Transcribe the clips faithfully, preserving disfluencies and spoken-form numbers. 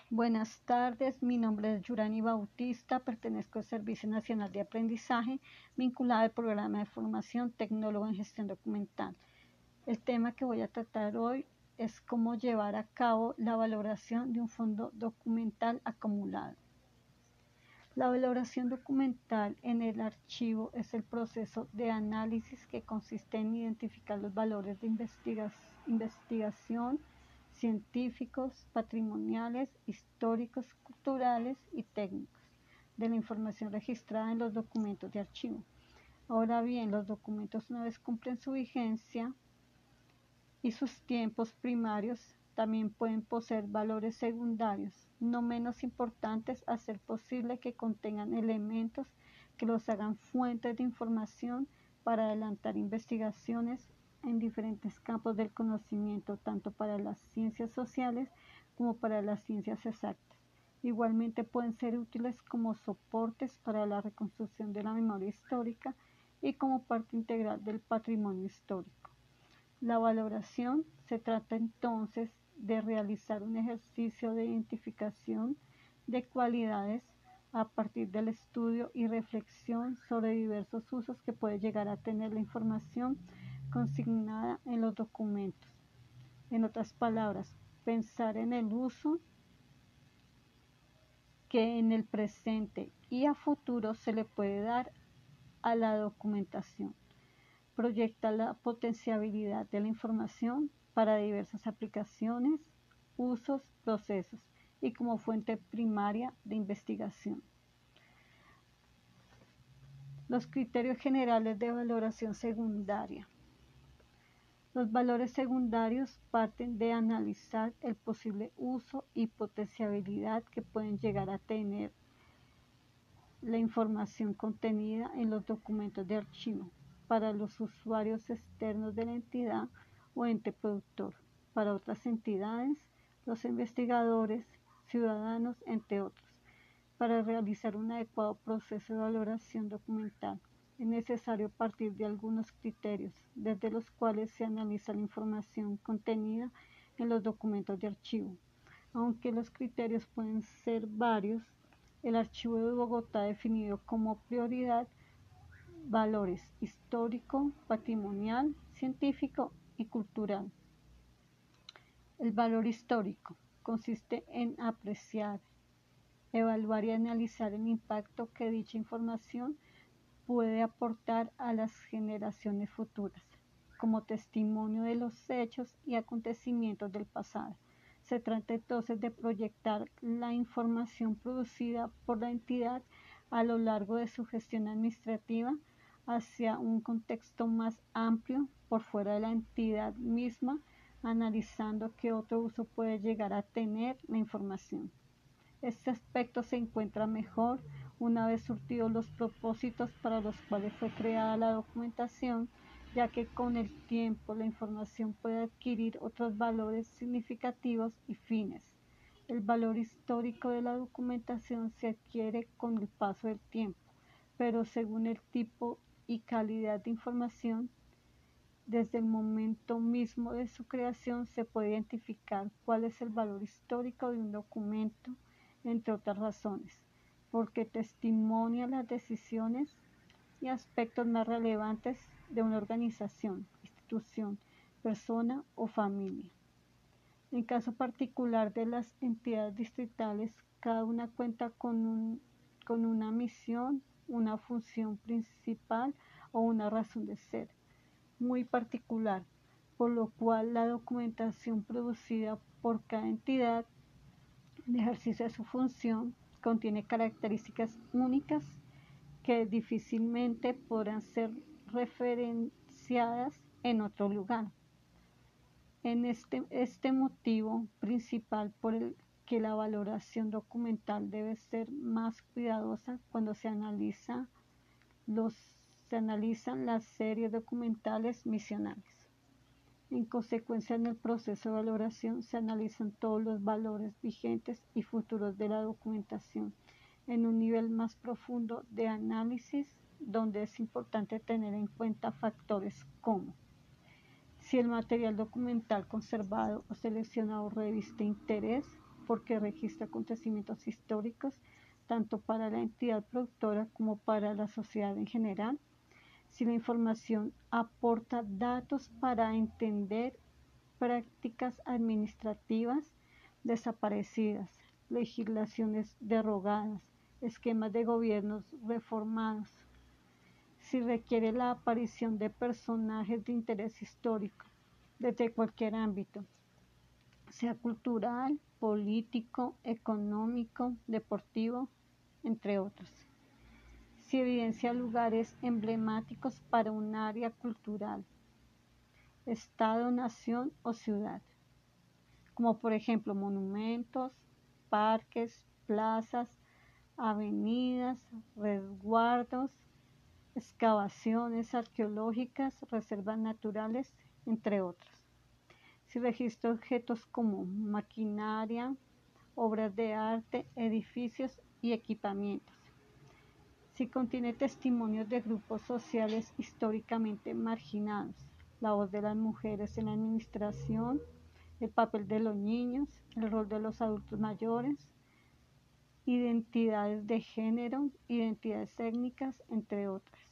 Buenas tardes, mi nombre es Yurani Bautista, pertenezco al Servicio Nacional de Aprendizaje, vinculado al programa de formación Tecnólogo en Gestión Documental. El tema que voy a tratar hoy es cómo llevar a cabo la valoración de un fondo documental acumulado. La valoración documental en el archivo es el proceso de análisis que consiste en identificar los valores de investiga investigación, científicos, patrimoniales, históricos, culturales y técnicos de la información registrada en los documentos de archivo. Ahora bien, los documentos, una vez cumplen su vigencia y sus tiempos primarios, también pueden poseer valores secundarios, no menos importantes, a ser posible que contengan elementos que los hagan fuentes de información para adelantar investigaciones en diferentes campos del conocimiento, tanto para las ciencias sociales como para las ciencias exactas. Igualmente pueden ser útiles como soportes para la reconstrucción de la memoria histórica y como parte integral del patrimonio histórico. La valoración se trata entonces de realizar un ejercicio de identificación de cualidades a partir del estudio y reflexión sobre diversos usos que puede llegar a tener la información consignada en los documentos. En otras palabras, pensar en el uso que en el presente y a futuro se le puede dar a la documentación. Proyecta la potenciabilidad de la información para diversas aplicaciones, usos, procesos y como fuente primaria de investigación. Los criterios generales de valoración secundaria. Los valores secundarios parten de analizar el posible uso y potenciabilidad que pueden llegar a tener la información contenida en los documentos de archivo para los usuarios externos de la entidad o ente productor, para otras entidades, los investigadores, ciudadanos, entre otros. Para realizar un adecuado proceso de valoración documental, es necesario partir de algunos criterios, desde los cuales se analiza la información contenida en los documentos de archivo. Aunque los criterios pueden ser varios, el Archivo de Bogotá ha definido como prioridad valores histórico, patrimonial, científico y cultural. El valor histórico consiste en apreciar, evaluar y analizar el impacto que dicha información puede aportar a las generaciones futuras, como testimonio de los hechos y acontecimientos del pasado. Se trata entonces de proyectar la información producida por la entidad a lo largo de su gestión administrativa hacia un contexto más amplio por fuera de la entidad misma, analizando qué otro uso puede llegar a tener la información. Este aspecto se encuentra mejor una vez surtidos los propósitos para los cuales fue creada la documentación, ya que con el tiempo la información puede adquirir otros valores significativos y fines. El valor histórico de la documentación se adquiere con el paso del tiempo, pero según el tipo y calidad de información, desde el momento mismo de su creación se puede identificar cuál es el valor histórico de un documento, entre otras razones, porque testimonia las decisiones y aspectos más relevantes de una organización, institución, persona o familia. En caso particular de las entidades distritales, cada una cuenta con, un, con una misión, una función principal o una razón de ser muy particular, por lo cual la documentación producida por cada entidad en ejercicio de su función contiene características únicas que difícilmente podrán ser referenciadas en otro lugar. En este, este motivo principal por el que la valoración documental debe ser más cuidadosa cuando se analiza los, se analizan las series documentales misionales. En consecuencia, en el proceso de valoración se analizan todos los valores vigentes y futuros de la documentación en un nivel más profundo de análisis, donde es importante tener en cuenta factores como si el material documental conservado o seleccionado reviste interés, porque registra acontecimientos históricos tanto para la entidad productora como para la sociedad en general. Si la información aporta datos para entender prácticas administrativas desaparecidas, legislaciones derogadas, esquemas de gobiernos reformados. Si requiere la aparición de personajes de interés histórico desde cualquier ámbito, sea cultural, político, económico, deportivo, entre otros. Si evidencia lugares emblemáticos para un área cultural, estado, nación o ciudad, como por ejemplo monumentos, parques, plazas, avenidas, resguardos, excavaciones arqueológicas, reservas naturales, entre otros. Si registra objetos como maquinaria, obras de arte, edificios y equipamientos. Si contiene testimonios de grupos sociales históricamente marginados, la voz de las mujeres en la administración, el papel de los niños, el rol de los adultos mayores, identidades de género, identidades étnicas, entre otras.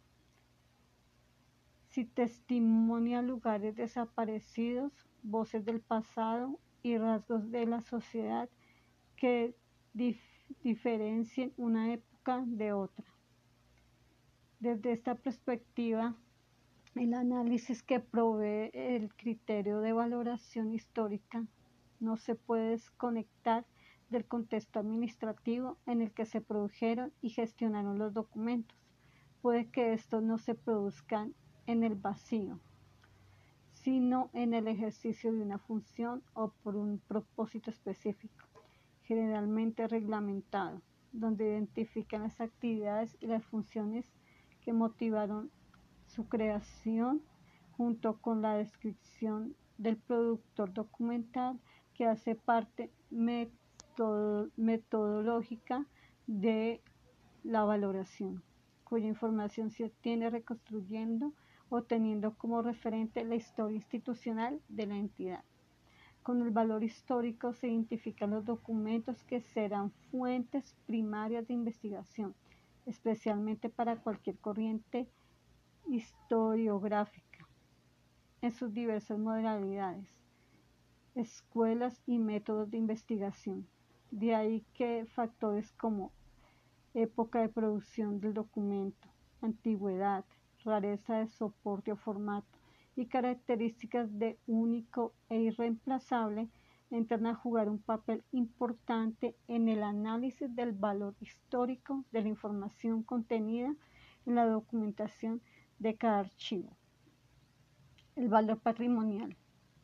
Si testimonia lugares desaparecidos, voces del pasado y rasgos de la sociedad que dif diferencien una época de otra. Desde esta perspectiva, el análisis que provee el criterio de valoración histórica no se puede desconectar del contexto administrativo en el que se produjeron y gestionaron los documentos. Puede que estos no se produzcan en el vacío, sino en el ejercicio de una función o por un propósito específico, generalmente reglamentado, donde identifican las actividades y las funciones que motivaron su creación, junto con la descripción del productor documental que hace parte metod metodológica de la valoración, cuya información se obtiene reconstruyendo o teniendo como referente la historia institucional de la entidad. Con el valor histórico se identifican los documentos que serán fuentes primarias de investigación, especialmente para cualquier corriente historiográfica, en sus diversas modalidades, escuelas y métodos de investigación. De ahí que factores como época de producción del documento, antigüedad, rareza de soporte o formato y características de único e irreemplazable entran a jugar un papel importante en el análisis del valor histórico de la información contenida en la documentación de cada archivo. El valor patrimonial.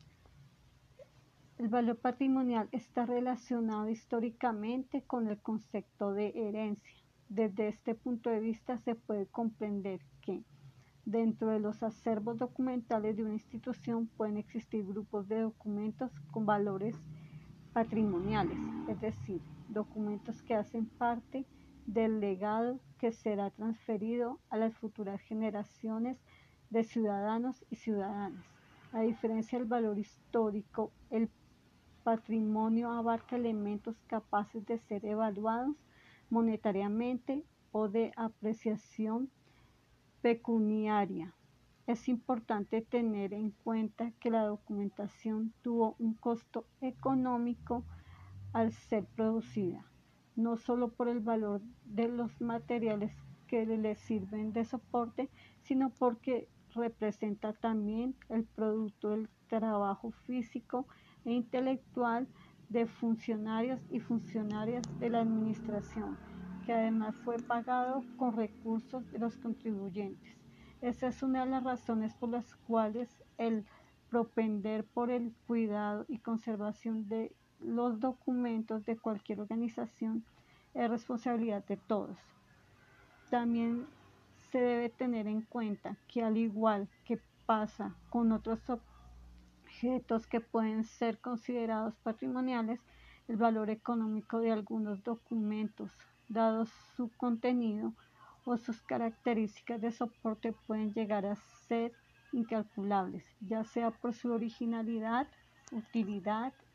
El valor patrimonial está relacionado históricamente con el concepto de herencia. Desde este punto de vista se puede comprender que dentro de los acervos documentales de una institución pueden existir grupos de documentos con valores patrimoniales, es decir, documentos que hacen parte del legado que será transferido a las futuras generaciones de ciudadanos y ciudadanas. A diferencia del valor histórico, el patrimonio abarca elementos capaces de ser evaluados monetariamente o de apreciación pecuniaria. Es importante tener en cuenta que la documentación tuvo un costo económico al ser producida, no solo por el valor de los materiales que le sirven de soporte, sino porque representa también el producto del trabajo físico e intelectual de funcionarios y funcionarias de la administración, que además fue pagado con recursos de los contribuyentes. Esa es una de las razones por las cuales el propender por el cuidado y conservación de los documentos de cualquier organización es responsabilidad de todos. También se debe tener en cuenta que, al igual que pasa con otros objetos que pueden ser considerados patrimoniales, el valor económico de algunos documentos, dado su contenido o sus características de soporte, pueden llegar a ser incalculables, ya sea por su originalidad, utilidad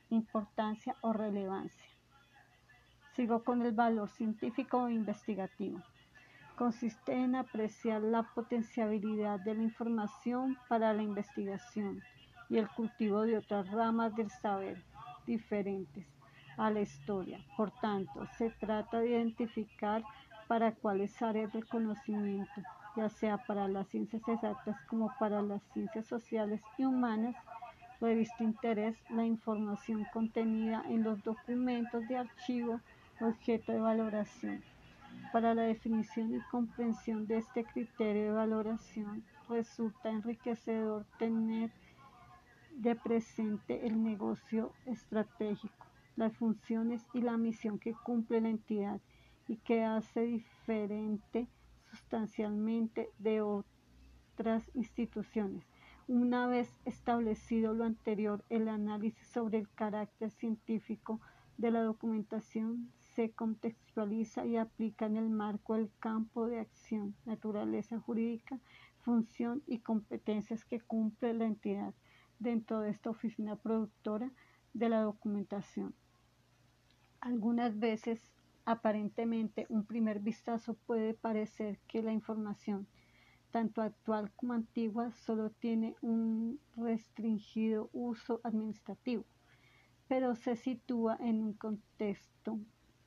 importancia o relevancia. Sigo con el valor científico o investigativo. Consiste en apreciar la potencialidad de la información para la investigación y el cultivo de otras ramas del saber diferentes a la historia. Por tanto, se trata de identificar para cuáles áreas del conocimiento, ya sea para las ciencias exactas como para las ciencias sociales y humanas, reviste interés la información contenida en los documentos de archivo objeto de valoración. Para la definición y comprensión de este criterio de valoración, resulta enriquecedor tener de presente el negocio estratégico, las funciones y la misión que cumple la entidad y que hace diferente sustancialmente de otras instituciones. Una vez establecido lo anterior, el análisis sobre el carácter científico de la documentación se contextualiza y aplica en el marco del campo de acción, naturaleza jurídica, función y competencias que cumple la entidad dentro de esta oficina productora de la documentación. Algunas veces, aparentemente, un primer vistazo puede parecer que la información, tanto actual como antigua, solo tiene un restringido uso administrativo, pero se sitúa en un contexto,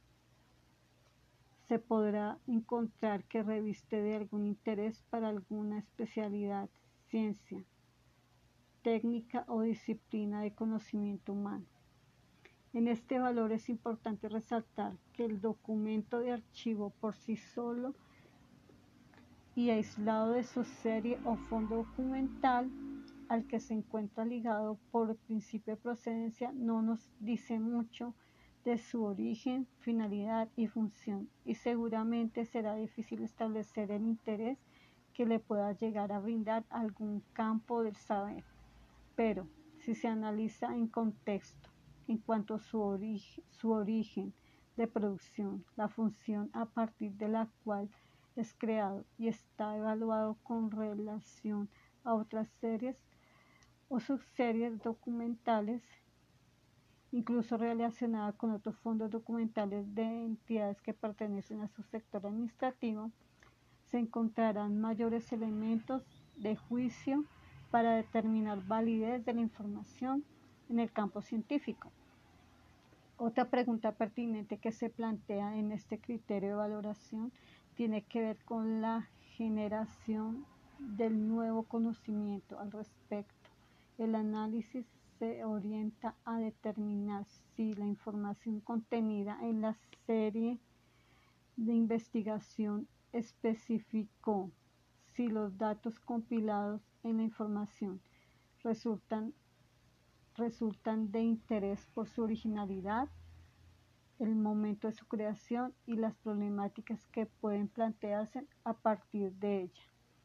se podrá encontrar que reviste de algún interés para alguna especialidad, ciencia, técnica o disciplina de conocimiento humano. En este valor es importante resaltar que el documento de archivo por sí solo y aislado de su serie o fondo documental al que se encuentra ligado por principio de procedencia no nos dice mucho de su origen, finalidad y función, y seguramente será difícil establecer el interés que le pueda llegar a brindar algún campo del saber. Pero, si se analiza en contexto, en cuanto a su, origen, su origen de producción, la función a partir de la cual es creado y está evaluado con relación a otras series o subseries documentales, incluso relacionada con otros fondos documentales de entidades que pertenecen a su sector administrativo, se encontrarán mayores elementos de juicio para determinar validez de la información en el campo científico. Otra pregunta pertinente que se plantea en este criterio de valoración tiene que ver con la generación del nuevo conocimiento al respecto. El análisis se orienta a determinar si la información contenida en la serie de investigación especificó si los datos compilados en la información resultan, resultan de interés por su originalidad, el momento de su creación y las problemáticas que pueden plantearse a partir de ella.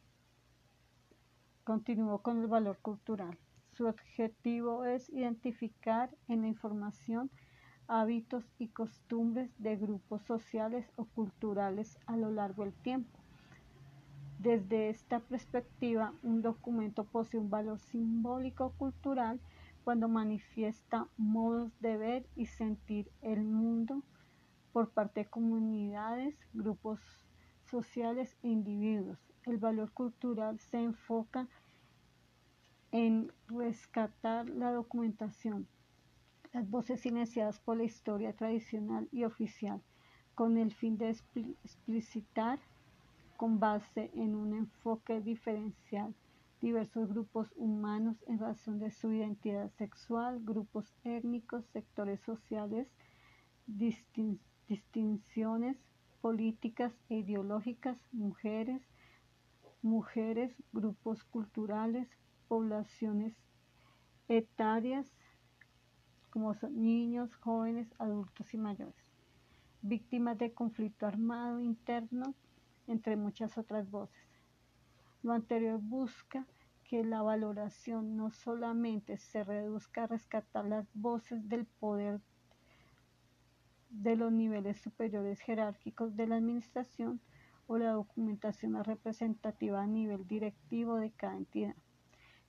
Continúo con el valor cultural. Su objetivo es identificar en la información hábitos y costumbres de grupos sociales o culturales a lo largo del tiempo. Desde esta perspectiva, un documento posee un valor simbólico cultural cuando manifiesta modos de ver y sentir el mundo por parte de comunidades, grupos sociales e individuos. El valor cultural se enfoca en rescatar la documentación, las voces silenciadas por la historia tradicional y oficial, con el fin de explicitar, con base en un enfoque diferencial, diversos grupos humanos en razón de su identidad sexual, grupos étnicos, sectores sociales, distin distinciones políticas e ideológicas, mujeres, mujeres, grupos culturales, poblaciones etarias, como son niños, jóvenes, adultos y mayores, víctimas de conflicto armado interno, entre muchas otras voces. Lo anterior busca que la valoración no solamente se reduzca a rescatar las voces del poder de los niveles superiores jerárquicos de la administración o la documentación más representativa a nivel directivo de cada entidad.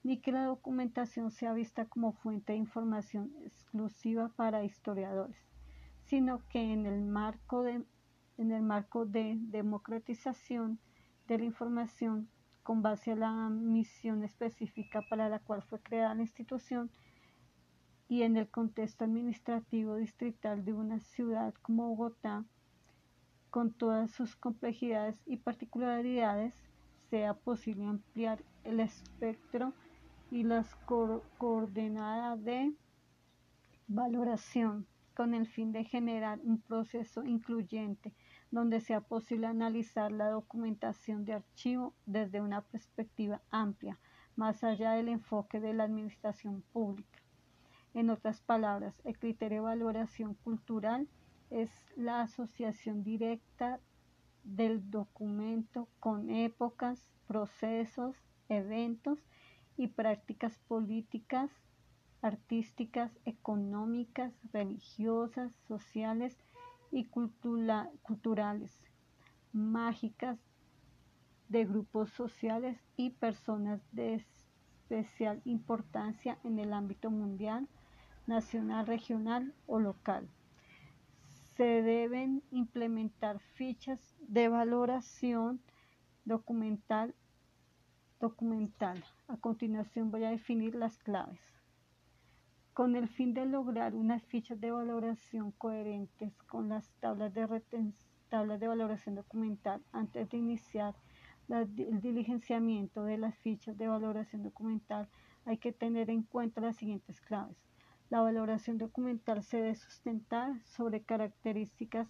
ni que la documentación sea vista como fuente de información exclusiva para historiadores, sino que en el marco de, en el marco de democratización de la información, con base a la misión específica para la cual fue creada la institución, y en el contexto administrativo distrital de una ciudad como Bogotá, con todas sus complejidades y particularidades, sea posible ampliar el espectro y las co coordenadas de valoración con el fin de generar un proceso incluyente donde sea posible analizar la documentación de archivo desde una perspectiva amplia, más allá del enfoque de la administración pública. En otras palabras, el criterio de valoración cultural es la asociación directa del documento con épocas, procesos, eventos y prácticas políticas, artísticas, económicas, religiosas, sociales y cultura, culturales, mágicas, de grupos sociales y personas de especial importancia en el ámbito mundial, nacional, regional o local. Se deben implementar fichas de valoración documental. documental. A continuación voy a definir las claves. Con el fin de lograr unas fichas de valoración coherentes con las tablas de, tablas de valoración documental, antes de iniciar la, el diligenciamiento de las fichas de valoración documental, hay que tener en cuenta las siguientes claves. La valoración documental se debe sustentar sobre características,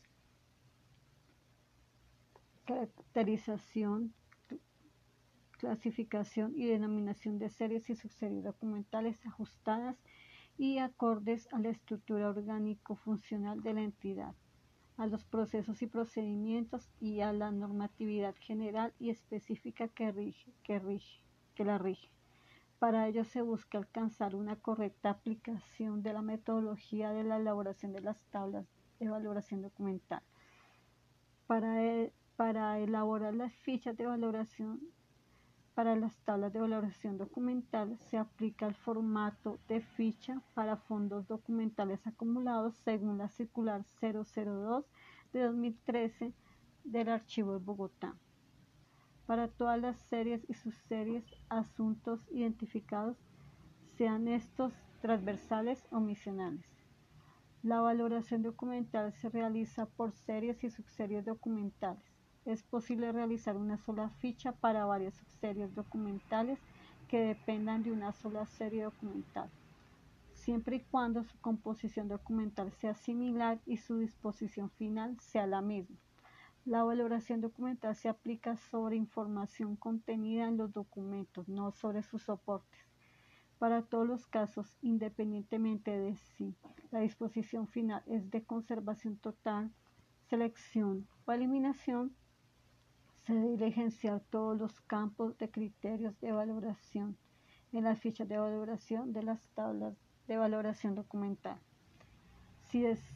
caracterización, clasificación y denominación de series y subseries documentales ajustadas y acordes a la estructura orgánico-funcional de la entidad, a los procesos y procedimientos y a la normatividad general y específica que, rige, que, rige, que la rige. Para ello se busca alcanzar una correcta aplicación de la metodología de la elaboración de las tablas de valoración documental. Para, el, para elaborar las fichas de valoración para las tablas de valoración documental se aplica el formato de ficha para fondos documentales acumulados según la circular cero cero dos de dos mil trece del Archivo de Bogotá. Para todas las series y subseries, asuntos identificados, sean estos transversales o misionales. La valoración documental se realiza por series y subseries documentales. Es posible realizar una sola ficha para varias subseries documentales que dependan de una sola serie documental, siempre y cuando su composición documental sea similar y su disposición final sea la misma. La valoración documental se aplica sobre información contenida en los documentos, no sobre sus soportes. Para todos los casos, independientemente de si la disposición final es de conservación total, selección o eliminación, se debe diligenciar todos los campos de criterios de valoración en las fichas de valoración de las tablas de valoración documental. Si, es,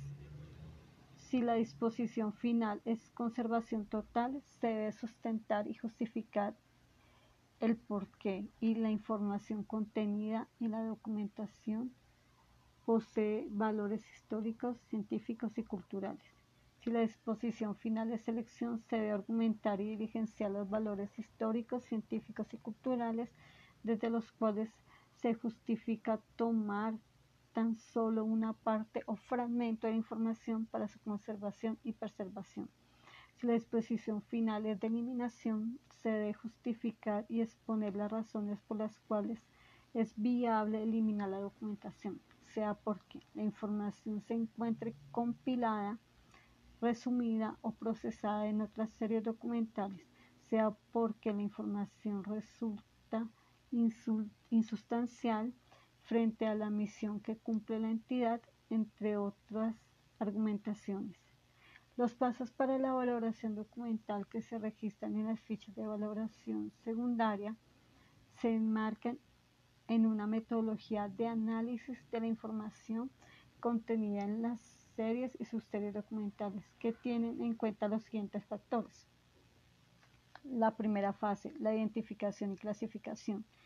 si la disposición final es conservación total, se debe sustentar y justificar el porqué y la información contenida en la documentación posee valores históricos, científicos y culturales. Si la disposición final de selección se debe argumentar y diligenciar los valores históricos, científicos y culturales desde los cuales se justifica tomar tan solo una parte o fragmento de información para su conservación y preservación. Si la disposición final es de eliminación, se debe justificar y exponer las razones por las cuales es viable eliminar la documentación, sea porque la información se encuentre compilada, resumida o procesada en otras series documentales, sea porque la información resulta insustancial frente a la misión que cumple la entidad, entre otras argumentaciones. Los pasos para la valoración documental que se registran en las fichas de valoración secundaria se enmarcan en una metodología de análisis de la información contenida en las series y subseries documentales que tienen en cuenta los siguientes factores. La primera fase, la identificación y clasificación.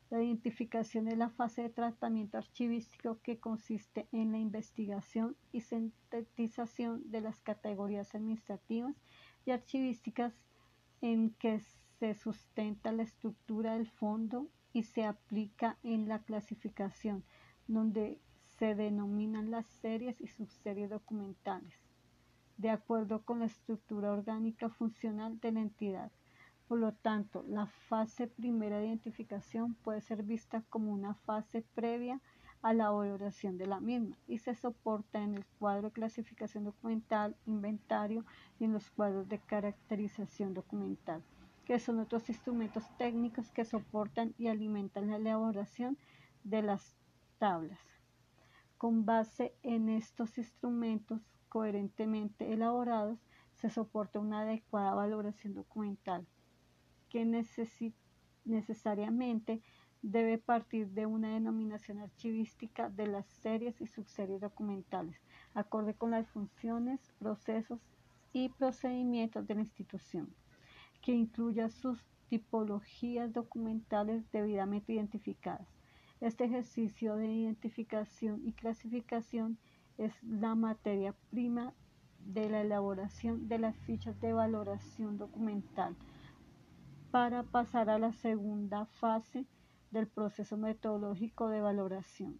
La identificación es la fase de tratamiento archivístico que consiste en la investigación y sintetización de las categorías administrativas y archivísticas en que se sustenta la estructura del fondo y se aplica en la clasificación, donde se denominan las series y subseries documentales, de acuerdo con la estructura orgánica funcional de la entidad. Por lo tanto, la fase primera de identificación puede ser vista como una fase previa a la valoración de la misma y se soporta en el cuadro de clasificación documental, inventario y en los cuadros de caracterización documental, que son otros instrumentos técnicos que soportan y alimentan la elaboración de las tablas. Con base en estos instrumentos coherentemente elaborados, se soporta una adecuada valoración documental, que necesariamente debe partir de una denominación archivística de las series y subseries documentales, acorde con las funciones, procesos y procedimientos de la institución, que incluya sus tipologías documentales debidamente identificadas. Este ejercicio de identificación y clasificación es la materia prima de la elaboración de las fichas de valoración documental, para pasar a la segunda fase del proceso metodológico de valoración.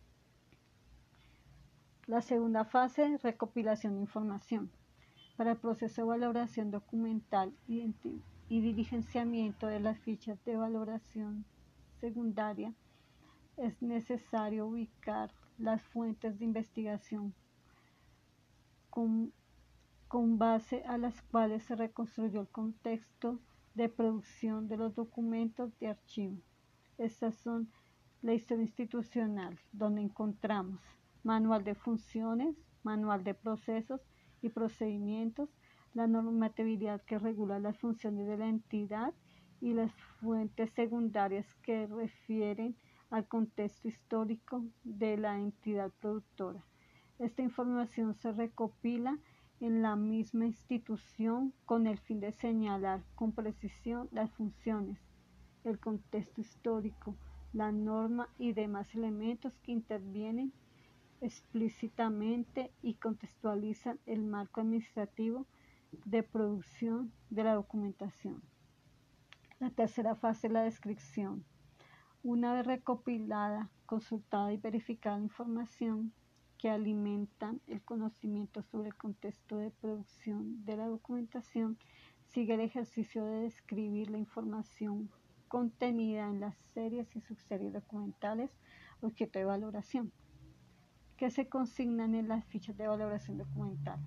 La segunda fase, recopilación de información. Para el proceso de valoración documental y, y diligenciamiento de las fichas de valoración secundaria, es necesario ubicar las fuentes de investigación con, con base a las cuales se reconstruyó el contexto de producción de los documentos de archivo. Estas son la historia institucional, donde encontramos manual de funciones, manual de procesos y procedimientos, la normatividad que regula las funciones de la entidad y las fuentes secundarias que refieren al contexto histórico de la entidad productora. Esta información se recopila en la misma institución con el fin de señalar con precisión las funciones, el contexto histórico, la norma y demás elementos que intervienen explícitamente y contextualizan el marco administrativo de producción de la documentación. La tercera fase es la descripción. Una vez recopilada, consultada y verificada la información que alimentan el conocimiento sobre el contexto de producción de la documentación, sigue el ejercicio de describir la información contenida en las series y subseries documentales objeto de valoración, que se consignan en las fichas de valoración documental.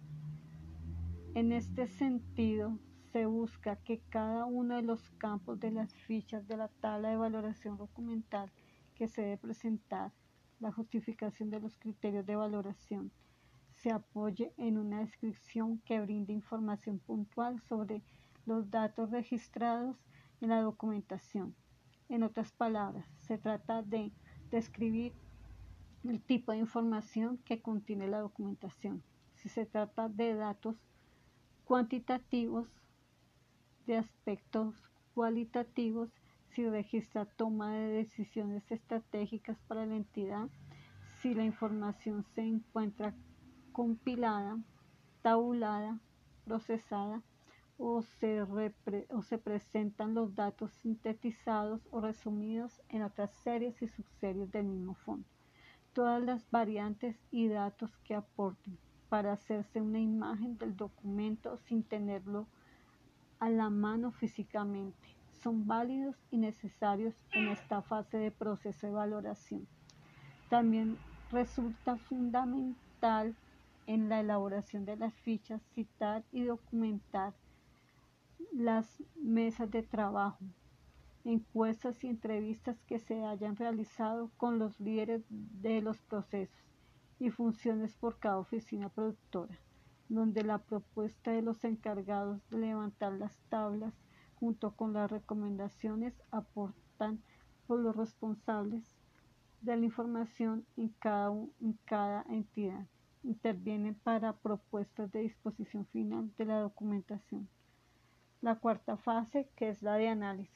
En este sentido, se busca que cada uno de los campos de las fichas de la tabla de valoración documental que se debe presentar, la justificación de los criterios de valoración, se apoye en una descripción que brinde información puntual sobre los datos registrados en la documentación. En otras palabras, se trata de describir el tipo de información que contiene la documentación. Si se trata de datos cuantitativos, de aspectos cualitativos, si registra toma de decisiones estratégicas para la entidad, si la información se encuentra compilada, tabulada, procesada o se, repre, o se presentan los datos sintetizados o resumidos en otras series y subseries del mismo fondo. Todas las variantes y datos que aporten para hacerse una imagen del documento sin tenerlo a la mano físicamente son válidos y necesarios en esta fase de proceso de valoración. También resulta fundamental en la elaboración de las fichas citar y documentar las mesas de trabajo, encuestas y entrevistas que se hayan realizado con los líderes de los procesos y funciones por cada oficina productora, donde la propuesta de los encargados de levantar las tablas junto con las recomendaciones aportan por los responsables de la información en cada, en cada entidad. Intervienen para propuestas de disposición final de la documentación. La cuarta fase, que es la de análisis.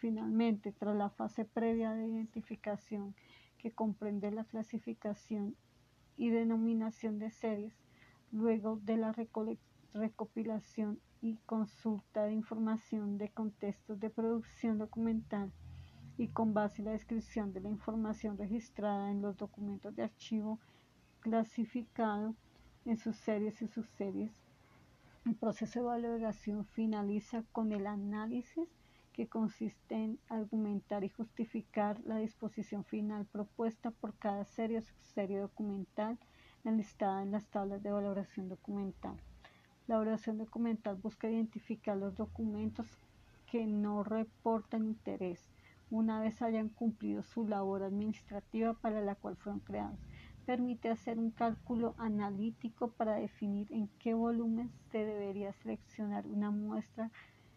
Finalmente, tras la fase previa de identificación, que comprende la clasificación y denominación de series, luego de la recopilación y consulta de información de contextos de producción documental y con base en la descripción de la información registrada en los documentos de archivo clasificado en sus series y subseries, el proceso de valoración finaliza con el análisis, que consiste en argumentar y justificar la disposición final propuesta por cada serie o subserie documental enlistada en las tablas de valoración documental. La valoración documental busca identificar los documentos que no reportan interés una vez hayan cumplido su labor administrativa para la cual fueron creados. Permite hacer un cálculo analítico para definir en qué volumen se debería seleccionar una muestra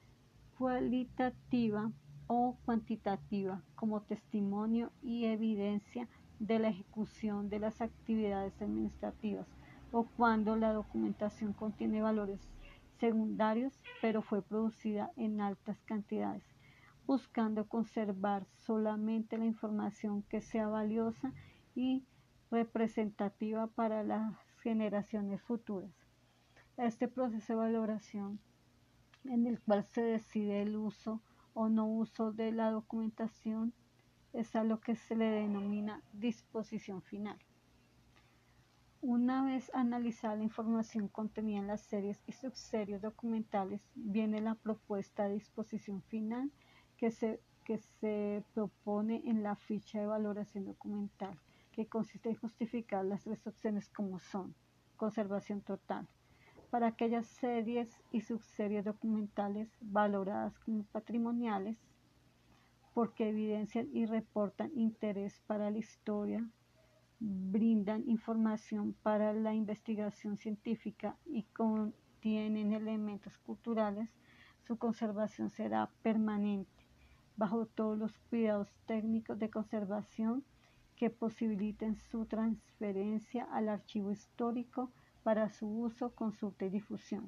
cualitativa o cuantitativa como testimonio y evidencia de la ejecución de las actividades administrativas, o cuando la documentación contiene valores secundarios pero fue producida en altas cantidades, buscando conservar solamente la información que sea valiosa y representativa para las generaciones futuras. Este proceso de valoración, en el cual se decide el uso o no uso de la documentación, es a lo que se le denomina disposición final. Una vez analizada la información contenida en las series y subseries documentales, viene la propuesta de disposición final que se, que se propone en la ficha de valoración documental, que consiste en justificar las tres opciones como son: conservación total, para aquellas series y subseries documentales valoradas como patrimoniales, porque evidencian y reportan interés para la historia, brindan información para la investigación científica y contienen elementos culturales, su conservación será permanente, bajo todos los cuidados técnicos de conservación que posibiliten su transferencia al archivo histórico para su uso, consulta y difusión.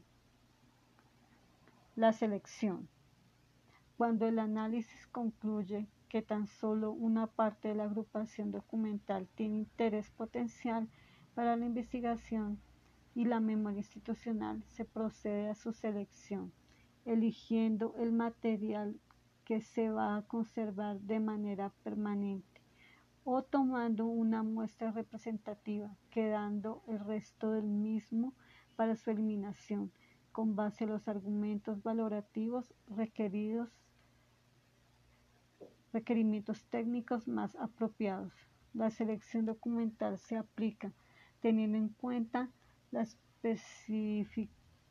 La selección. Cuando el análisis concluye que tan solo una parte de la agrupación documental tiene interés potencial para la investigación y la memoria institucional, se procede a su selección, eligiendo el material que se va a conservar de manera permanente o tomando una muestra representativa, quedando el resto del mismo para su eliminación, con base en los argumentos valorativos requeridos, requerimientos técnicos más apropiados. La selección documental se aplica teniendo en cuenta la especific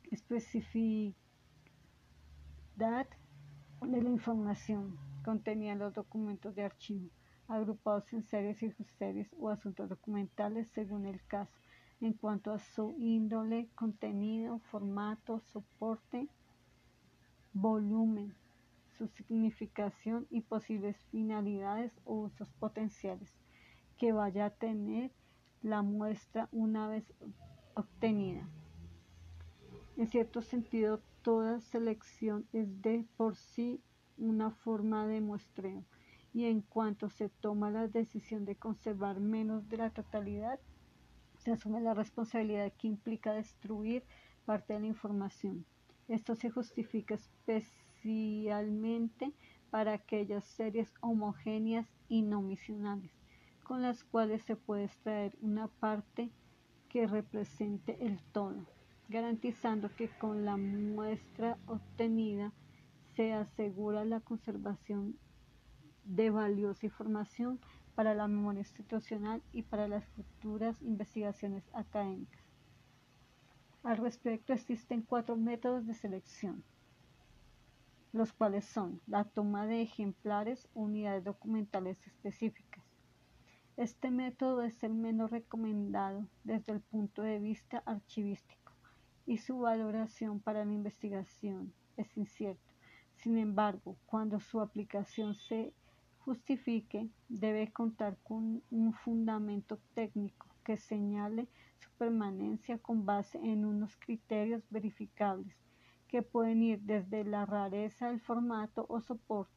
especificidad de la información contenida en los documentos de archivo, agrupados en series y subseries o asuntos documentales según el caso, en cuanto a su índole, contenido, formato, soporte, volumen, su significación y posibles finalidades o usos potenciales que vaya a tener la muestra una vez obtenida. En cierto sentido, toda selección es de por sí una forma de muestreo, y en cuanto se toma la decisión de conservar menos de la totalidad, se asume la responsabilidad que implica destruir parte de la información. Esto se justifica especialmente para aquellas series homogéneas y no misionales, con las cuales se puede extraer una parte que represente el todo, garantizando que con la muestra obtenida se asegura la conservación de valiosa información para la memoria institucional y para las futuras investigaciones académicas. Al respecto, existen cuatro métodos de selección, los cuales son la toma de ejemplares o unidades documentales específicas. Este método es el menos recomendado desde el punto de vista archivístico y su valoración para la investigación es incierto. Sin embargo, cuando su aplicación se justifique, debe contar con un fundamento técnico que señale su permanencia con base en unos criterios verificables que pueden ir desde la rareza del formato o soporte,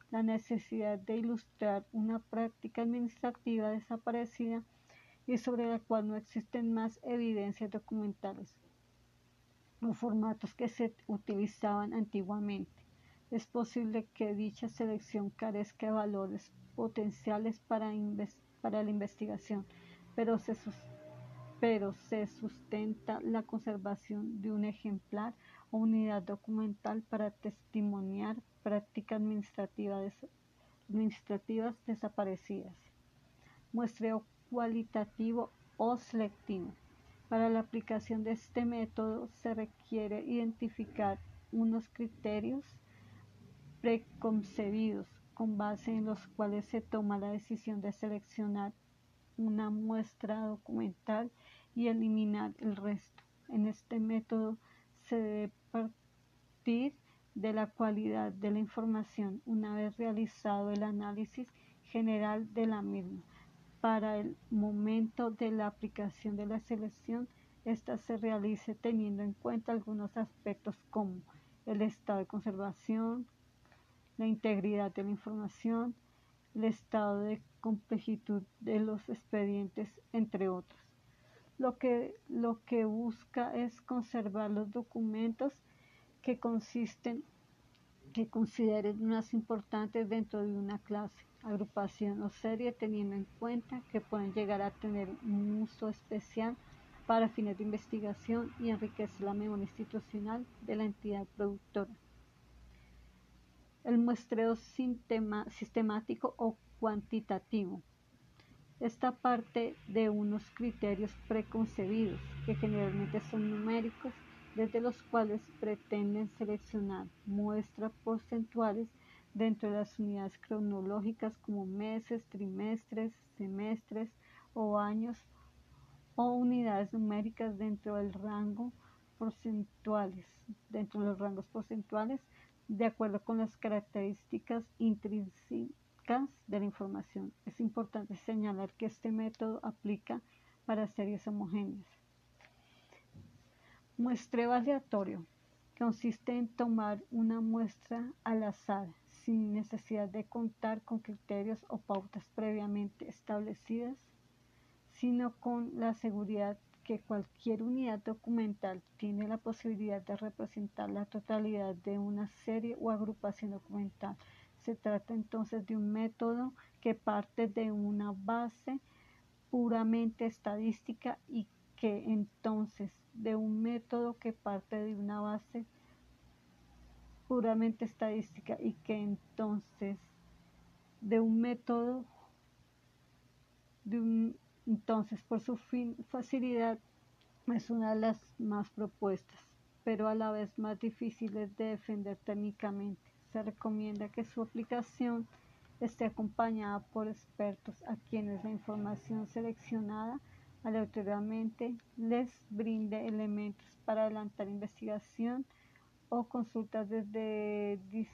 la necesidad de ilustrar una práctica administrativa desaparecida y sobre la cual no existen más evidencias documentales o formatos que se utilizaban antiguamente. Es posible que dicha selección carezca de valores potenciales para, para la investigación, pero se, pero se sustenta la conservación de un ejemplar o unidad documental para testimoniar prácticas administrativas, administrativas desaparecidas. Muestreo cualitativo o selectivo. Para la aplicación de este método se requiere identificar unos criterios preconcebidos con base en los cuales se toma la decisión de seleccionar una muestra documental y eliminar el resto. En este método se debe partir de la cualidad de la información una vez realizado el análisis general de la misma. Para el momento de la aplicación de la selección, ésta se realice teniendo en cuenta algunos aspectos como el estado de conservación, la integridad de la información, el estado de complejitud de los expedientes, entre otros. Lo que, lo que busca es conservar los documentos que consisten que consideren más importantes dentro de una clase, agrupación o serie, teniendo en cuenta que pueden llegar a tener un uso especial para fines de investigación y enriquecer la memoria institucional de la entidad productora. El muestreo sistemático o cuantitativo. Esta parte de unos criterios preconcebidos, que generalmente son numéricos, desde los cuales pretenden seleccionar muestras porcentuales dentro de las unidades cronológicas como meses, trimestres, semestres o años, o unidades numéricas dentro del rango porcentuales, dentro de los rangos porcentuales, de acuerdo con las características intrínsecas de la información. Es importante señalar que este método aplica para series homogéneas. Muestreo aleatorio. Consiste en tomar una muestra al azar, sin necesidad de contar con criterios o pautas previamente establecidas, sino con la seguridad que cualquier unidad documental tiene la posibilidad de representar la totalidad de una serie o agrupación documental. Se trata entonces de un método que parte de una base puramente estadística y que entonces de un método que parte de una base puramente estadística y que entonces de un método de un, entonces por su fin, facilidad es una de las más propuestas, pero a la vez más difíciles de defender técnicamente. Se recomienda que su aplicación esté acompañada por expertos a quienes la información seleccionada aleatoriamente les brinde elementos para adelantar investigación o consultas desde dis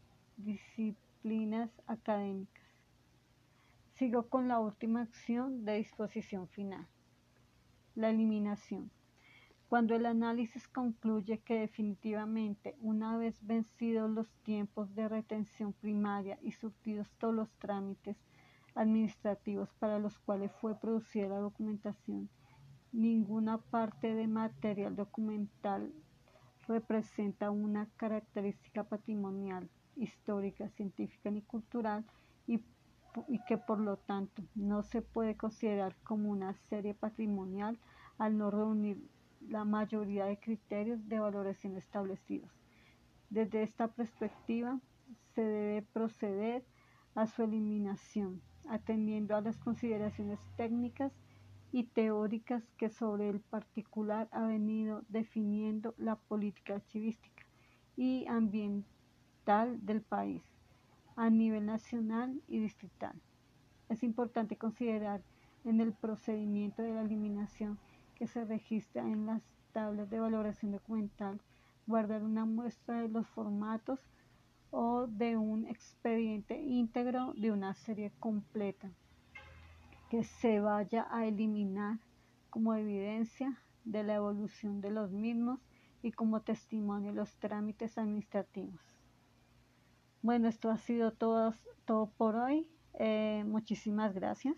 disciplinas académicas. Sigo con la última acción de disposición final, la eliminación. Cuando el análisis concluye que definitivamente, una vez vencidos los tiempos de retención primaria y surtidos todos los trámites administrativos para los cuales fue producida la documentación, ninguna parte de material documental representa una característica patrimonial, histórica, científica ni cultural y, y que por lo tanto no se puede considerar como una serie patrimonial al no reunir la mayoría de criterios de valoración establecidos. Desde esta perspectiva, se debe proceder a su eliminación, atendiendo a las consideraciones técnicas y teóricas que sobre el particular ha venido definiendo la política archivística y ambiental del país, a nivel nacional y distrital. Es importante considerar en el procedimiento de la eliminación que se registra en las tablas de valoración documental, guardar una muestra de los formatos o de un expediente íntegro de una serie completa que se vaya a eliminar como evidencia de la evolución de los mismos y como testimonio de los trámites administrativos. Bueno, esto ha sido todo, todo por hoy. Eh, muchísimas gracias.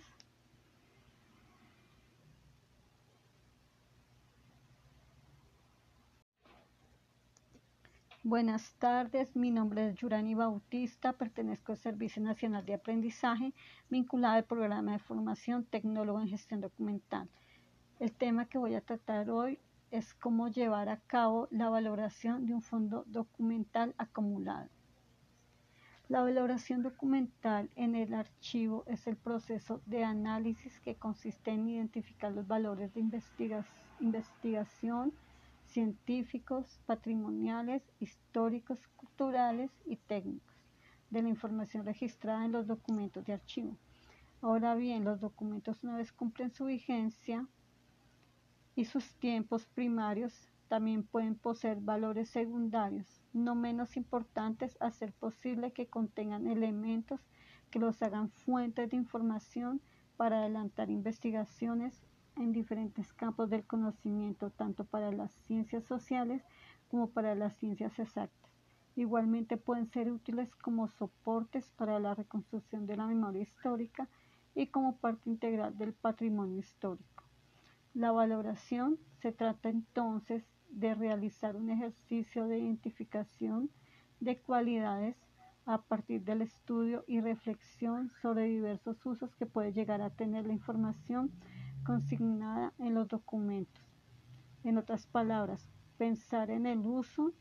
Buenas tardes, mi nombre es Yurani Bautista, pertenezco al Servicio Nacional de Aprendizaje, vinculado al programa de formación Tecnólogo en Gestión Documental. El tema que voy a tratar hoy es cómo llevar a cabo la valoración de un fondo documental acumulado. La valoración documental en el archivo es el proceso de análisis que consiste en identificar los valores de investiga investigación, científicos, patrimoniales, históricos, culturales y técnicos de la información registrada en los documentos de archivo. Ahora bien, los documentos, una vez cumplen su vigencia y sus tiempos primarios, también pueden poseer valores secundarios, no menos importantes, a ser posible que contengan elementos que los hagan fuentes de información para adelantar investigaciones en diferentes campos del conocimiento, tanto para las ciencias sociales como para las ciencias exactas. Igualmente pueden ser útiles como soportes para la reconstrucción de la memoria histórica y como parte integral del patrimonio histórico. La valoración se trata entonces de realizar un ejercicio de identificación de cualidades a partir del estudio y reflexión sobre diversos usos que puede llegar a tener la información consignada en los documentos. En otras palabras, pensar en el uso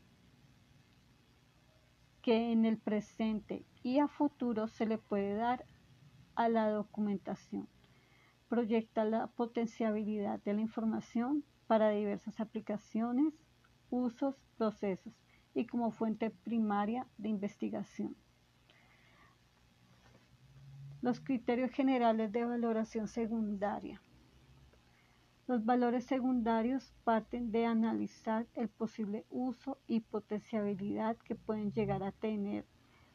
que en el presente y a futuro se le puede dar a la documentación. Proyecta la potenciabilidad de la información para diversas aplicaciones, usos, procesos y como fuente primaria de investigación. Los criterios generales de valoración secundaria. Los valores secundarios parten de analizar el posible uso y potenciabilidad que pueden llegar a tener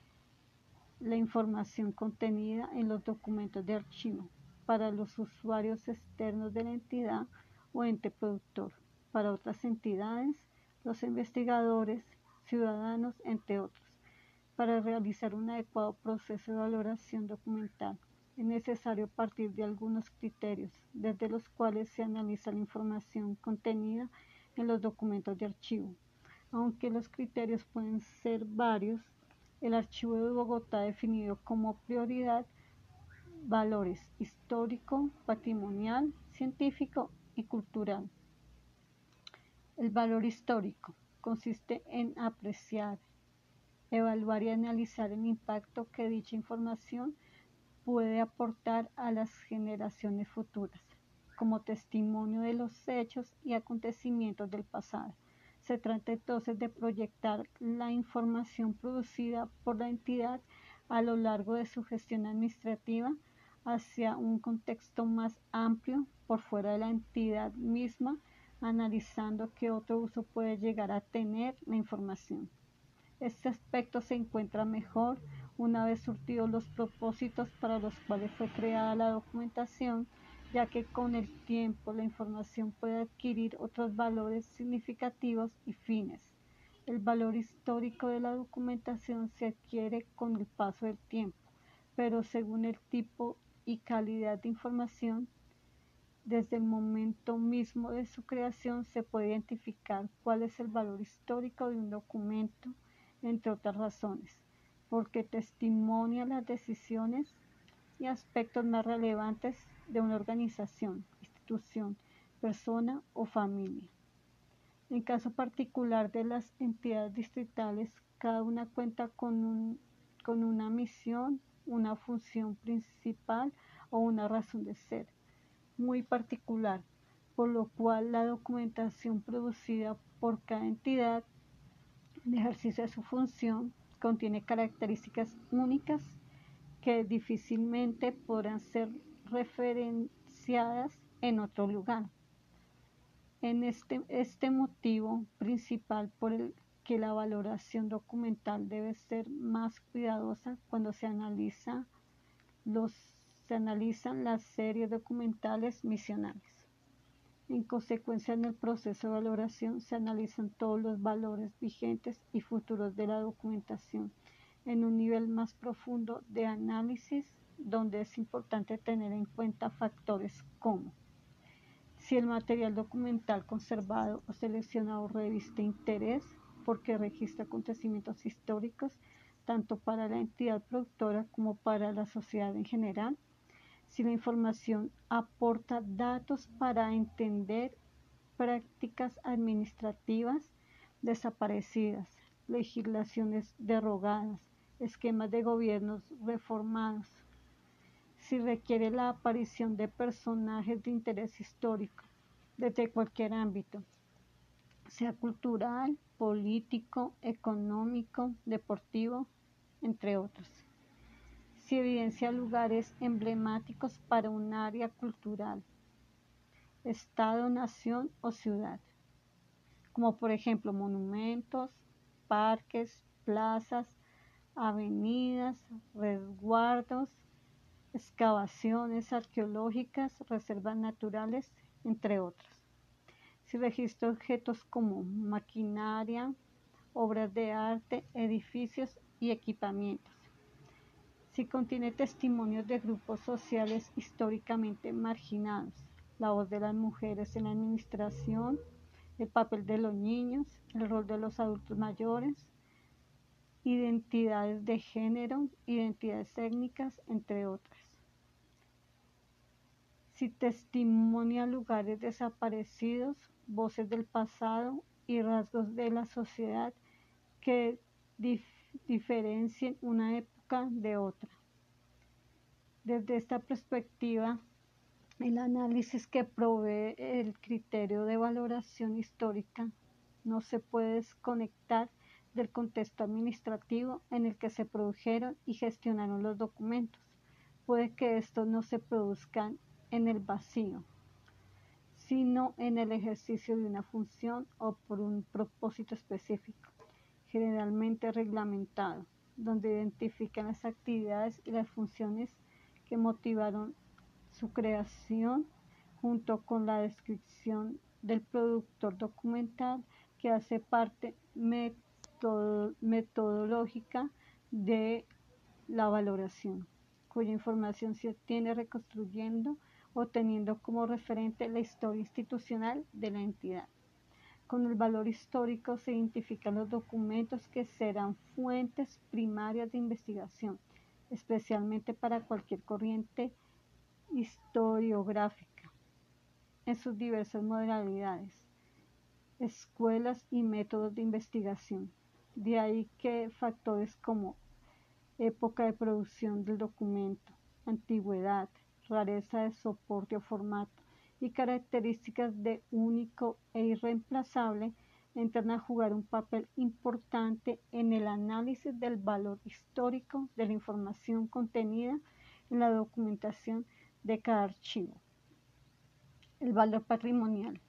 la información contenida en los documentos de archivo para los usuarios externos de la entidad o ente productor, para otras entidades, los investigadores, ciudadanos, entre otros. Para realizar un adecuado proceso de valoración documental, es necesario partir de algunos criterios, desde los cuales se analiza la información contenida en los documentos de archivo. Aunque los criterios pueden ser varios, el Archivo de Bogotá ha definido como prioridad valores histórico, patrimonial, científico y cultural. El valor histórico consiste en apreciar, evaluar y analizar el impacto que dicha información puede aportar a las generaciones futuras, como testimonio de los hechos y acontecimientos del pasado. Se trata entonces de proyectar la información producida por la entidad a lo largo de su gestión administrativa hacia un contexto más amplio por fuera de la entidad misma, analizando qué otro uso puede llegar a tener la información. Este aspecto se encuentra mejor una vez surtidos los propósitos para los cuales fue creada la documentación, ya que con el tiempo la información puede adquirir otros valores significativos y fines. El valor histórico de la documentación se adquiere con el paso del tiempo, pero según el tipo y calidad de información, desde el momento mismo de su creación se puede identificar cuál es el valor histórico de un documento, entre otras razones, porque testimonia las decisiones y aspectos más relevantes de una organización, institución, persona o familia. En caso particular de las entidades distritales, cada una cuenta con, un, con una misión, una función principal o una razón de ser muy particular, por lo cual la documentación producida por cada entidad en ejercicio de su función contiene características únicas que difícilmente podrán ser referenciadas en otro lugar. En este, este motivo principal por el que la valoración documental debe ser más cuidadosa cuando se analiza los se analizan las series documentales misionales. En consecuencia, en el proceso de valoración se analizan todos los valores vigentes y futuros de la documentación. en un nivel más profundo de análisis, donde es importante tener en cuenta factores como si el material documental conservado o seleccionado reviste interés porque registra acontecimientos históricos tanto para la entidad productora como para la sociedad en general, si la información aporta datos para entender prácticas administrativas desaparecidas, legislaciones derogadas, esquemas de gobiernos reformados, si requiere la aparición de personajes de interés histórico desde cualquier ámbito, sea cultural, político, económico, deportivo, entre otros. Si evidencia lugares emblemáticos para un área cultural, estado, nación o ciudad, como por ejemplo monumentos, parques, plazas, avenidas, resguardos, excavaciones arqueológicas, reservas naturales, entre otros. Si registra objetos como maquinaria, obras de arte, edificios y equipamientos. Si contiene testimonios de grupos sociales históricamente marginados, la voz de las mujeres en la administración, el papel de los niños, el rol de los adultos mayores, identidades de género, identidades étnicas, entre otras. Si testimonia lugares desaparecidos, voces del pasado y rasgos de la sociedad que dif diferencien una época de otra. Desde esta perspectiva, el análisis que provee el criterio de valoración histórica no se puede desconectar del contexto administrativo en el que se produjeron y gestionaron los documentos. Puede que estos no se produzcan en el vacío, sino en el ejercicio de una función o por un propósito específico, generalmente reglamentado, donde identifican las actividades y las funciones que motivaron su creación, junto con la descripción del productor documental que hace parte metod metodológica de la valoración, cuya información se obtiene reconstruyendo o teniendo como referente la historia institucional de la entidad. Con el valor histórico se identifican los documentos que serán fuentes primarias de investigación, especialmente para cualquier corriente historiográfica, en sus diversas modalidades, escuelas y métodos de investigación. De ahí que factores como época de producción del documento, antigüedad, rareza de soporte o formato y características de único e irreemplazable entran a jugar un papel importante en el análisis del valor histórico de la información contenida en la documentación de cada archivo. El valor patrimonial.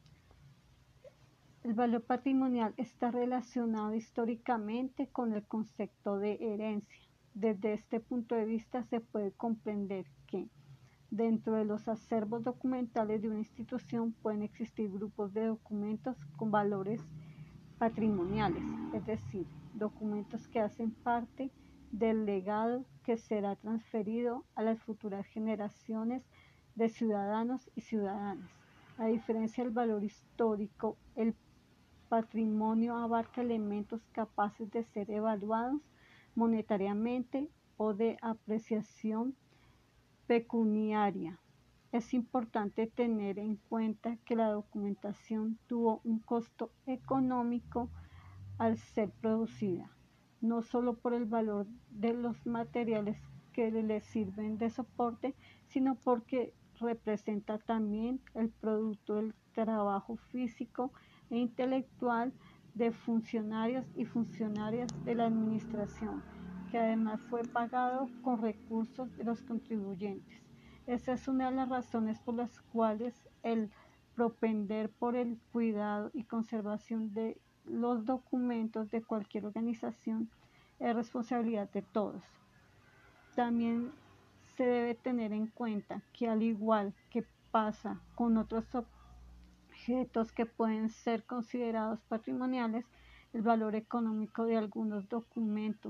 El valor patrimonial está relacionado históricamente con el concepto de herencia. Desde este punto de vista se puede comprender que dentro de los acervos documentales de una institución pueden existir grupos de documentos con valores patrimoniales, es decir, documentos que hacen parte del legado que será transferido a las futuras generaciones de ciudadanos y ciudadanas. A diferencia del valor histórico, el patrimonio abarca elementos capaces de ser evaluados monetariamente o de apreciación pecuniaria. Es importante tener en cuenta que la documentación tuvo un costo económico al ser producida, no solo por el valor de los materiales que le sirven de soporte, sino porque representa también el producto del trabajo físico e intelectual de funcionarios y funcionarias de la administración, que además fue pagado con recursos de los contribuyentes. Esa es una de las razones por las cuales el propender por el cuidado y conservación de los documentos de cualquier organización es responsabilidad de todos. También se debe tener en cuenta que al igual que pasa con otros objetos que pueden ser considerados patrimoniales, el valor económico de algunos documentos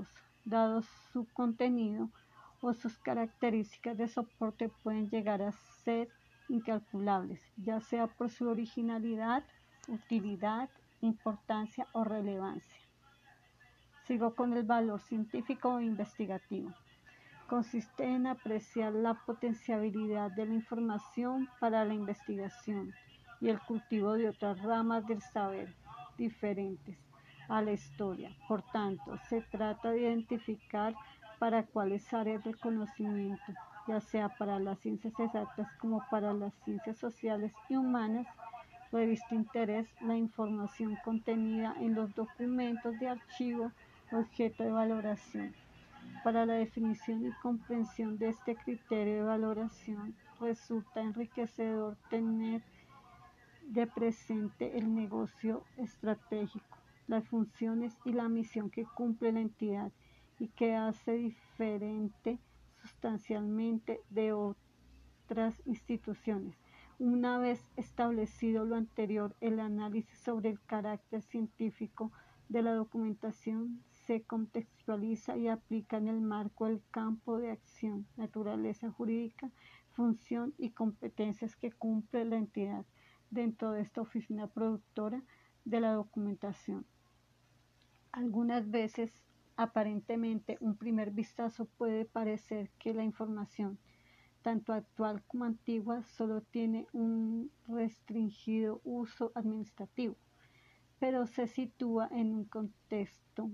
dado su contenido o sus características de soporte pueden llegar a ser incalculables, ya sea por su originalidad, utilidad, importancia o relevancia. Sigo con el valor científico o investigativo. Consiste en apreciar la potencialidad de la información para la investigación y el cultivo de otras ramas del saber diferentes a la historia. Por tanto, se trata de identificar para cuáles áreas del conocimiento, ya sea para las ciencias exactas como para las ciencias sociales y humanas, reviste interés la información contenida en los documentos de archivo objeto de valoración. Para la definición y comprensión de este criterio de valoración, resulta enriquecedor tener de presente el negocio estratégico, las funciones y la misión que cumple la entidad y que hace diferente sustancialmente de otras instituciones. Una vez establecido lo anterior, el análisis sobre el carácter científico de la documentación se contextualiza y aplica en el marco del campo de acción, naturaleza jurídica, función y competencias que cumple la entidad dentro de esta oficina productora de la documentación. Algunas veces, aparentemente, un primer vistazo puede parecer que la información, tanto actual como antigua, solo tiene un restringido uso administrativo, pero se sitúa en un contexto.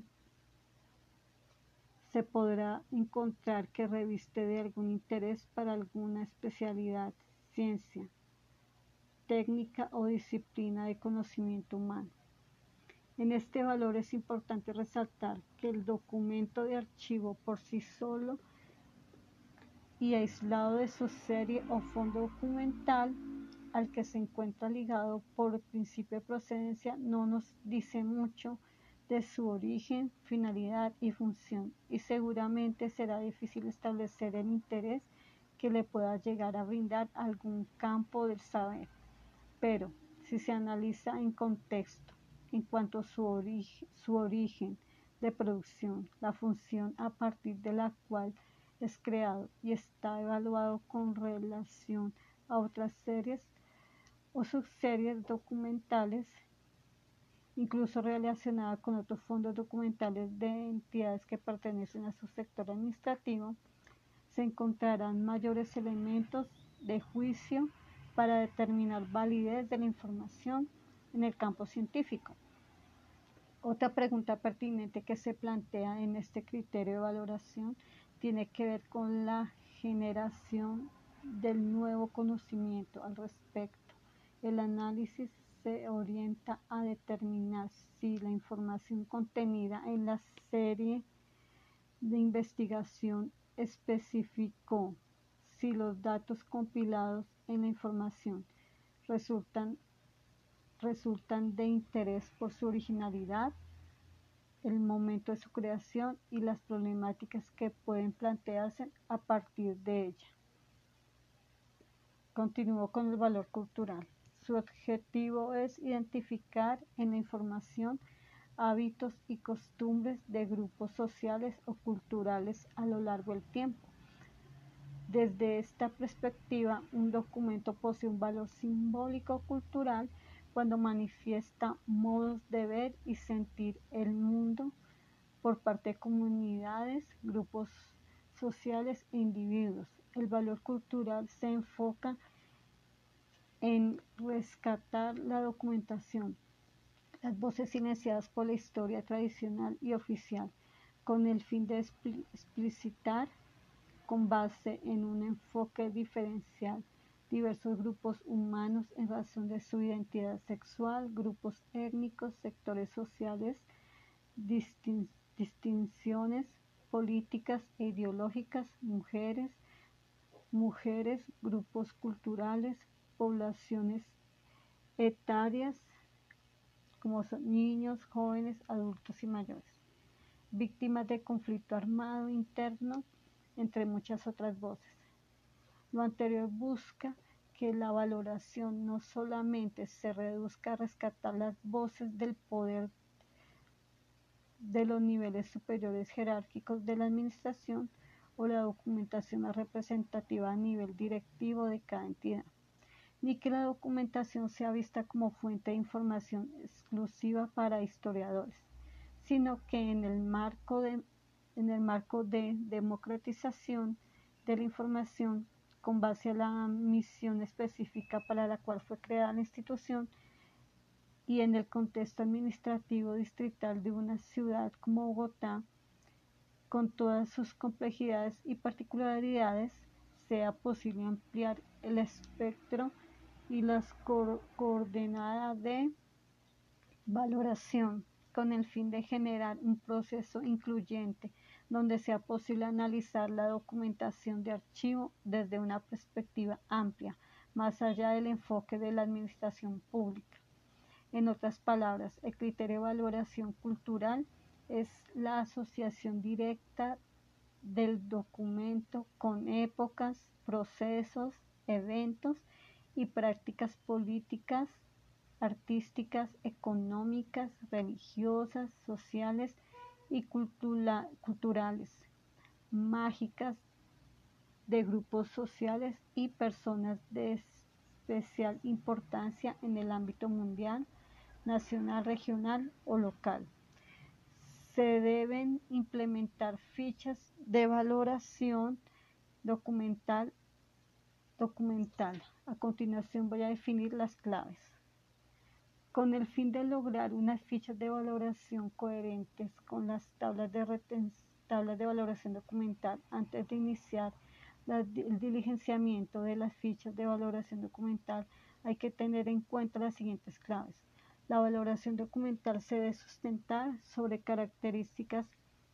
Se podrá encontrar que reviste de algún interés para alguna especialidad, ciencia, técnica o disciplina de conocimiento humano. En este valor es importante resaltar que el documento de archivo por sí solo y aislado de su serie o fondo documental al que se encuentra ligado por el principio de procedencia no nos dice mucho de su origen, finalidad y función, y seguramente será difícil establecer el interés que le pueda llegar a brindar algún campo del saber. Pero, si se analiza en contexto, en cuanto a su, origen, su origen de producción, la función a partir de la cual es creado y está evaluado con relación a otras series o subseries documentales, incluso relacionada con otros fondos documentales de entidades que pertenecen a su sector administrativo, se encontrarán mayores elementos de juicio para determinar validez de la información en el campo científico. Otra pregunta pertinente que se plantea en este criterio de valoración tiene que ver con la generación del nuevo conocimiento al respecto. El análisis se orienta a determinar si la información contenida en la serie de investigación especificó si los datos compilados en la información resultan, resultan de interés por su originalidad, el momento de su creación y las problemáticas que pueden plantearse a partir de ella. Continúo con el valor cultural. Su objetivo es identificar en la información hábitos y costumbres de grupos sociales o culturales a lo largo del tiempo. Desde esta perspectiva, un documento posee un valor simbólico cultural cuando manifiesta modos de ver y sentir el mundo por parte de comunidades, grupos sociales e individuos. El valor cultural se enfoca en rescatar la documentación, las voces silenciadas por la historia tradicional y oficial, con el fin de explicitar, con base en un enfoque diferencial, diversos grupos humanos en razón de su identidad sexual, grupos étnicos, sectores sociales, distin distinciones políticas e ideológicas, mujeres, mujeres, grupos culturales, poblaciones etarias, como son niños, jóvenes, adultos y mayores, víctimas de conflicto armado interno, entre muchas otras voces. Lo anterior busca que la valoración no solamente se reduzca a rescatar las voces del poder de los niveles superiores jerárquicos de la administración o la documentación más representativa a nivel directivo de cada entidad, ni que la documentación sea vista como fuente de información exclusiva para historiadores, sino que en el marco de, en el marco de democratización de la información, con base a la misión específica para la cual fue creada la institución, y en el contexto administrativo distrital de una ciudad como Bogotá, con todas sus complejidades y particularidades, sea posible ampliar el espectro y las co coordenadas de valoración con el fin de generar un proceso incluyente donde sea posible analizar la documentación de archivo desde una perspectiva amplia, más allá del enfoque de la administración pública. En otras palabras, el criterio de valoración cultural es la asociación directa del documento con épocas, procesos, eventos y prácticas políticas, artísticas, económicas, religiosas, sociales y cultura, culturales, mágicas, de grupos sociales y personas de especial importancia en el ámbito mundial, nacional, regional o local. Se deben implementar fichas de valoración documental. documental. A continuación voy a definir las claves. Con el fin de lograr unas fichas de valoración coherentes con las tablas de, tablas de valoración documental, antes de iniciar la, el diligenciamiento de las fichas de valoración documental, hay que tener en cuenta las siguientes claves. La valoración documental se debe sustentar sobre características,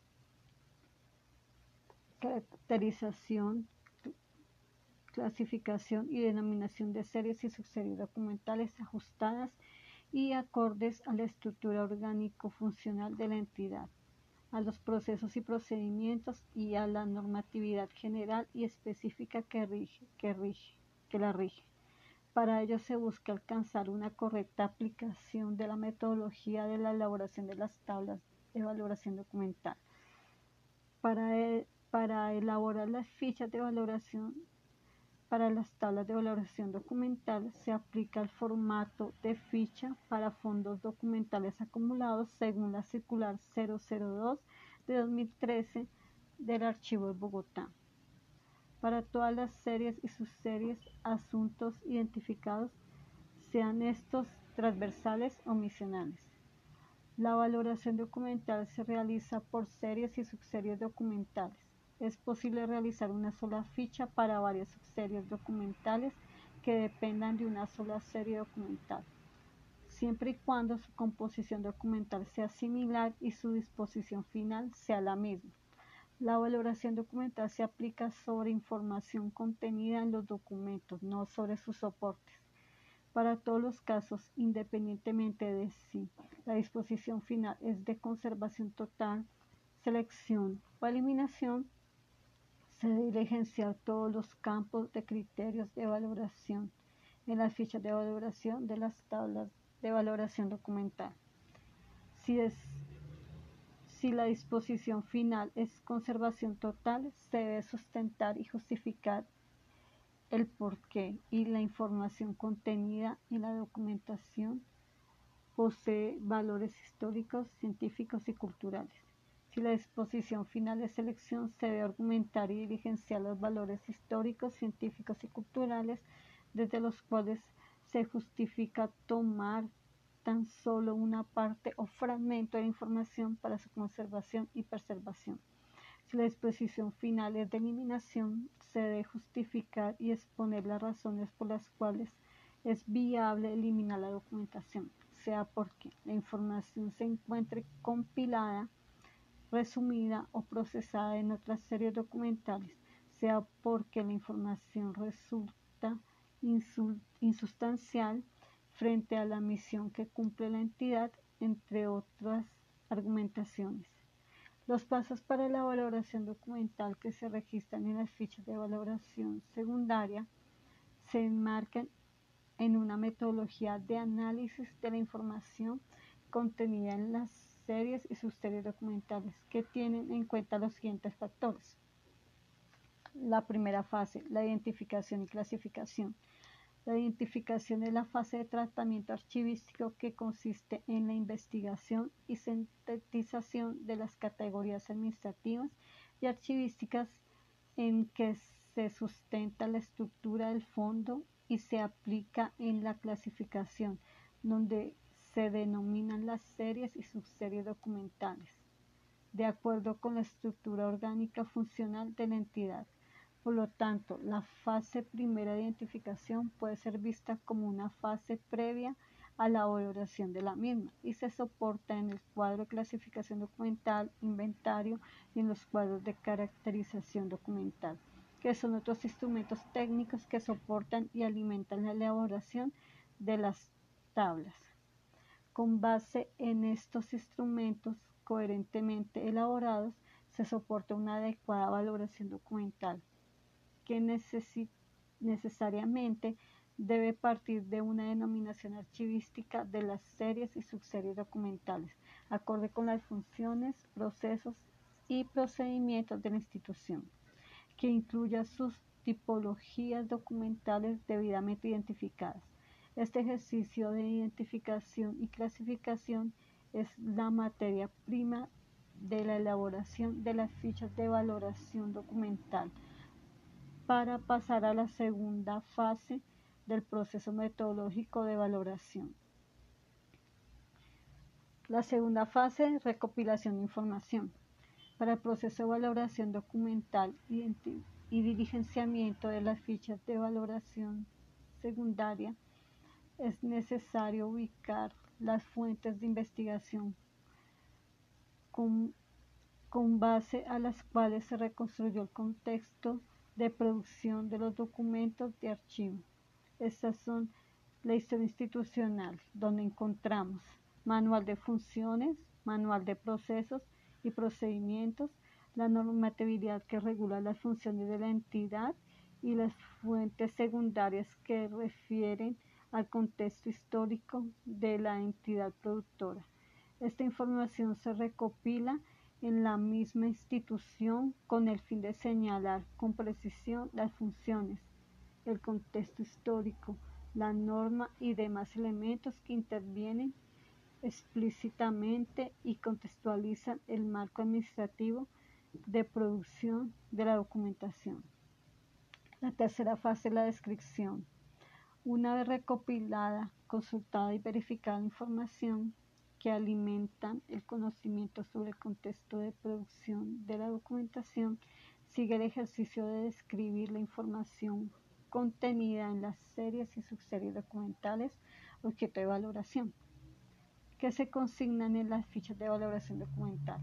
caracterización, clasificación y denominación de series y subseries documentales ajustadas y acordes a la estructura orgánico-funcional de la entidad, a los procesos y procedimientos y a la normatividad general y específica que, rige, que, rige, que la rige. Para ello se busca alcanzar una correcta aplicación de la metodología de la elaboración de las tablas de valoración documental. Para, el, para elaborar las fichas de valoración para las tablas de valoración documental se aplica el formato de ficha para fondos documentales acumulados según la circular cero cero dos de dos mil trece del Archivo de Bogotá. Para todas las series y subseries, asuntos identificados, sean estos transversales o misionales. La valoración documental se realiza por series y subseries documentales. Es posible realizar una sola ficha para varias subseries documentales que dependan de una sola serie documental, siempre y cuando su composición documental sea similar y su disposición final sea la misma. La valoración documental se aplica sobre información contenida en los documentos, no sobre sus soportes. Para todos los casos, independientemente de si la disposición final es de conservación total, selección o eliminación, se debe diligenciar todos los campos de criterios de valoración en las fichas de valoración de las tablas de valoración documental. Si, es, si la disposición final es conservación total, se debe sustentar y justificar el porqué y la información contenida en la documentación posee valores históricos, científicos y culturales. Si la disposición final de selección se debe argumentar y diligenciar los valores históricos, científicos y culturales desde los cuales se justifica tomar tan solo una parte o fragmento de información para su conservación y preservación. Si la disposición final es de eliminación, se debe justificar y exponer las razones por las cuales es viable eliminar la documentación, sea porque la información se encuentre compilada, resumida o procesada en otras series documentales, sea porque la información resulta insustancial frente a la misión que cumple la entidad, entre otras argumentaciones. Los pasos para la valoración documental que se registran en las fichas de valoración secundaria se enmarcan en una metodología de análisis de la información contenida en las series y subseries documentales que tienen en cuenta los siguientes factores. La primera fase, la identificación y clasificación. La identificación es la fase de tratamiento archivístico que consiste en la investigación y sintetización de las categorías administrativas y archivísticas en que se sustenta la estructura del fondo y se aplica en la clasificación, donde se denominan las series y subseries documentales, de acuerdo con la estructura orgánica funcional de la entidad. Por lo tanto, la fase primera de identificación puede ser vista como una fase previa a la valoración de la misma y se soporta en el cuadro de clasificación documental, inventario y en los cuadros de caracterización documental, que son otros instrumentos técnicos que soportan y alimentan la elaboración de las tablas. Con base en estos instrumentos coherentemente elaborados, se soporta una adecuada valoración documental, que necesi- necesariamente debe partir de una denominación archivística de las series y subseries documentales, acorde con las funciones, procesos y procedimientos de la institución, que incluya sus tipologías documentales debidamente identificadas. Este ejercicio de identificación y clasificación es la materia prima de la elaboración de las fichas de valoración documental, para pasar a la segunda fase del proceso metodológico de valoración. La segunda fase, recopilación de información. Para el proceso de valoración documental y, y diligenciamiento de las fichas de valoración secundaria, es necesario ubicar las fuentes de investigación con, con base a las cuales se reconstruyó el contexto de producción de los documentos de archivo. Estas son la historia institucional, donde encontramos manual de funciones, manual de procesos y procedimientos, la normatividad que regula las funciones de la entidad y las fuentes secundarias que refieren al contexto histórico de la entidad productora. Esta información se recopila en la misma institución con el fin de señalar con precisión las funciones, el contexto histórico, la norma y demás elementos que intervienen explícitamente y contextualizan el marco administrativo de producción de la documentación. La tercera fase es la descripción. Una vez recopilada, consultada y verificada la información que alimentan el conocimiento sobre el contexto de producción de la documentación, sigue el ejercicio de describir la información contenida en las series y subseries documentales objeto de valoración, que se consignan en las fichas de valoración documental.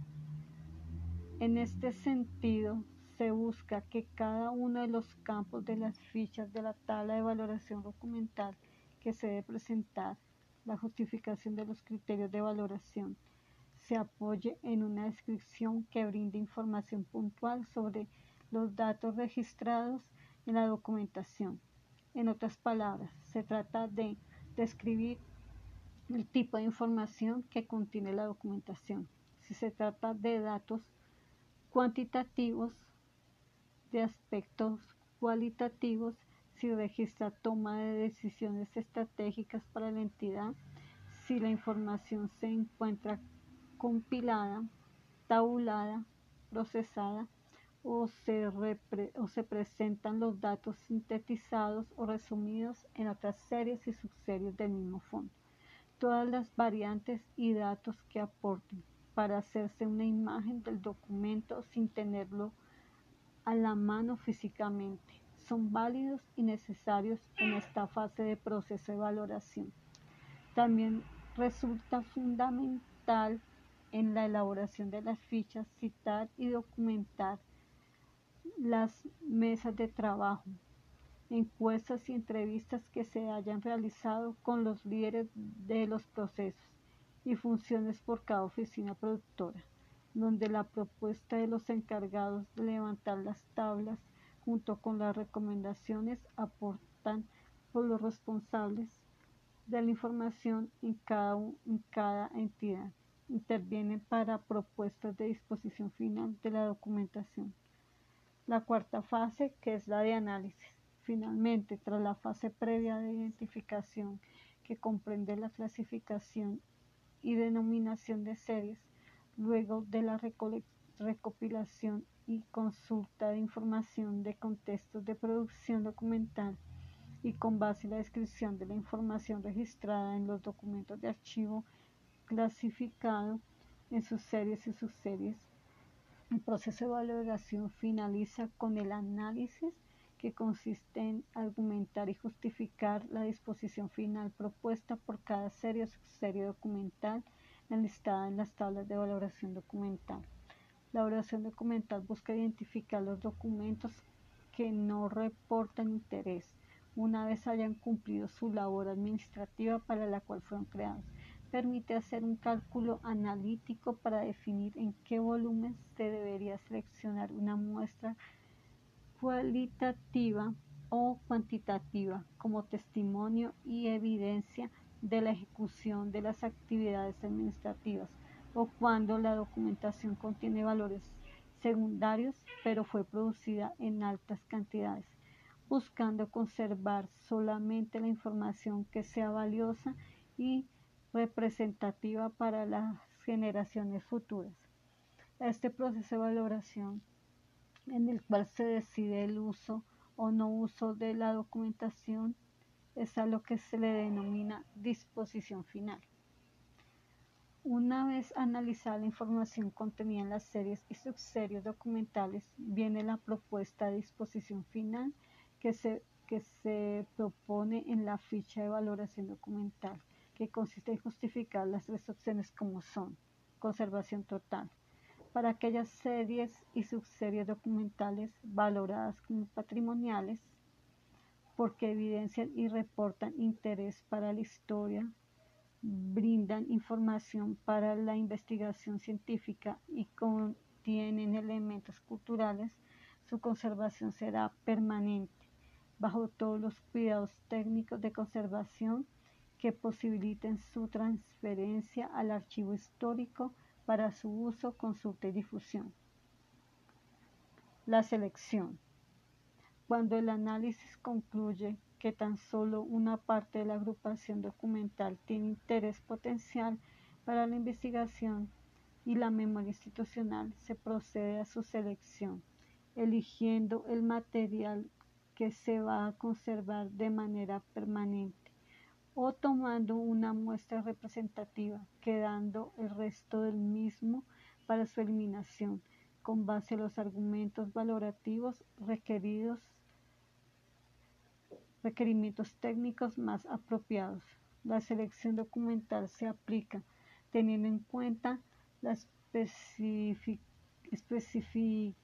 En este sentido, se busca que cada uno de los campos de las fichas de la tabla de valoración documental que se debe presentar, la justificación de los criterios de valoración, se apoye en una descripción que brinde información puntual sobre los datos registrados en la documentación. En otras palabras, se trata de describir el tipo de información que contiene la documentación. Si se trata de datos cuantitativos, de aspectos cualitativos, si registra toma de decisiones estratégicas para la entidad, si la información se encuentra compilada, tabulada, procesada, o se, repre, o se presentan los datos sintetizados o resumidos en otras series y subseries del mismo fondo. Todas las variantes y datos que aporten para hacerse una imagen del documento sin tenerlo a la mano físicamente son válidos y necesarios en esta fase de proceso de valoración. También resulta fundamental en la elaboración de las fichas citar y documentar las mesas de trabajo, encuestas y entrevistas que se hayan realizado con los líderes de los procesos y funciones por cada oficina productora, donde la propuesta de los encargados de levantar las tablas junto con las recomendaciones aportan por los responsables de la información en cada, en cada entidad. intervienen para propuestas de disposición final de la documentación. La cuarta fase, que es la de análisis. Finalmente, tras la fase previa de identificación, que comprende la clasificación y denominación de series, luego de la recopilación y consulta de información de contextos de producción documental y con base en la descripción de la información registrada en los documentos de archivo clasificado en sus series y subseries, el proceso de valoración finaliza con el análisis, que consiste en argumentar y justificar la disposición final propuesta por cada serie o subserie documental enlistada en las tablas de valoración documental. La valoración documental busca identificar los documentos que no reportan interés una vez hayan cumplido su labor administrativa para la cual fueron creados. Permite hacer un cálculo analítico para definir en qué volumen se debería seleccionar una muestra cualitativa o cuantitativa como testimonio y evidencia de la ejecución de las actividades administrativas, o cuando la documentación contiene valores secundarios pero fue producida en altas cantidades, buscando conservar solamente la información que sea valiosa y representativa para las generaciones futuras. Este proceso de valoración, en el cual se decide el uso o no uso de la documentación, es a lo que se le denomina disposición final. Una vez analizada la información contenida en las series y subseries documentales, viene la propuesta de disposición final que se, que se propone en la ficha de valoración documental, que consiste en justificar las tres opciones como son: conservación total para aquellas series y subseries documentales valoradas como patrimoniales, porque evidencian y reportan interés para la historia, brindan información para la investigación científica y contienen elementos culturales. Su conservación será permanente, bajo todos los cuidados técnicos de conservación que posibiliten su transferencia al archivo histórico para su uso, consulta y difusión. La selección. Cuando el análisis concluye que tan solo una parte de la agrupación documental tiene interés potencial para la investigación y la memoria institucional, se procede a su selección, eligiendo el material que se va a conservar de manera permanente o tomando una muestra representativa, quedando el resto del mismo para su eliminación, con base a los argumentos valorativos requeridos, requerimientos técnicos más apropiados. La selección documental se aplica teniendo en cuenta la especific especificidad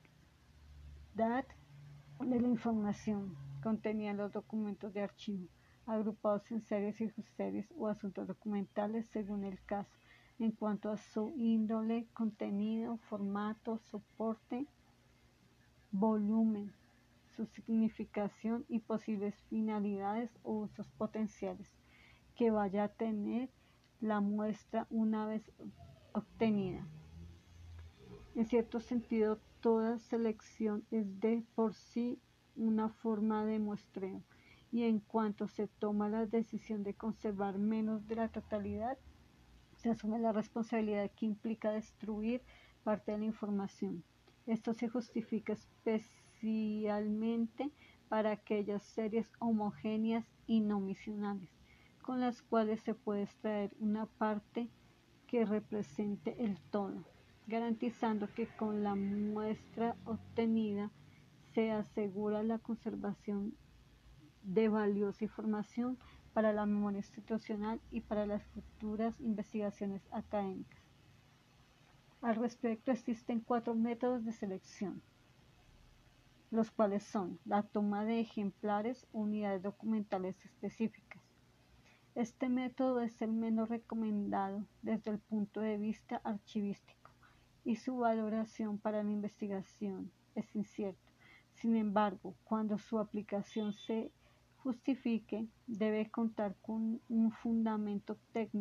de la información contenida en los documentos de archivo, agrupados en series y subseries o asuntos documentales según el caso, en cuanto a su índole, contenido, formato, soporte, volumen, su significación y posibles finalidades o usos potenciales que vaya a tener la muestra una vez obtenida. En cierto sentido, toda selección es de por sí una forma de muestreo, y en cuanto se toma la decisión de conservar menos de la totalidad, se asume la responsabilidad que implica destruir parte de la información. Esto se justifica especialmente para aquellas series homogéneas y no misionales, con las cuales se puede extraer una parte que represente el todo, garantizando que con la muestra obtenida se asegura la conservación de valiosa información para la memoria institucional y para las futuras investigaciones académicas. Al respecto, existen cuatro métodos de selección, los cuales son la toma de ejemplares o unidades documentales específicas. Este método es el menos recomendado desde el punto de vista archivístico y su valoración para la investigación es incierto. Sin embargo, cuando su aplicación se justifique, debe contar con un fundamento técnico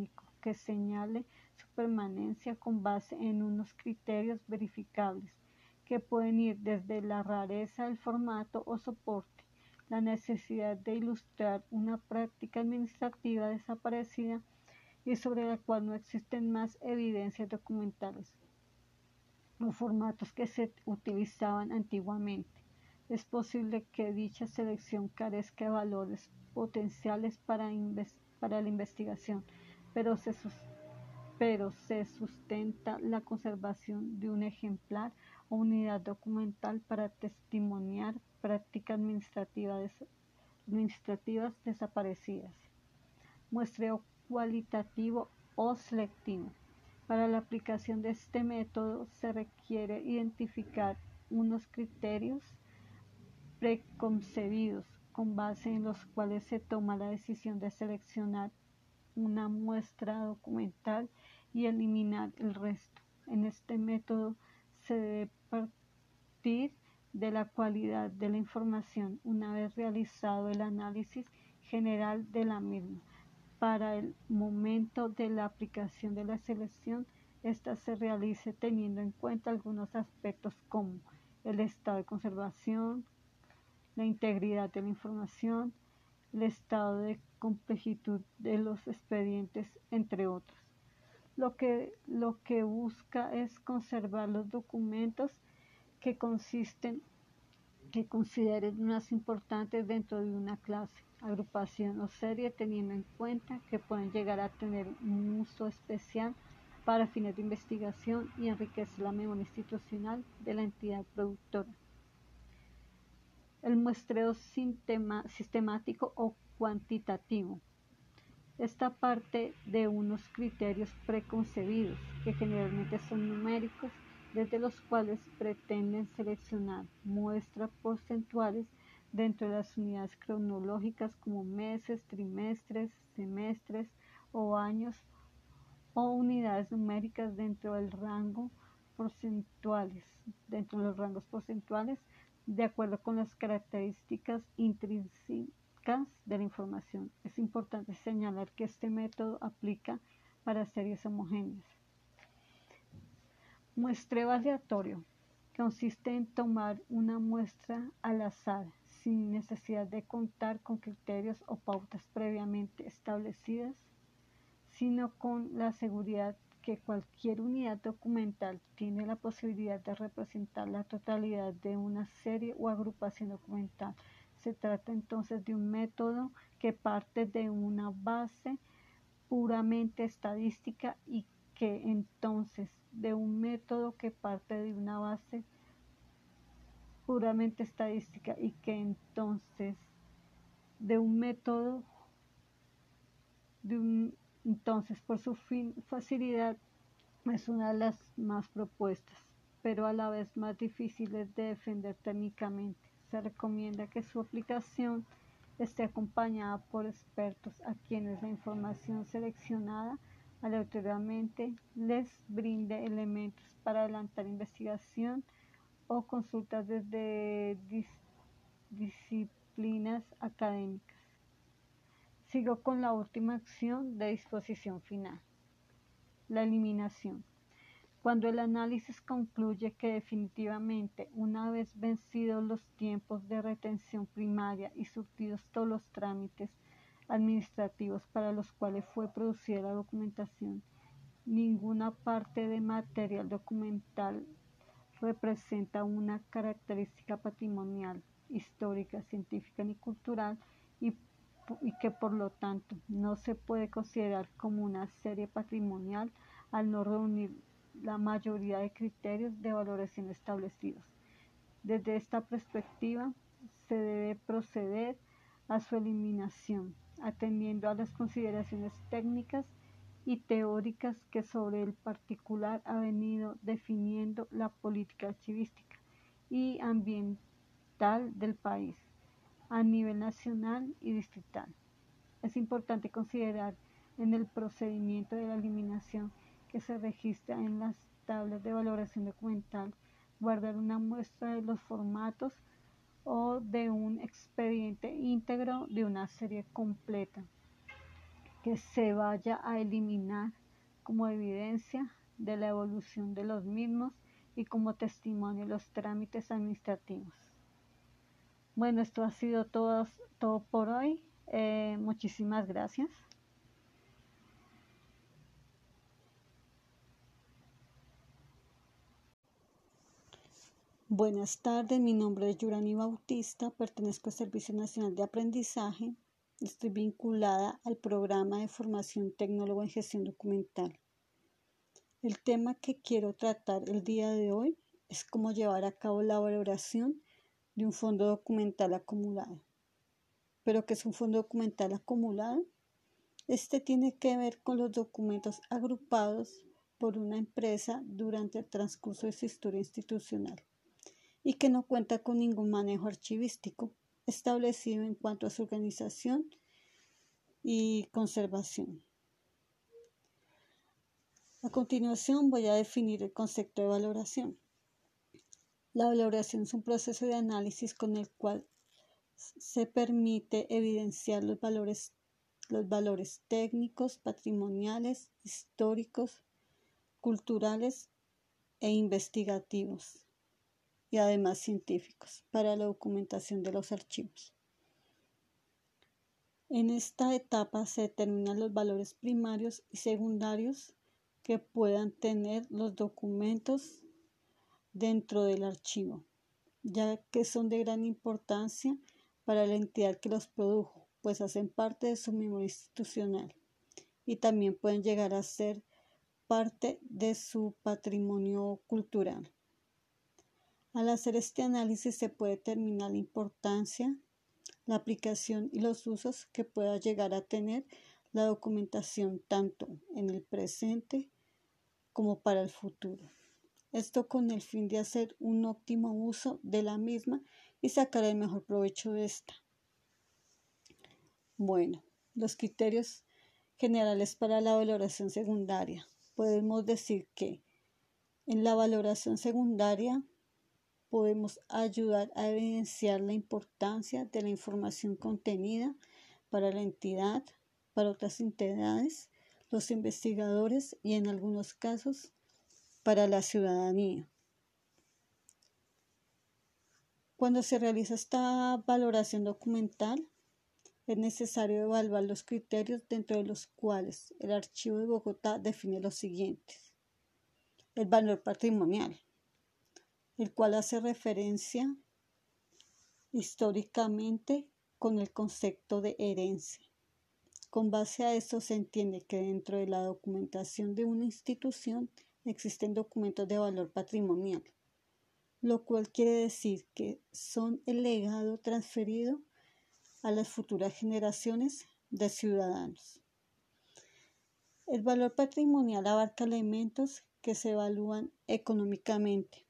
que señale su permanencia con base en unos criterios verificables, que pueden ir desde la rareza del formato o soporte, la necesidad de ilustrar una práctica administrativa desaparecida y sobre la cual no existen más evidencias documentales, los formatos que se utilizaban antiguamente. Es posible que dicha selección carezca de valores potenciales para, para la investigación, pero se, pero se sustenta la conservación de un ejemplar o unidad documental para testimoniar prácticas administrativas, administrativas desaparecidas. Muestreo cualitativo o selectivo. Para la aplicación de este método se requiere identificar unos criterios preconcebidos con base en los cuales se toma la decisión de seleccionar una muestra documental y eliminar el resto. En este método se debe partir de la cualidad de la información una vez realizado el análisis general de la misma. Para el momento de la aplicación de la selección, ésta se realice teniendo en cuenta algunos aspectos como el estado de conservación, la integridad de la información, el estado de complejitud de los expedientes, entre otros. Lo que, lo que busca es conservar los documentos que consisten, que consideren más importantes dentro de una clase, agrupación o serie, teniendo en cuenta que pueden llegar a tener un uso especial para fines de investigación y enriquecer la memoria institucional de la entidad productora. El muestreo sistemático o cuantitativo. Esta parte de unos criterios preconcebidos, que generalmente son numéricos, desde los cuales pretenden seleccionar muestras porcentuales dentro de las unidades cronológicas como meses, trimestres, semestres o años, o unidades numéricas dentro del rango porcentuales, dentro de los rangos porcentuales, de acuerdo con las características intrínsecas de la información. Es importante señalar que este método aplica para series homogéneas. Muestreo aleatorio. Consiste en tomar una muestra al azar, sin necesidad de contar con criterios o pautas previamente establecidas, sino con la seguridad que cualquier unidad documental tiene la posibilidad de representar la totalidad de una serie o agrupación documental. Se trata entonces de un método que parte de una base puramente estadística y que entonces de un método que parte de una base puramente estadística y que entonces de un método de un Entonces, por su fin, facilidad, es una de las más propuestas, pero a la vez más difíciles de defender técnicamente. Se recomienda que su aplicación esté acompañada por expertos a quienes la información seleccionada aleatoriamente les brinde elementos para adelantar investigación o consultas desde dis disciplinas académicas. Sigo con la última acción de disposición final, la eliminación. Cuando el análisis concluye que definitivamente, una vez vencidos los tiempos de retención primaria y surtidos todos los trámites administrativos para los cuales fue producida la documentación, ninguna parte de material documental representa una característica patrimonial, histórica, científica ni cultural y y que por lo tanto no se puede considerar como una serie patrimonial al no reunir la mayoría de criterios de valoración establecidos. Desde esta perspectiva se debe proceder a su eliminación, atendiendo a las consideraciones técnicas y teóricas que sobre el particular ha venido definiendo la política archivística y ambiental del país a nivel nacional y distrital. Es importante considerar en el procedimiento de la eliminación que se registra en las tablas de valoración documental guardar una muestra de los formatos o de un expediente íntegro de una serie completa que se vaya a eliminar como evidencia de la evolución de los mismos y como testimonio de los trámites administrativos. Bueno, esto ha sido todo, todo por hoy. Eh, muchísimas gracias. Buenas tardes, mi nombre es Yurani Bautista, pertenezco al Servicio Nacional de Aprendizaje. Estoy vinculada al programa de formación tecnólogo en gestión documental. El tema que quiero tratar el día de hoy es cómo llevar a cabo la valoración de un fondo documental acumulado. ¿Pero qué es un fondo documental acumulado? Este tiene que ver con los documentos agrupados por una empresa durante el transcurso de su historia institucional y que no cuenta con ningún manejo archivístico establecido en cuanto a su organización y conservación. A continuación voy a definir el concepto de valoración. La valoración es un proceso de análisis con el cual se permite evidenciar los valores, los valores técnicos, patrimoniales, históricos, culturales e investigativos y además científicos para la documentación de los archivos. En esta etapa se determinan los valores primarios y secundarios que puedan tener los documentos dentro del archivo, ya que son de gran importancia para la entidad que los produjo, pues hacen parte de su memoria institucional y también pueden llegar a ser parte de su patrimonio cultural. Al hacer este análisis se puede determinar la importancia, la aplicación y los usos que pueda llegar a tener la documentación tanto en el presente como para el futuro. Esto con el fin de hacer un óptimo uso de la misma y sacar el mejor provecho de esta. Bueno, los criterios generales para la valoración secundaria. Podemos decir que en la valoración secundaria podemos ayudar a evidenciar la importancia de la información contenida para la entidad, para otras entidades, los investigadores y en algunos casos para la ciudadanía. Cuando se realiza esta valoración documental, es necesario evaluar los criterios dentro de los cuales el Archivo de Bogotá define los siguientes. El valor patrimonial, el cual hace referencia históricamente con el concepto de herencia. Con base a esto se entiende que dentro de la documentación de una institución existen documentos de valor patrimonial, lo cual quiere decir que son el legado transferido a las futuras generaciones de ciudadanos. El valor patrimonial abarca elementos que se evalúan económicamente,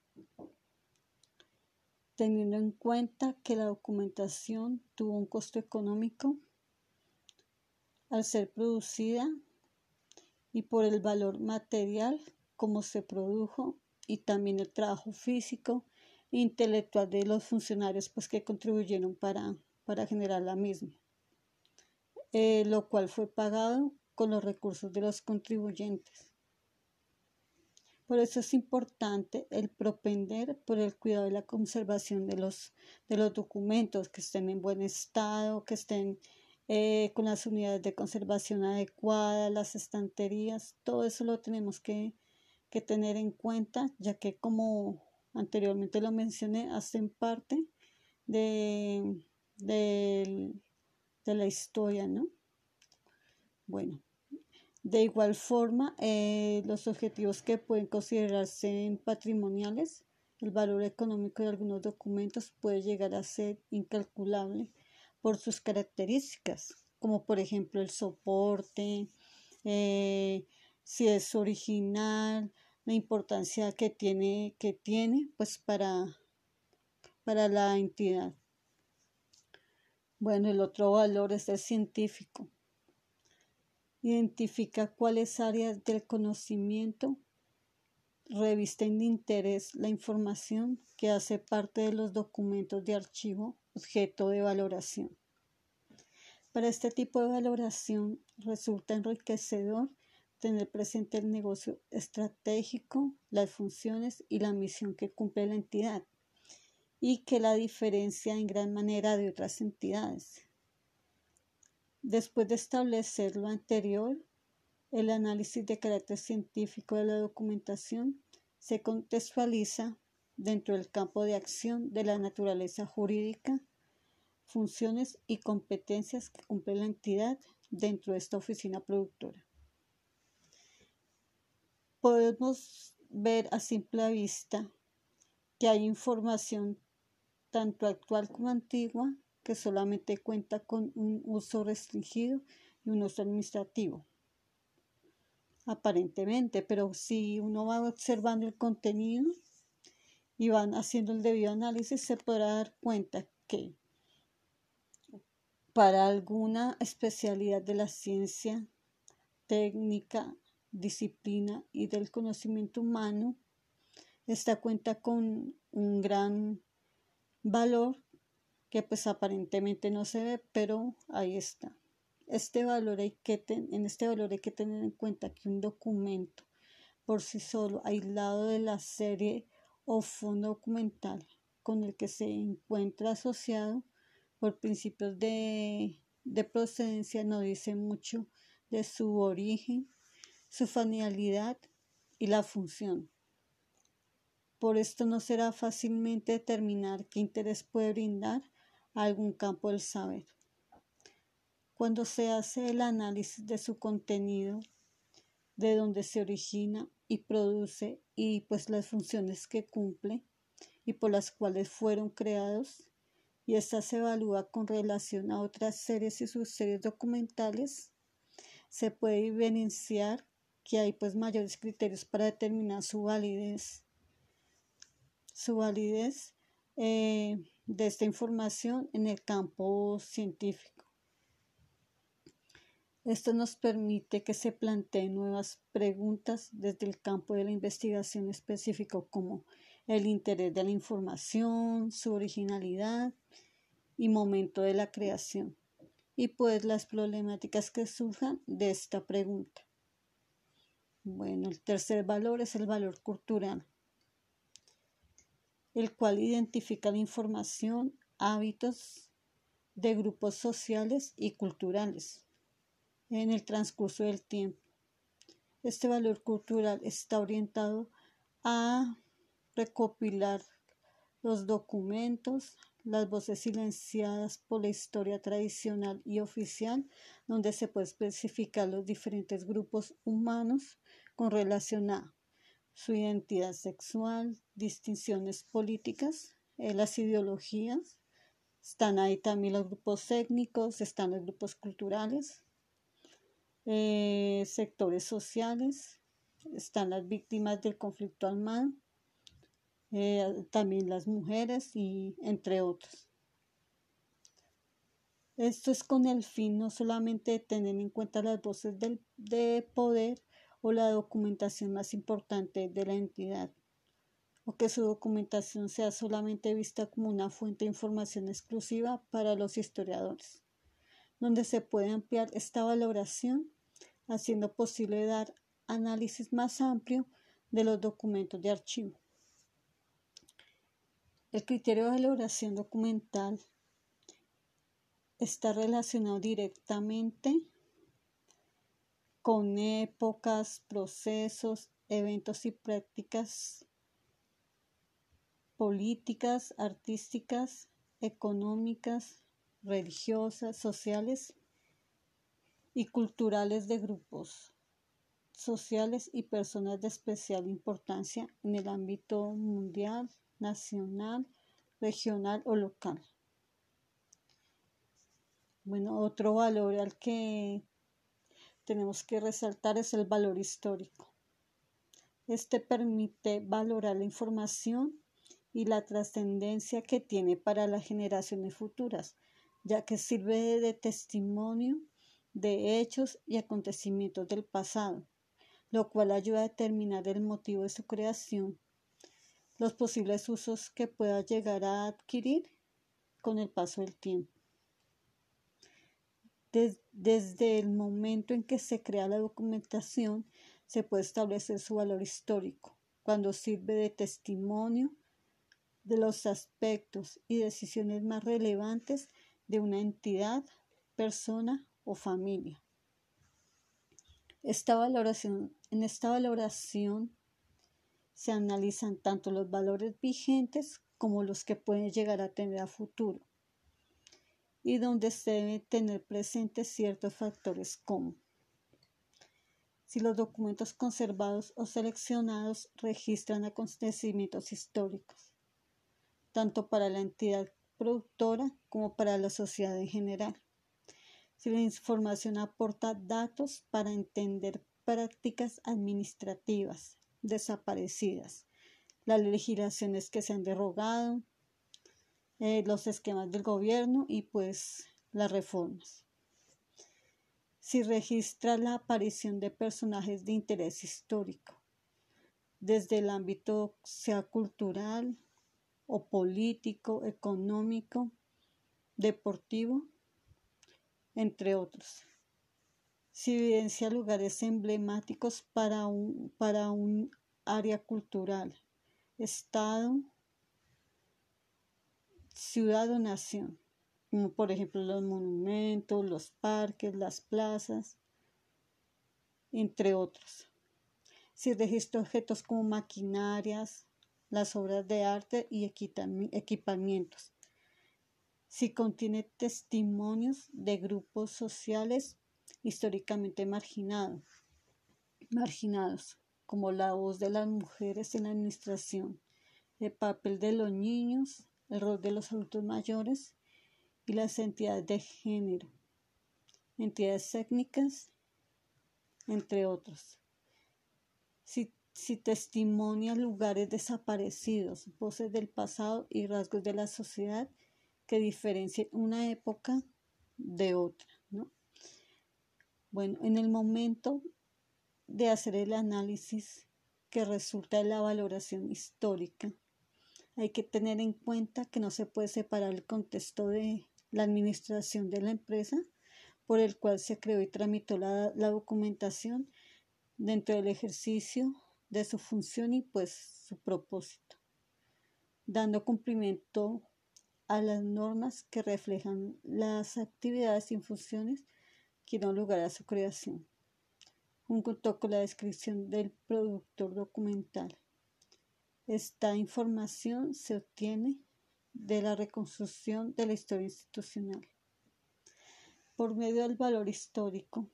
teniendo en cuenta que la documentación tuvo un costo económico al ser producida y por el valor material como se produjo y también el trabajo físico e intelectual de los funcionarios pues, que contribuyeron para, para generar la misma, eh, lo cual fue pagado con los recursos de los contribuyentes. Por eso es importante el propender por el cuidado y la conservación de los, de los documentos, que estén en buen estado, que estén eh, con las unidades de conservación adecuadas, las estanterías, todo eso lo tenemos que, que tener en cuenta, ya que como anteriormente lo mencioné, hacen parte de, de, de la historia, ¿no? Bueno. De igual forma, eh, los objetivos que pueden considerarse patrimoniales, el valor económico de algunos documentos puede llegar a ser incalculable por sus características, como por ejemplo el soporte, eh, si es original, la importancia que tiene, que tiene pues para, para la entidad. Bueno, el otro valor es el científico. Identifica cuáles áreas del conocimiento revisten de interés la información que hace parte de los documentos de archivo objeto de valoración. Para este tipo de valoración resulta enriquecedor tener presente el negocio estratégico, las funciones y la misión que cumple la entidad y que la diferencia en gran manera de otras entidades. Después de establecer lo anterior, el análisis de carácter científico de la documentación se contextualiza dentro del campo de acción de la naturaleza jurídica, funciones y competencias que cumple la entidad dentro de esta oficina productora. Podemos ver a simple vista que hay información tanto actual como antigua que solamente cuenta con un uso restringido y un uso administrativo, aparentemente, pero si uno va observando el contenido y van haciendo el debido análisis, se podrá dar cuenta que para alguna especialidad de la ciencia, técnica, disciplina y del conocimiento humano, esta cuenta con un gran valor que pues aparentemente no se ve, pero ahí está. Este valor hay que ten, en este valor hay que tener en cuenta que un documento por sí solo, aislado de la serie o fondo documental con el que se encuentra asociado por principios de, de procedencia, no dice mucho de su origen, su finalidad y la función. Por esto no será fácilmente determinar qué interés puede brindar a algún campo del saber. Cuando se hace el análisis de su contenido, de dónde se origina y produce y pues las funciones que cumple y por las cuales fueron creados, y esta se evalúa con relación a otras series y subseries documentales, se puede evidenciar que hay pues mayores criterios para determinar su validez, su validez eh, de esta información en el campo científico. Esto nos permite que se planteen nuevas preguntas desde el campo de la investigación específico, como el interés de la información, su originalidad y momento de la creación, y pues las problemáticas que surjan de esta pregunta. Bueno, el tercer valor es el valor cultural, el cual identifica la información, hábitos de grupos sociales y culturales en el transcurso del tiempo. Este valor cultural está orientado a recopilar los documentos, las voces silenciadas por la historia tradicional y oficial, donde se puede especificar los diferentes grupos humanos con relación a su identidad sexual, distinciones políticas, eh, las ideologías. Están ahí también los grupos étnicos, están los grupos culturales, eh, sectores sociales, están las víctimas del conflicto armado, eh, también las mujeres y entre otros. Esto es con el fin no solamente de tener en cuenta las voces del, de poder o la documentación más importante de la entidad, o que su documentación sea solamente vista como una fuente de información exclusiva para los historiadores, donde se puede ampliar esta valoración, haciendo posible dar análisis más amplio de los documentos de archivo. El criterio de valoración documental está relacionado directamente con épocas, procesos, eventos y prácticas políticas, artísticas, económicas, religiosas, sociales y culturales de grupos sociales y personas de especial importancia en el ámbito mundial, nacional, regional o local. Bueno, otro valor al que tenemos que resaltar es el valor histórico. Este permite valorar la información y la trascendencia que tiene para las generaciones futuras, ya que sirve de testimonio de hechos y acontecimientos del pasado, lo cual ayuda a determinar el motivo de su creación, los posibles usos que pueda llegar a adquirir con el paso del tiempo. Des, desde el momento en que se crea la documentación, se puede establecer su valor histórico, cuando sirve de testimonio de los aspectos y decisiones más relevantes de una entidad, persona o familia. Esta valoración, en esta valoración se analizan tanto los valores vigentes como los que pueden llegar a tener a futuro, y donde se deben tener presentes ciertos factores como si los documentos conservados o seleccionados registran acontecimientos históricos, tanto para la entidad productora como para la sociedad en general. Si la información aporta datos para entender prácticas administrativas desaparecidas, las legislaciones que se han derogado, eh, los esquemas del gobierno y pues las reformas. Si registra la aparición de personajes de interés histórico, desde el ámbito sea cultural o político, económico, deportivo, entre otros. Si evidencia lugares emblemáticos para un, para un área cultural, estado, ciudad o nación, como por ejemplo los monumentos, los parques, las plazas, entre otros. Si registra objetos como maquinarias, las obras de arte y equipamientos. Si contiene testimonios de grupos sociales históricamente marginados, marginados, como la voz de las mujeres en la administración, el papel de los niños, el rol de los adultos mayores y las entidades de género, entidades étnicas, entre otros. Si, si testimonia lugares desaparecidos, voces del pasado y rasgos de la sociedad que diferencien una época de otra, ¿no? Bueno, en el momento de hacer el análisis que resulta de la valoración histórica, hay que tener en cuenta que no se puede separar el contexto de la administración de la empresa por el cual se creó y tramitó la, la documentación dentro del ejercicio de su función y pues su propósito, dando cumplimiento a las normas que reflejan las actividades y funciones que dieron lugar a su creación, junto con la descripción del productor documental. Esta información se obtiene de la reconstrucción de la historia institucional. Por medio del valor histórico,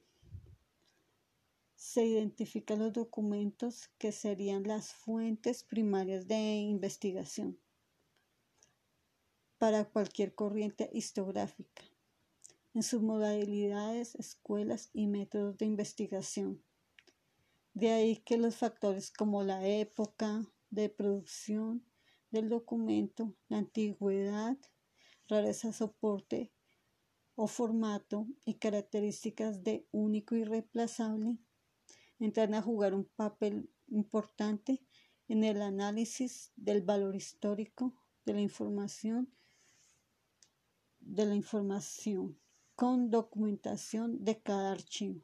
se identifican los documentos que serían las fuentes primarias de investigación para cualquier corriente historiográfica, en sus modalidades, escuelas y métodos de investigación. De ahí que los factores como la época de producción del documento, la antigüedad, rareza, soporte o formato y características de único y irreemplazable entran a jugar un papel importante en el análisis del valor histórico de la información, de la información con documentación de cada archivo.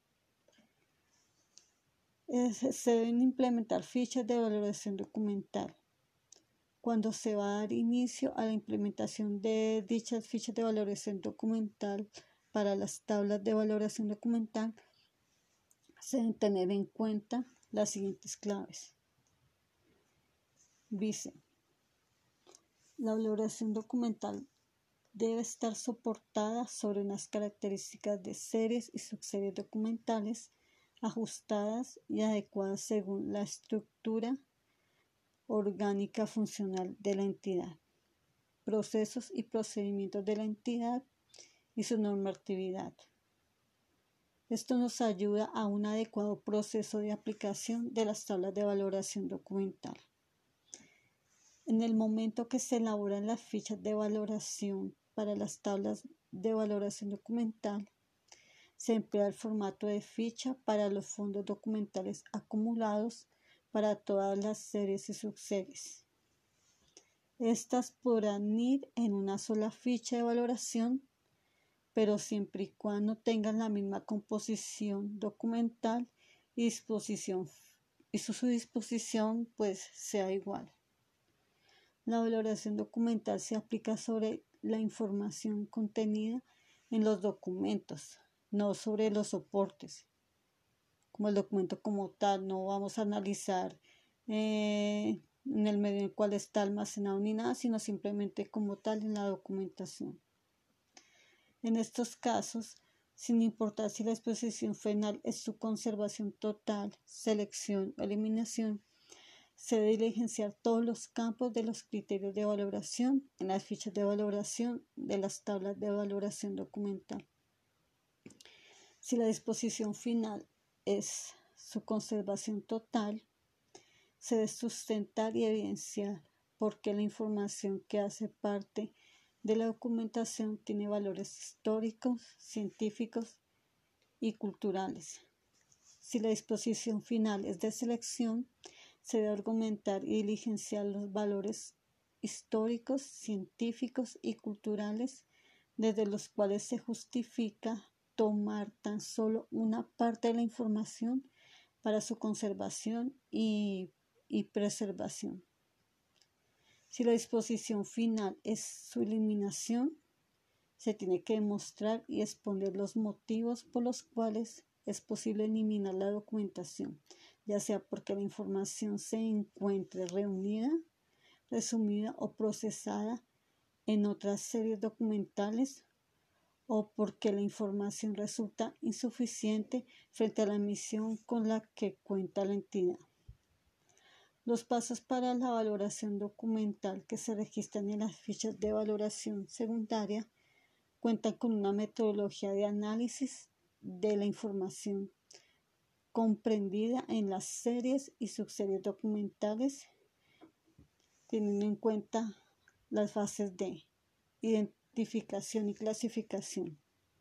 Es, se deben implementar fichas de valoración documental. Cuando se va a dar inicio a la implementación de dichas fichas de valoración documental para las tablas de valoración documental, se deben tener en cuenta las siguientes claves. Dice, la valoración documental debe estar soportada sobre unas características de series y subseries documentales ajustadas y adecuadas según la estructura orgánica funcional de la entidad, procesos y procedimientos de la entidad y su normatividad. Esto nos ayuda a un adecuado proceso de aplicación de las tablas de valoración documental. En el momento que se elaboran las fichas de valoración para las tablas de valoración documental, se emplea el formato de ficha para los fondos documentales acumulados para todas las series y subseries. Estas podrán ir en una sola ficha de valoración pero siempre y cuando tengan la misma composición documental y disposición y su, su disposición pues sea igual. La valoración documental se aplica sobre la información contenida en los documentos, no sobre los soportes. Como el documento como tal, no vamos a analizar eh, en el medio en el cual está almacenado ni nada, sino simplemente como tal en la documentación. En estos casos, sin importar si la exposición final es su conservación total, selección o eliminación, se debe diligenciar todos los campos de los criterios de valoración en las fichas de valoración de las tablas de valoración documental. Si la disposición final es su conservación total, se debe sustentar y evidenciar porque la información que hace parte de la documentación tiene valores históricos, científicos y culturales. Si la disposición final es de selección, se debe argumentar y diligenciar los valores históricos, científicos y culturales desde los cuales se justifica tomar tan solo una parte de la información para su conservación y, y preservación. Si la disposición final es su eliminación, se tiene que demostrar y exponer los motivos por los cuales es posible eliminar la documentación, ya sea porque la información se encuentre reunida, resumida o procesada en otras series documentales o porque la información resulta insuficiente frente a la misión con la que cuenta la entidad. Los pasos para la valoración documental que se registran en las fichas de valoración secundaria cuentan con una metodología de análisis de la información comprendida en las series y subseries documentales, teniendo en cuenta las fases de identificación y clasificación.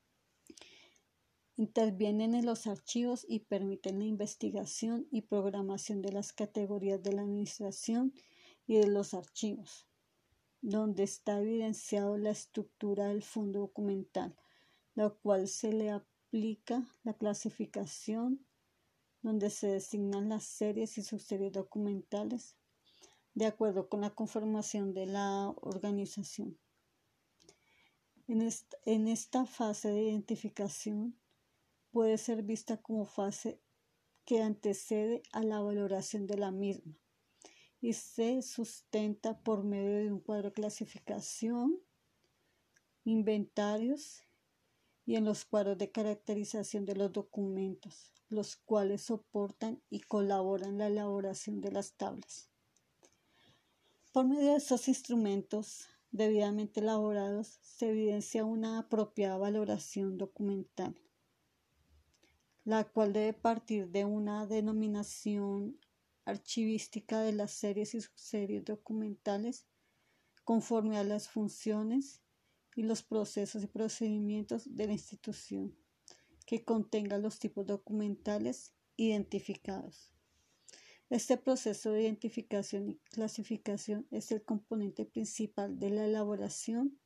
Intervienen en los archivos y permiten la investigación y programación de las categorías de la administración y de los archivos, donde está evidenciado la estructura del fondo documental, la cual se le aplica la clasificación, donde se designan las series y subseries documentales de acuerdo con la conformación de la organización. En esta, en esta fase de identificación puede ser vista como fase que antecede a la valoración de la misma y se sustenta por medio de un cuadro de clasificación, inventarios y en los cuadros de caracterización de los documentos, los cuales soportan y colaboran en la elaboración de las tablas. Por medio de estos instrumentos debidamente elaborados se evidencia una apropiada valoración documental, la cual debe partir de una denominación archivística de las series y subseries documentales conforme a las funciones y los procesos y procedimientos de la institución, que contenga los tipos documentales identificados. Este proceso de identificación y clasificación es el componente principal de la elaboración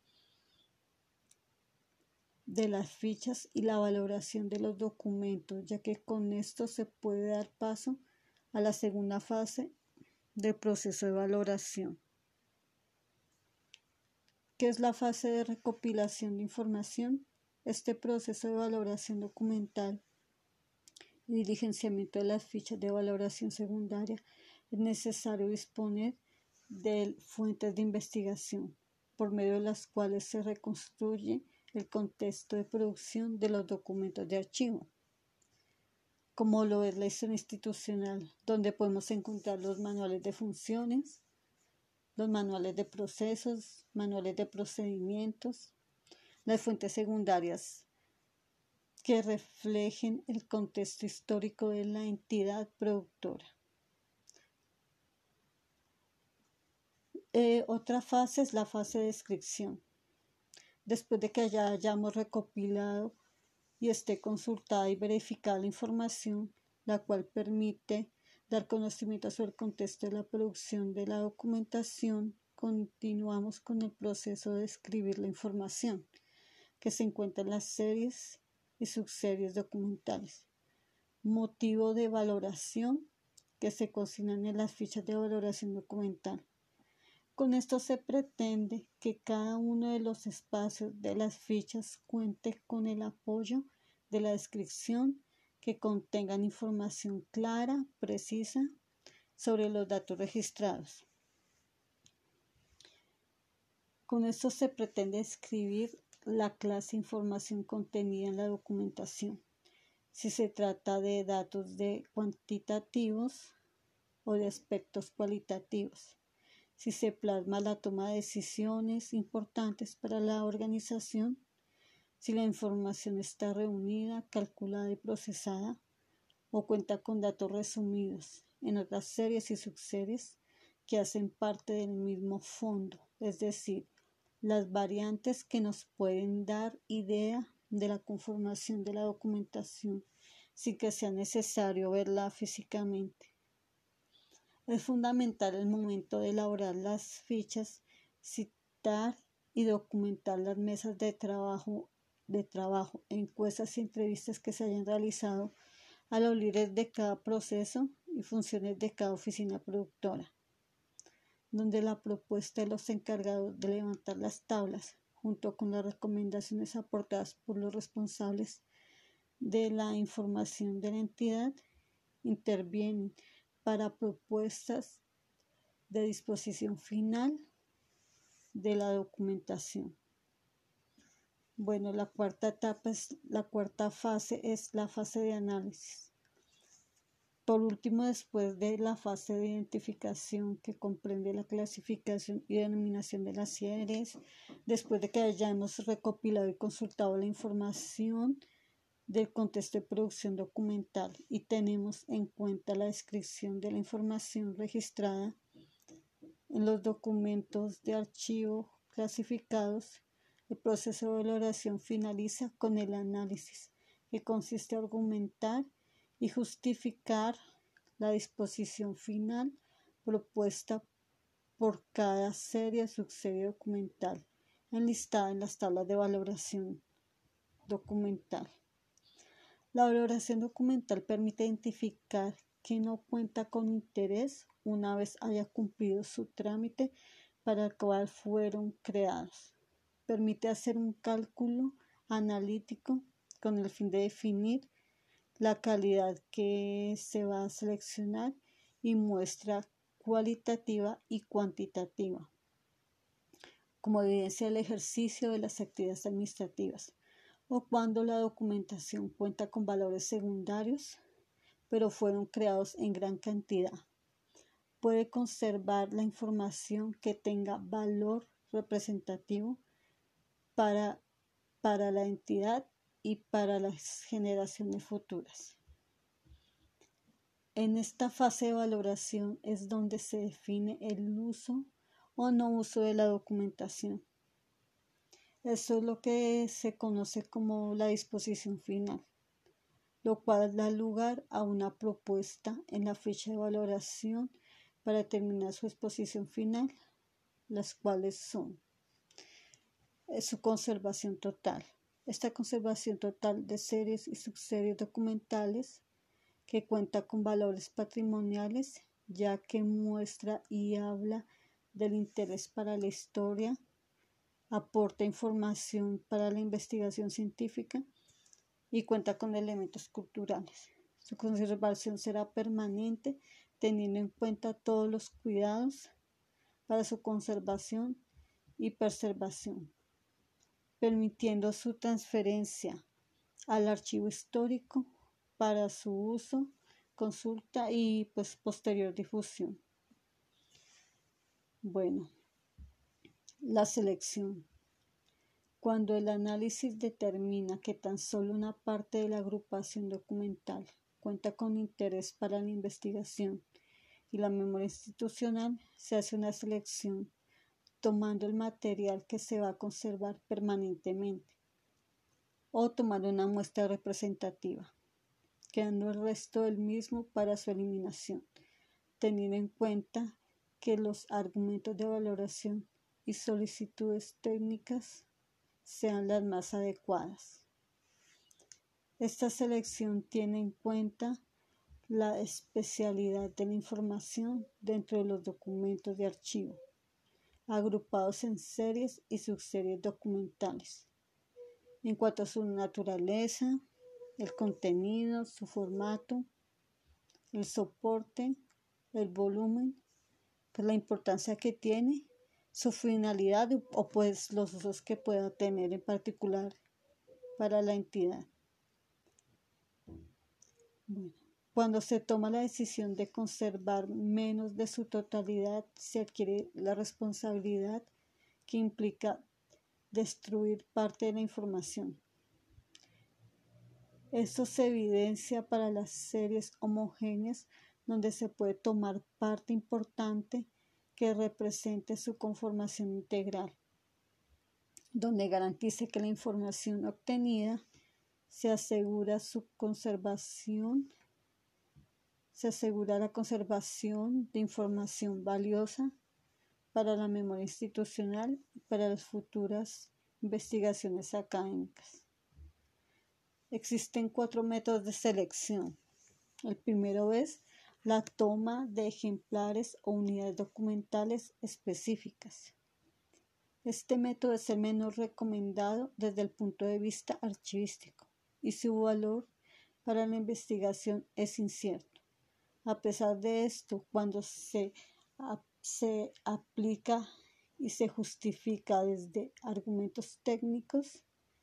de las fichas y la valoración de los documentos, ya que con esto se puede dar paso a la segunda fase del proceso de valoración, que es la fase de recopilación de información. Este proceso de valoración documental y diligenciamiento de las fichas de valoración secundaria es necesario disponer de fuentes de investigación, por medio de las cuales se reconstruye el contexto de producción de los documentos de archivo, como lo es la historia institucional, donde podemos encontrar los manuales de funciones, los manuales de procesos, manuales de procedimientos, las fuentes secundarias que reflejen el contexto histórico de la entidad productora. Eh, otra fase es la fase de descripción. Después de que ya hayamos recopilado y esté consultada y verificada la información, la cual permite dar conocimiento sobre el contexto de la producción de la documentación, continuamos con el proceso de describir la información, que se encuentra en las series y subseries documentales. Motivo de valoración que se consignan en las fichas de valoración documental. Con esto se pretende que cada uno de los espacios de las fichas cuente con el apoyo de la descripción que contengan información clara, precisa sobre los datos registrados. Con esto se pretende describir la clase de información contenida en la documentación, si se trata de datos de cuantitativos o de aspectos cualitativos, si se plasma la toma de decisiones importantes para la organización, si la información está reunida, calculada y procesada, o cuenta con datos resumidos en otras series y subseries que hacen parte del mismo fondo, es decir, las variantes que nos pueden dar idea de la conformación de la documentación sin que sea necesario verla físicamente. Es fundamental al momento de elaborar las fichas citar y documentar las mesas de trabajo, de trabajo, encuestas y entrevistas que se hayan realizado a los líderes de cada proceso y funciones de cada oficina productora, donde la propuesta de los encargados de levantar las tablas, junto con las recomendaciones aportadas por los responsables de la información de la entidad, intervienen para propuestas de disposición final de la documentación. Bueno, la cuarta etapa es la cuarta fase es la fase de análisis. Por último, después de la fase de identificación que comprende la clasificación y denominación de las series, después de que hayamos recopilado y consultado la información del contexto de producción documental y tenemos en cuenta la descripción de la información registrada en los documentos de archivo clasificados, el proceso de valoración finaliza con el análisis, que consiste en argumentar y justificar la disposición final propuesta por cada serie o subserie documental enlistada en las tablas de valoración documental. La valoración documental permite identificar que no cuenta con interés una vez haya cumplido su trámite para el cual fueron creados. Permite hacer un cálculo analítico con el fin de definir la calidad que se va a seleccionar y muestra cualitativa y cuantitativa, como evidencia del ejercicio de las actividades administrativas, o cuando la documentación cuenta con valores secundarios, pero fueron creados en gran cantidad. Puede conservar la información que tenga valor representativo para, para la entidad y para las generaciones futuras. En esta fase de valoración es donde se define el uso o no uso de la documentación. Eso es lo que se conoce como la disposición final, lo cual da lugar a una propuesta en la ficha de valoración para determinar su disposición final, las cuales son su conservación total. Esta conservación total de series y subseries documentales que cuenta con valores patrimoniales, ya que muestra y habla del interés para la historia, aporta información para la investigación científica y cuenta con elementos culturales. Su conservación será permanente, teniendo en cuenta todos los cuidados para su conservación y preservación, permitiendo su transferencia al archivo histórico para su uso, consulta y pues posterior difusión. Bueno, la selección. Cuando el análisis determina que tan solo una parte de la agrupación documental cuenta con interés para la investigación y la memoria institucional, se hace una selección tomando el material que se va a conservar permanentemente o tomando una muestra representativa, quedando el resto del mismo para su eliminación, teniendo en cuenta que los argumentos de valoración y solicitudes técnicas sean las más adecuadas. Esta selección tiene en cuenta la especialidad de la información dentro de los documentos de archivo, agrupados en series y subseries documentales, en cuanto a su naturaleza, el contenido, su formato, el soporte, el volumen, pues la importancia que tiene, su finalidad o pues los usos que pueda tener en particular para la entidad. Bueno, cuando se toma la decisión de conservar menos de su totalidad, se adquiere la responsabilidad que implica destruir parte de la información. Esto se evidencia para las series homogéneas, donde se puede tomar parte importante que represente su conformación integral, donde garantice que la información obtenida se asegura su conservación, se asegura la conservación de información valiosa para la memoria institucional y para las futuras investigaciones académicas. Existen cuatro métodos de selección. El primero es la toma de ejemplares o unidades documentales específicas. Este método es el menos recomendado desde el punto de vista archivístico y su valor para la investigación es incierto. A pesar de esto, cuando se, se aplica y se justifica desde argumentos técnicos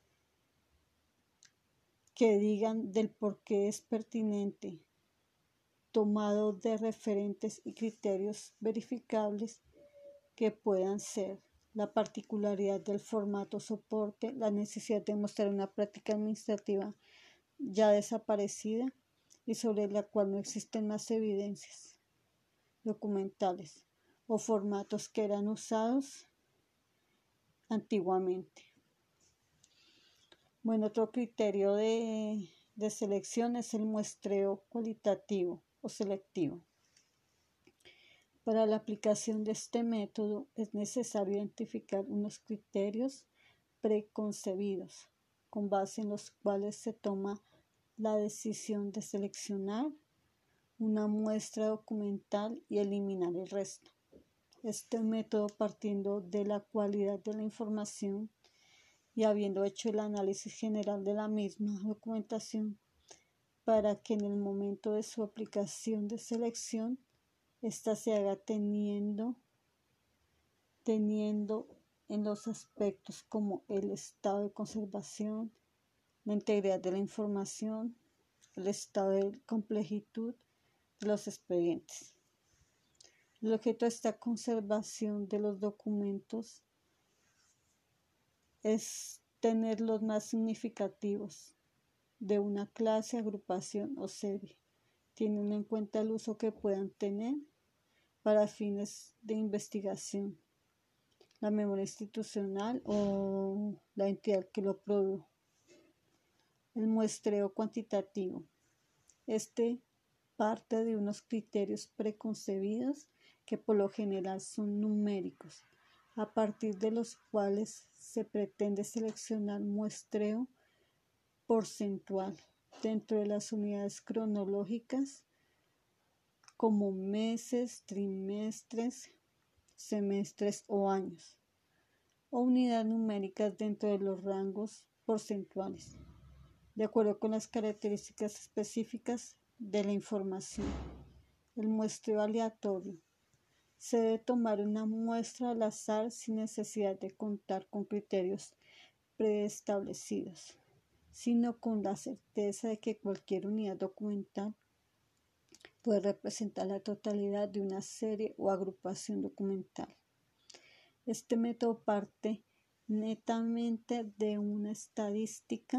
que digan del por qué es pertinente, tomado de referentes y criterios verificables que puedan ser la particularidad del formato soporte, la necesidad de mostrar una práctica administrativa ya desaparecida y sobre la cual no existen más evidencias documentales o formatos que eran usados antiguamente. Bueno, otro criterio de, de selección es el muestreo cualitativo o selectivo. Para la aplicación de este método es necesario identificar unos criterios preconcebidos, con base en los cuales se toma la decisión de seleccionar una muestra documental y eliminar el resto. Este método, partiendo de la cualidad de la información y habiendo hecho el análisis general de la misma documentación, para que en el momento de su aplicación de selección, ésta se haga teniendo, teniendo en los aspectos como el estado de conservación, la integridad de la información, el estado de complejitud de los expedientes. El objeto de esta conservación de los documentos es tener los más significativos de una clase, agrupación o serie, teniendo en cuenta el uso que puedan tener para fines de investigación, la memoria institucional o la entidad que lo produjo. El muestreo cuantitativo. Este parte de unos criterios preconcebidos que por lo general son numéricos, a partir de los cuales se pretende seleccionar muestreo porcentual dentro de las unidades cronológicas como meses, trimestres, semestres o años, o unidades numéricas dentro de los rangos porcentuales, de acuerdo con las características específicas de la información. El muestreo aleatorio. Se debe tomar una muestra al azar sin necesidad de contar con criterios preestablecidos, sino con la certeza de que cualquier unidad documental puede representar la totalidad de una serie o agrupación documental. Este método parte netamente de una estadística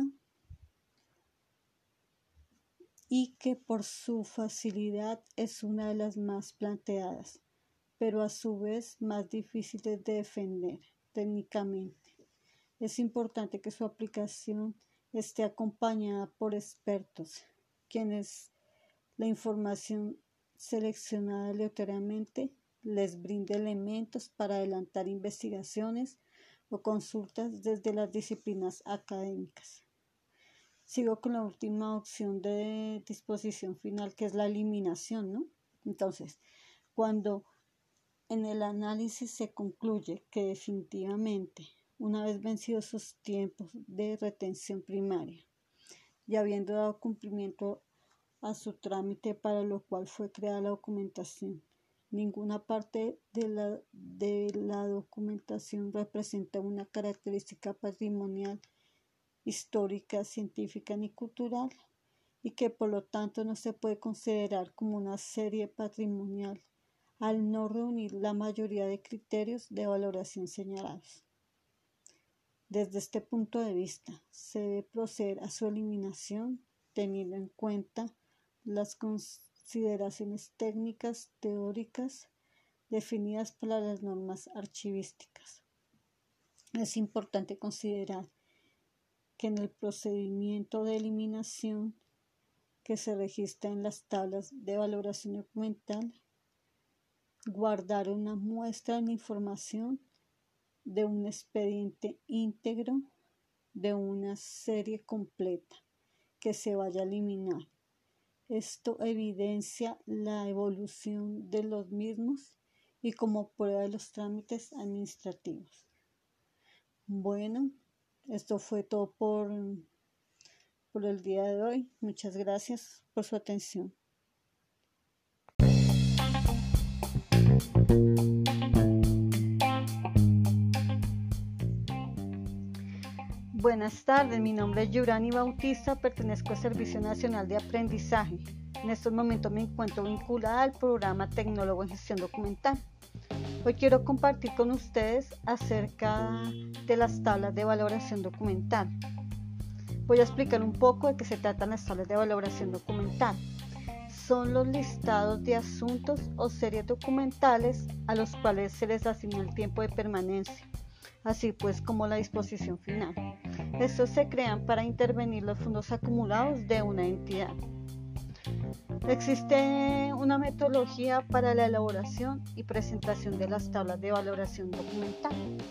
y que por su facilidad es una de las más planteadas, pero a su vez más difíciles de defender técnicamente. Es importante que su aplicación esté acompañada por expertos, quienes la información seleccionada aleatoriamente les brinde elementos para adelantar investigaciones o consultas desde las disciplinas académicas. Sigo con la última opción de disposición final, que es la eliminación, ¿no? Entonces, cuando en el análisis se concluye que definitivamente, una vez vencidos sus tiempos de retención primaria y habiendo dado cumplimiento a su trámite para lo cual fue creada la documentación, ninguna parte de la, de la documentación representa una característica patrimonial, histórica, científica ni cultural, y que por lo tanto no se puede considerar como una serie patrimonial al no reunir la mayoría de criterios de valoración señalados. Desde este punto de vista, se debe proceder a su eliminación teniendo en cuenta las consideraciones técnicas teóricas definidas por las normas archivísticas. Es importante considerar que en el procedimiento de eliminación que se registra en las tablas de valoración documental, guardar una muestra de la información de un expediente íntegro de una serie completa que se vaya a eliminar. Esto evidencia la evolución de los mismos y como prueba de los trámites administrativos. Bueno, esto fue todo por, por el día de hoy. Muchas gracias por su atención. Buenas tardes, mi nombre es Yurani Bautista, pertenezco al Servicio Nacional de Aprendizaje. En estos momentos me encuentro vinculada al programa Tecnólogo en Gestión Documental. Hoy quiero compartir con ustedes acerca de las tablas de valoración documental. Voy a explicar un poco de qué se tratan las tablas de valoración documental. Son los listados de asuntos o series documentales a los cuales se les asigna el tiempo de permanencia, así pues como la disposición final. Estos se crean para intervenir los fondos acumulados de una entidad. Existe una metodología para la elaboración y presentación de las tablas de valoración documental.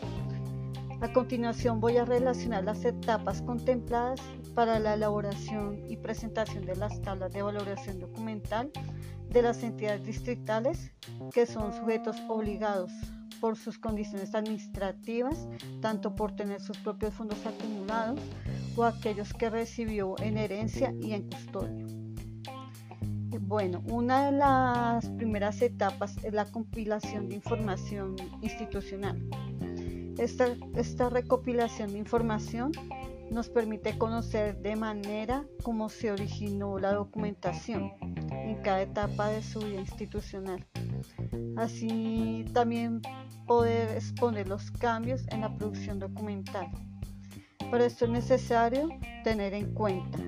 A continuación voy a relacionar las etapas contempladas para la elaboración y presentación de las tablas de valoración documental de las entidades distritales, que son sujetos obligados por sus condiciones administrativas, tanto por tener sus propios fondos acumulados o aquellos que recibió en herencia y en custodia. Bueno, una de las primeras etapas es la compilación de información institucional. Esta, esta recopilación de información nos permite conocer de manera cómo se originó la documentación en cada etapa de su vida institucional. Así también poder exponer los cambios en la producción documental. Para esto es necesario tener en cuenta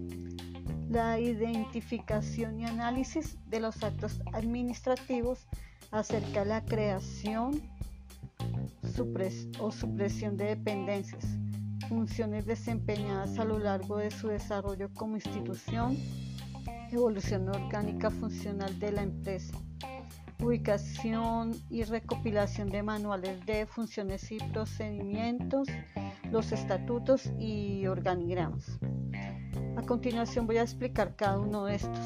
la identificación y análisis de los actos administrativos acerca de la creación supres o supresión de dependencias, funciones desempeñadas a lo largo de su desarrollo como institución, evolución orgánica funcional de la empresa, ubicación y recopilación de manuales de funciones y procedimientos, los estatutos y organigramas. A continuación voy a explicar cada uno de estos.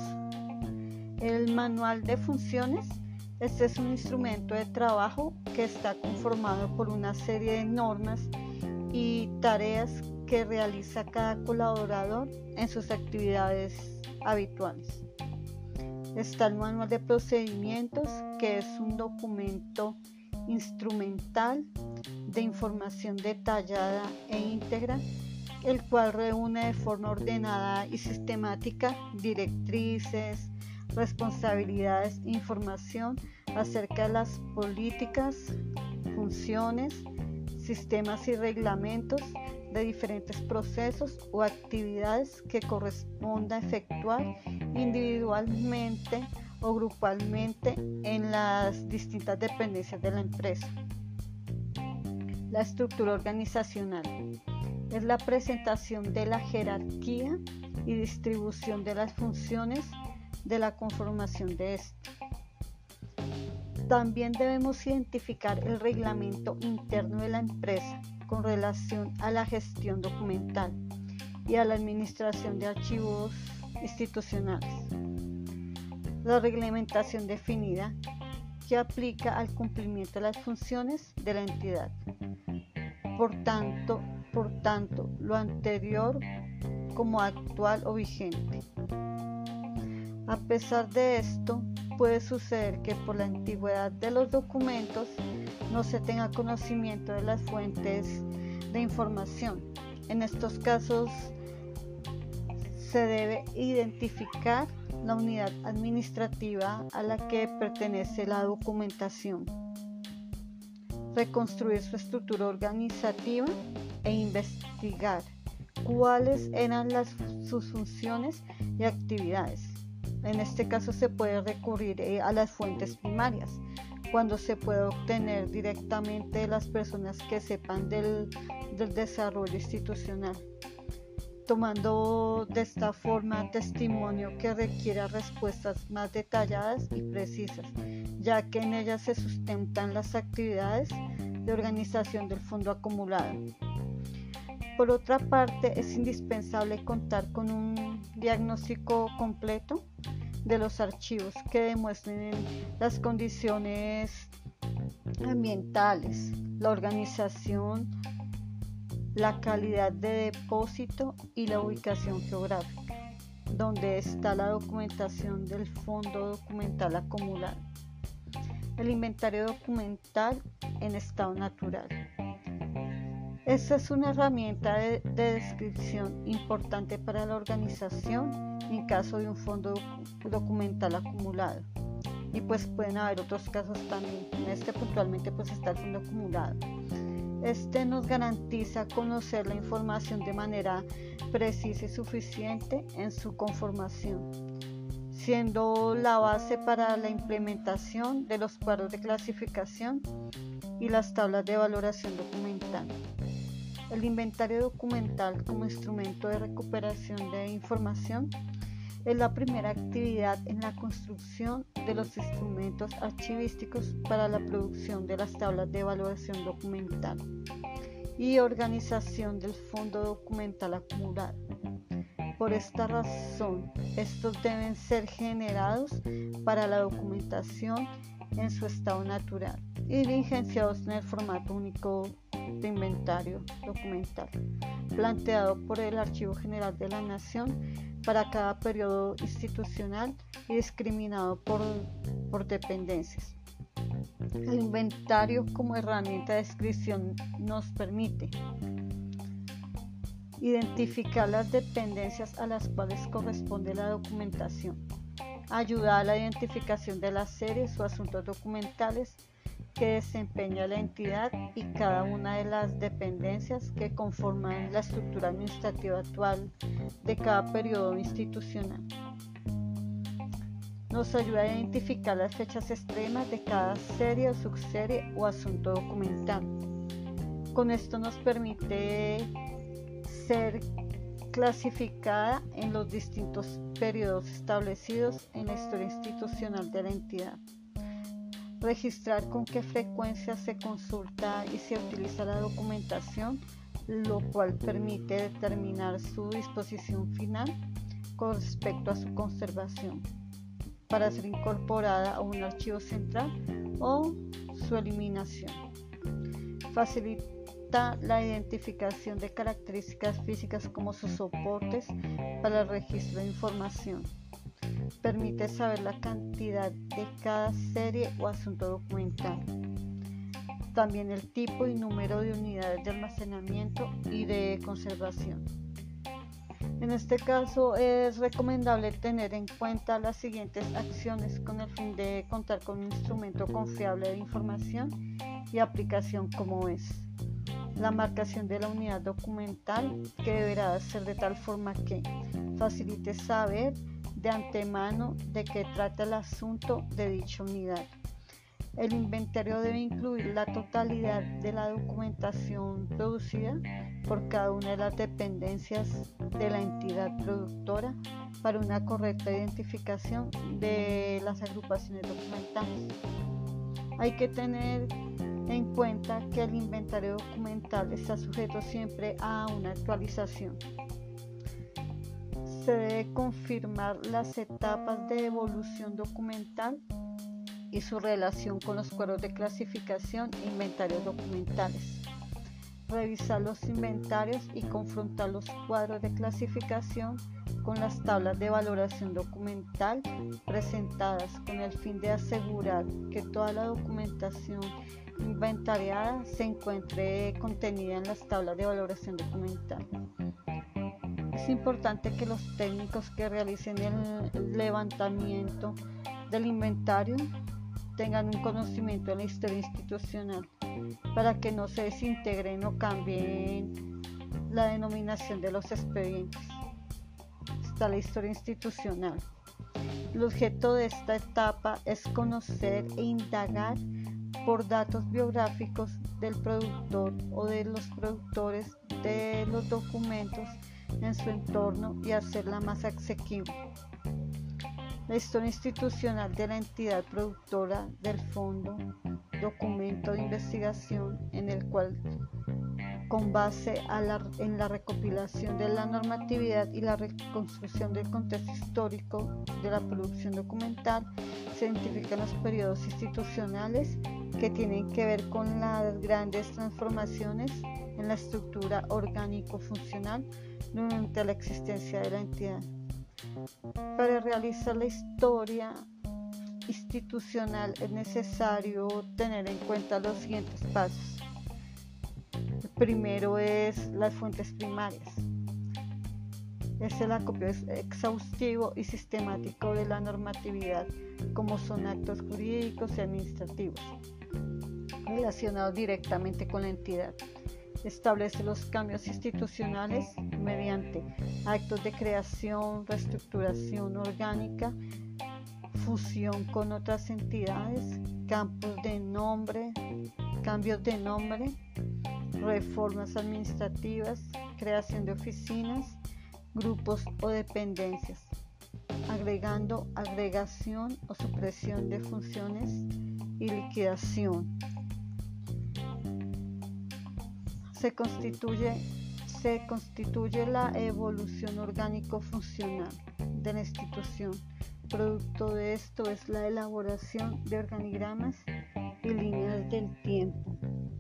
El manual de funciones. Este es un instrumento de trabajo que está conformado por una serie de normas y tareas que realiza cada colaborador en sus actividades habituales. Está el manual de procedimientos, que es un documento instrumental de información detallada e íntegra, el cual reúne de forma ordenada y sistemática directrices, responsabilidades e información acerca de las políticas, funciones, sistemas y reglamentos de diferentes procesos o actividades que corresponda efectuar individualmente o grupalmente en las distintas dependencias de la empresa. La estructura organizacional es la presentación de la jerarquía y distribución de las funciones de la conformación de este. También debemos identificar el reglamento interno de la empresa, con relación a la gestión documental y a la administración de archivos institucionales. La reglamentación definida que aplica al cumplimiento de las funciones de la entidad. Por tanto, por tanto, lo anterior como actual o vigente. A pesar de esto, puede suceder que por la antigüedad de los documentos no se tenga conocimiento de las fuentes de información. En estos casos se debe identificar la unidad administrativa a la que pertenece la documentación, reconstruir su estructura organizativa e investigar cuáles eran las, sus funciones y actividades. En este caso se puede recurrir eh, a las fuentes primarias, cuando se puede obtener directamente de las personas que sepan del, del desarrollo institucional, tomando de esta forma testimonio que requiera respuestas más detalladas y precisas, ya que en ellas se sustentan las actividades de organización del fondo acumulado. Por otra parte, es indispensable contar con un diagnóstico completo de los archivos que demuestren las condiciones ambientales, la organización, la calidad de depósito y la ubicación geográfica, donde está la documentación del fondo documental acumulado. El inventario documental en estado natural. Esta es una herramienta de, de descripción importante para la organización en caso de un fondo documental acumulado. Y pues pueden haber otros casos también. En este puntualmente pues está el fondo acumulado. Este nos garantiza conocer la información de manera precisa y suficiente en su conformación, siendo la base para la implementación de los cuadros de clasificación y las tablas de valoración documental. El inventario documental como instrumento de recuperación de información es la primera actividad en la construcción de los instrumentos archivísticos para la producción de las tablas de valoración documental y organización del fondo documental acumulado. Por esta razón, estos deben ser generados para la documentación en su estado natural y diligenciados en el formato único de inventario documental, planteado por el Archivo General de la Nación para cada periodo institucional y discriminado por, por dependencias. El inventario como herramienta de descripción nos permite identificar las dependencias a las cuales corresponde la documentación, ayudar a la identificación de las series o asuntos documentales que desempeña la entidad y cada una de las dependencias que conforman la estructura administrativa actual de cada periodo institucional. Nos ayuda a identificar las fechas extremas de cada serie o subserie o asunto documental. Con esto nos permite ser clasificada en los distintos periodos establecidos en la historia institucional de la entidad. Registrar con qué frecuencia se consulta y se utiliza la documentación, lo cual permite determinar su disposición final con respecto a su conservación para ser incorporada a un archivo central o su eliminación. Facilita la identificación de características físicas como sus soportes para el registro de información. Permite saber la cantidad de cada serie o asunto documental. También el tipo y número de unidades de almacenamiento y de conservación. En este caso es recomendable tener en cuenta las siguientes acciones con el fin de contar con un instrumento confiable de información y aplicación como es: la marcación de la unidad documental, que deberá ser de tal forma que facilite saber de antemano de qué trata el asunto de dicha unidad. El inventario debe incluir la totalidad de la documentación producida por cada una de las dependencias de la entidad productora para una correcta identificación de las agrupaciones documentales. Hay que tener en cuenta que el inventario documental está sujeto siempre a una actualización. Se debe confirmar las etapas de evolución documental y su relación con los cuadros de clasificación e inventarios documentales. Revisar los inventarios y confrontar los cuadros de clasificación con las tablas de valoración documental presentadas con el fin de asegurar que toda la documentación inventariada se encuentre contenida en las tablas de valoración documental. Es importante que los técnicos que realicen el levantamiento del inventario tengan un conocimiento de la historia institucional para que no se desintegren o cambien la denominación de los expedientes. Está la historia institucional. El objeto de esta etapa es conocer e indagar por datos biográficos del productor o de los productores de los documentos en su entorno y hacerla más asequible. La historia institucional de la entidad productora del fondo, documento de investigación en el cual, con base a la, en la recopilación de la normatividad y la reconstrucción del contexto histórico de la producción documental, se identifican los periodos institucionales que tienen que ver con las grandes transformaciones en la estructura orgánico-funcional durante la existencia de la entidad. Para realizar la historia institucional es necesario tener en cuenta los siguientes pasos. El primero es las fuentes primarias. Es el acopio exhaustivo y sistemático de la normatividad, como son actos jurídicos y administrativos relacionados directamente con la entidad. Establece los cambios institucionales mediante actos de creación, reestructuración orgánica, fusión con otras entidades, campos de nombre, cambios de nombre, reformas administrativas, creación de oficinas, grupos o dependencias, agregando agregación o supresión de funciones y liquidación. Se constituye, se constituye la evolución orgánico-funcional de la institución. Producto de esto es la elaboración de organigramas y líneas del tiempo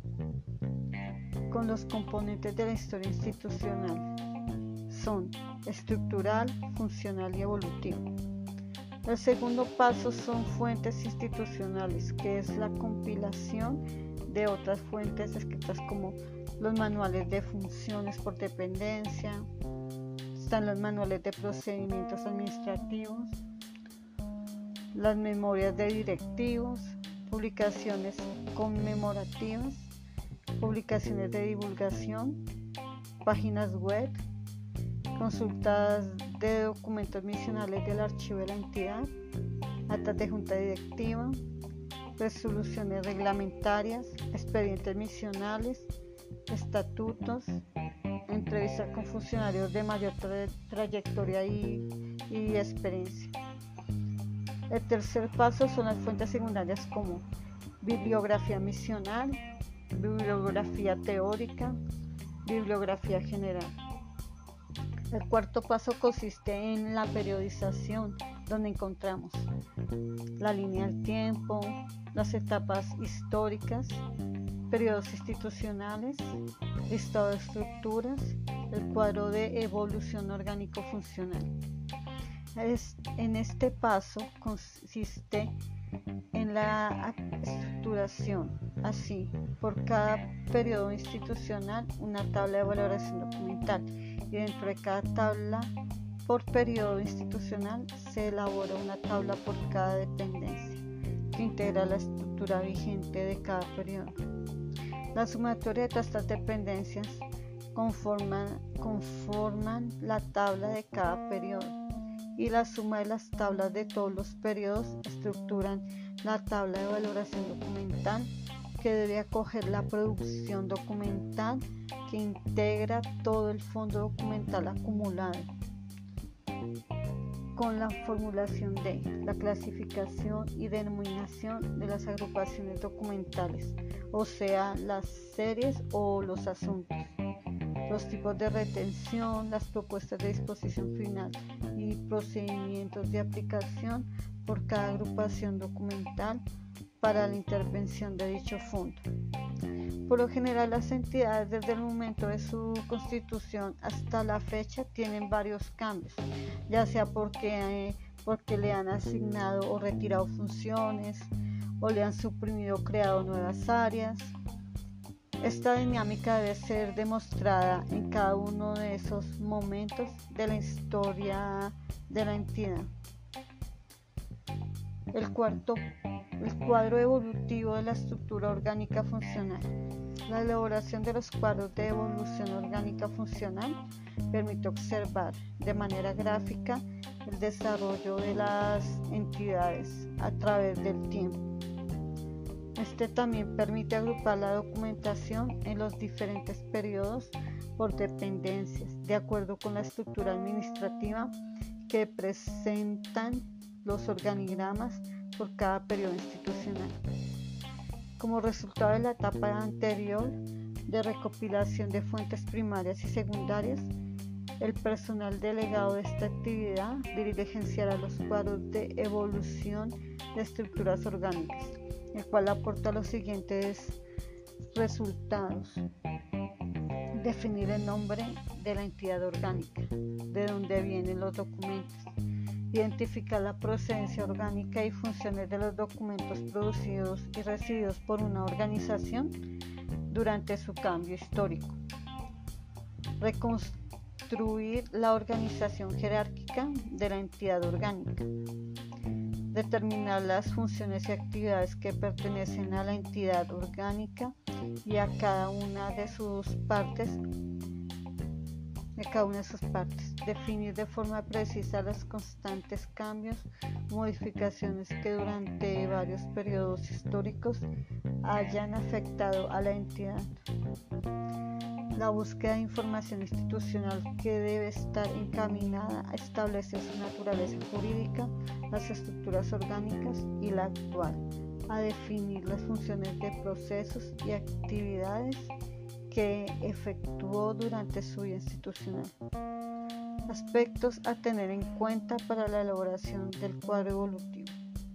con los componentes de la historia institucional. Son estructural, funcional y evolutivo. El segundo paso son fuentes institucionales, que es la compilación de otras fuentes escritas como los manuales de funciones por dependencia, están los manuales de procedimientos administrativos, las memorias de directivos, publicaciones conmemorativas, publicaciones de divulgación, páginas web, consultas de documentos misionales del archivo de la entidad, actas de junta directiva, resoluciones reglamentarias, expedientes misionales, estatutos, entrevistas con funcionarios de mayor tra- trayectoria y, y experiencia. El tercer paso son las fuentes secundarias como bibliografía misional, bibliografía teórica, bibliografía general. El cuarto paso consiste en la periodización, donde encontramos la línea del tiempo, las etapas históricas, periodos institucionales, listado de estructuras, el cuadro de evolución orgánico-funcional. En este paso consiste en la estructuración, así, por cada periodo institucional, una tabla de valoración documental, y dentro de cada tabla por periodo institucional se elabora una tabla por cada dependencia que integra la estructura vigente de cada periodo. La sumatoria de todas estas dependencias conforman, conforman la tabla de cada periodo, y la suma de las tablas de todos los periodos estructuran la tabla de valoración documental, que debe acoger la producción documental que integra todo el fondo documental acumulado. con la formulación de la clasificación y denominación de las agrupaciones documentales, o sea, las series o los asuntos, los tipos de retención, las propuestas de disposición final y procedimientos de aplicación por cada agrupación documental para la intervención de dicho fondo. Por lo general, las entidades desde el momento de su constitución hasta la fecha tienen varios cambios, ya sea porque, eh, porque le han asignado o retirado funciones, o le han suprimido o creado nuevas áreas. Esta dinámica debe ser demostrada en cada uno de esos momentos de la historia de la entidad. El cuarto, el cuadro evolutivo de la estructura orgánica funcional. La elaboración de los cuadros de evolución orgánica funcional permite observar de manera gráfica el desarrollo de las entidades a través del tiempo. Este también permite agrupar la documentación en los diferentes periodos por dependencias, de acuerdo con la estructura administrativa que presentan los organigramas por cada periodo institucional. Como resultado de la etapa anterior de recopilación de fuentes primarias y secundarias, el personal delegado de esta actividad diligenciará los cuadros de evolución de estructuras orgánicas, el cual aporta los siguientes resultados: definir el nombre de la entidad orgánica, de dónde vienen los documentos, identificar la procedencia orgánica y funciones de los documentos producidos y recibidos por una organización durante su cambio histórico, reconstruir la organización jerárquica de la entidad orgánica, determinar las funciones y actividades que pertenecen a la entidad orgánica y a cada una de sus partes, de cada una de sus partes, definir de forma precisa los constantes cambios, modificaciones que durante varios periodos históricos hayan afectado a la entidad. La búsqueda de información institucional que debe estar encaminada a establecer su naturaleza jurídica, las estructuras orgánicas y la actual, a definir las funciones de procesos y actividades que efectuó durante su vida institucional. Aspectos a tener en cuenta para la elaboración del cuadro evolutivo.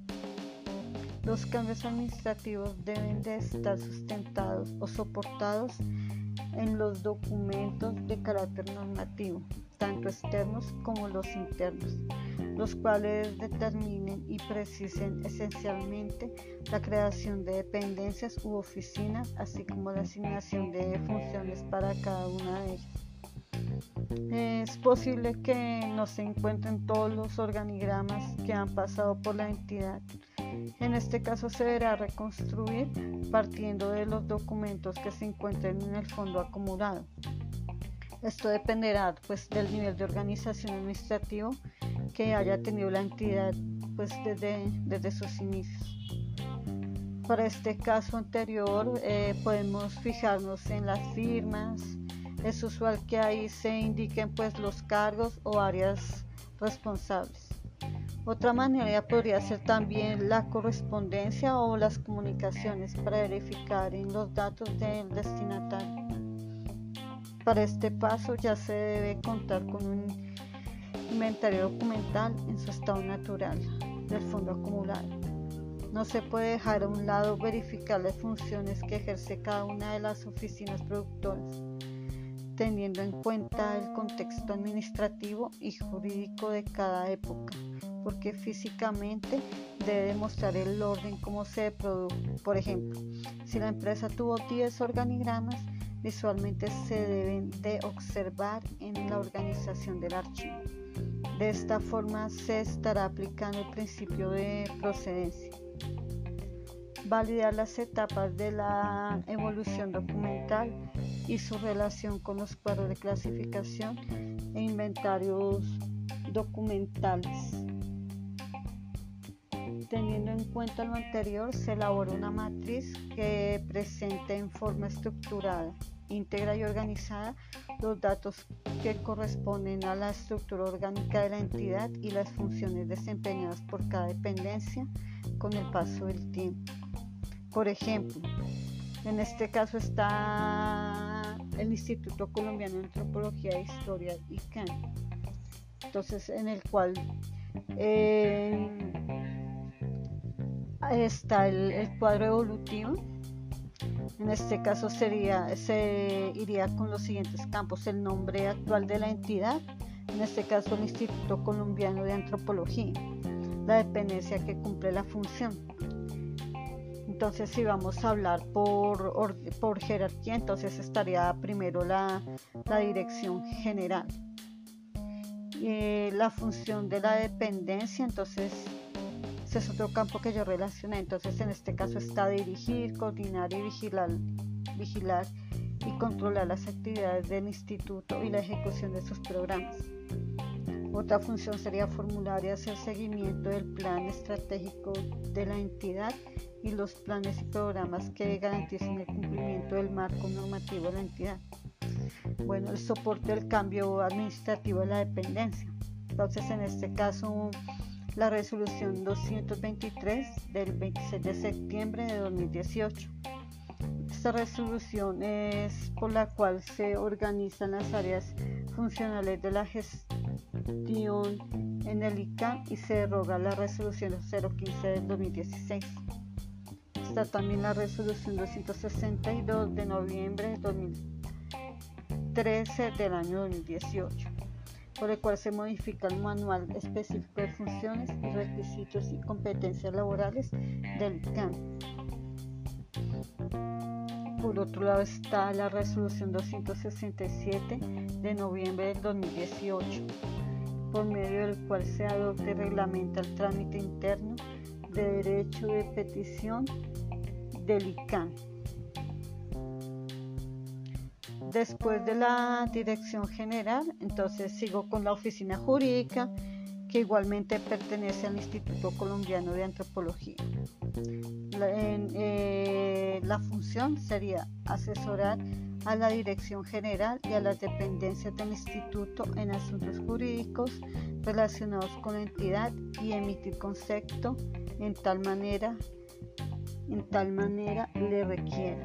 Los cambios administrativos deben de estar sustentados o soportados en los documentos de carácter normativo, tanto externos como los internos, los cuales determinen y precisen esencialmente la creación de dependencias u oficinas, así como la asignación de funciones para cada una de ellas. Es posible que no se encuentren todos los organigramas que han pasado por la entidad. En este caso se deberá reconstruir partiendo de los documentos que se encuentren en el fondo acumulado. Esto dependerá pues del nivel de organización administrativo que haya tenido la entidad pues desde, desde sus inicios. Para este caso anterior eh, podemos fijarnos en las firmas. Es usual que ahí se indiquen pues los cargos o áreas responsables. Otra manera podría ser también la correspondencia o las comunicaciones para verificar en los datos del destinatario. Para este paso ya se debe contar con un inventario documental en su estado natural del fondo acumulado. No se puede dejar a un lado verificar las funciones que ejerce cada una de las oficinas productoras, teniendo en cuenta el contexto administrativo y jurídico de cada época, porque físicamente debe demostrar el orden como se produjo. Por ejemplo, si la empresa tuvo diez organigramas, visualmente se deben de observar en la organización del archivo. De esta forma se estará aplicando el principio de procedencia. Validar las etapas de la evolución documental y su relación con los cuadros de clasificación e inventarios documentales. Teniendo en cuenta lo anterior, se elabora una matriz que presente en forma estructurada íntegra y organizada los datos que corresponden a la estructura orgánica de la entidad y las funciones desempeñadas por cada dependencia con el paso del tiempo. Por ejemplo, en este caso está el Instituto Colombiano de Antropología e Historia, I C A N, entonces en el cual eh, está el, el cuadro evolutivo. En este caso sería, se iría con los siguientes campos: el nombre actual de la entidad, en este caso el Instituto Colombiano de Antropología, la dependencia que cumple la función. Entonces, si vamos a hablar por, por jerarquía, entonces estaría primero la, la dirección general. Eh, la función de la dependencia, entonces, ese es otro campo que yo relacioné. Entonces, en este caso está dirigir, coordinar y vigilar, vigilar y controlar las actividades del instituto y la ejecución de sus programas. Otra función sería formular y hacer seguimiento del plan estratégico de la entidad y los planes y programas que garanticen el cumplimiento del marco normativo de la entidad. Bueno, el soporte del cambio administrativo de la dependencia. Entonces, en este caso, la resolución doscientos veintitrés del veintiséis de septiembre de dos mil dieciocho. Esta resolución es por la cual se organizan las áreas funcionales de la gestión en el I C A N y se deroga la resolución cero quince del dos mil dieciséis. Está también la resolución doscientos sesenta y dos de noviembre de dos mil trece del año dos mil dieciocho, por el cual se modifica el manual específico de funciones y requisitos y competencias laborales del I C A N. Por otro lado está la resolución doscientos sesenta y siete de noviembre del dos mil dieciocho, por medio del cual se adopta y reglamenta el trámite interno de derecho de petición del I C A N. Después de la dirección general, entonces sigo con la oficina jurídica, que igualmente pertenece al Instituto Colombiano de Antropología. La, en, eh, la función sería asesorar a la dirección general y a las dependencias del instituto en asuntos jurídicos relacionados con la entidad y emitir concepto en tal manera, en tal manera le requiera.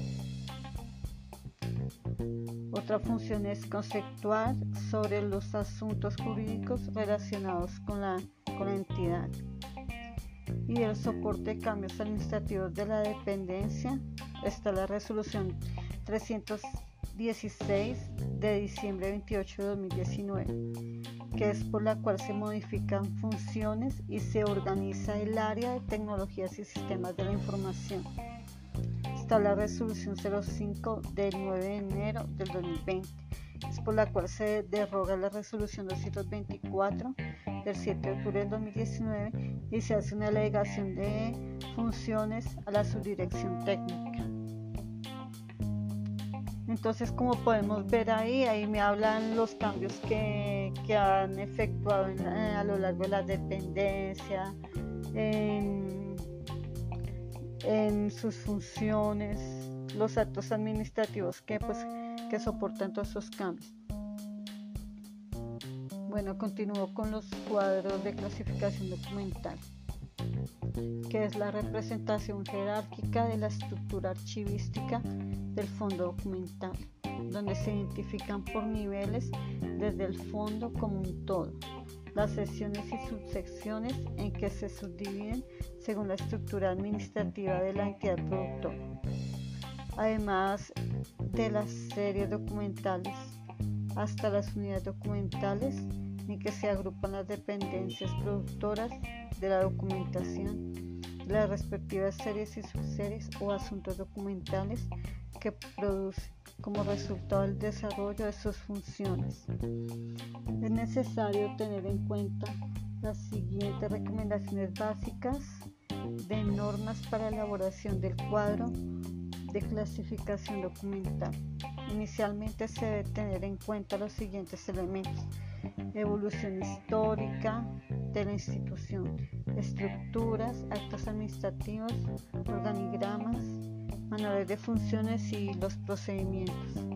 Otra función es conceptuar sobre los asuntos jurídicos relacionados con la, con la entidad. Y el soporte de cambios administrativos de la dependencia está la resolución trescientos dieciséis de diciembre veintiocho de dos mil diecinueve, que es por la cual se modifican funciones y se organiza el área de tecnologías y sistemas de la información. Está la resolución cero cinco del nueve de enero del dos mil veinte, es por la cual se deroga la resolución doscientos veinticuatro del siete de octubre del dos mil diecinueve y se hace una delegación de funciones a la subdirección técnica. Entonces, como podemos ver ahí, ahí me hablan los cambios que, que han efectuado en, a lo largo de la dependencia, en, en sus funciones, los actos administrativos que, pues, que soportan todos esos cambios. Bueno, continúo con los cuadros de clasificación documental, que es la representación jerárquica de la estructura archivística del fondo documental, donde se identifican por niveles desde el fondo como un todo, las secciones y subsecciones en que se subdividen según la estructura administrativa de la entidad productora, además de las series documentales hasta las unidades documentales en que se agrupan las dependencias productoras de la documentación, de las respectivas series y subseries o asuntos documentales que produce como resultado del desarrollo de sus funciones. Es necesario tener en cuenta las siguientes recomendaciones básicas de normas para elaboración del cuadro de clasificación documental. Inicialmente se debe tener en cuenta los siguientes elementos: evolución histórica de la institución, estructuras, actos administrativos, organigramas, manuales de funciones y los procedimientos.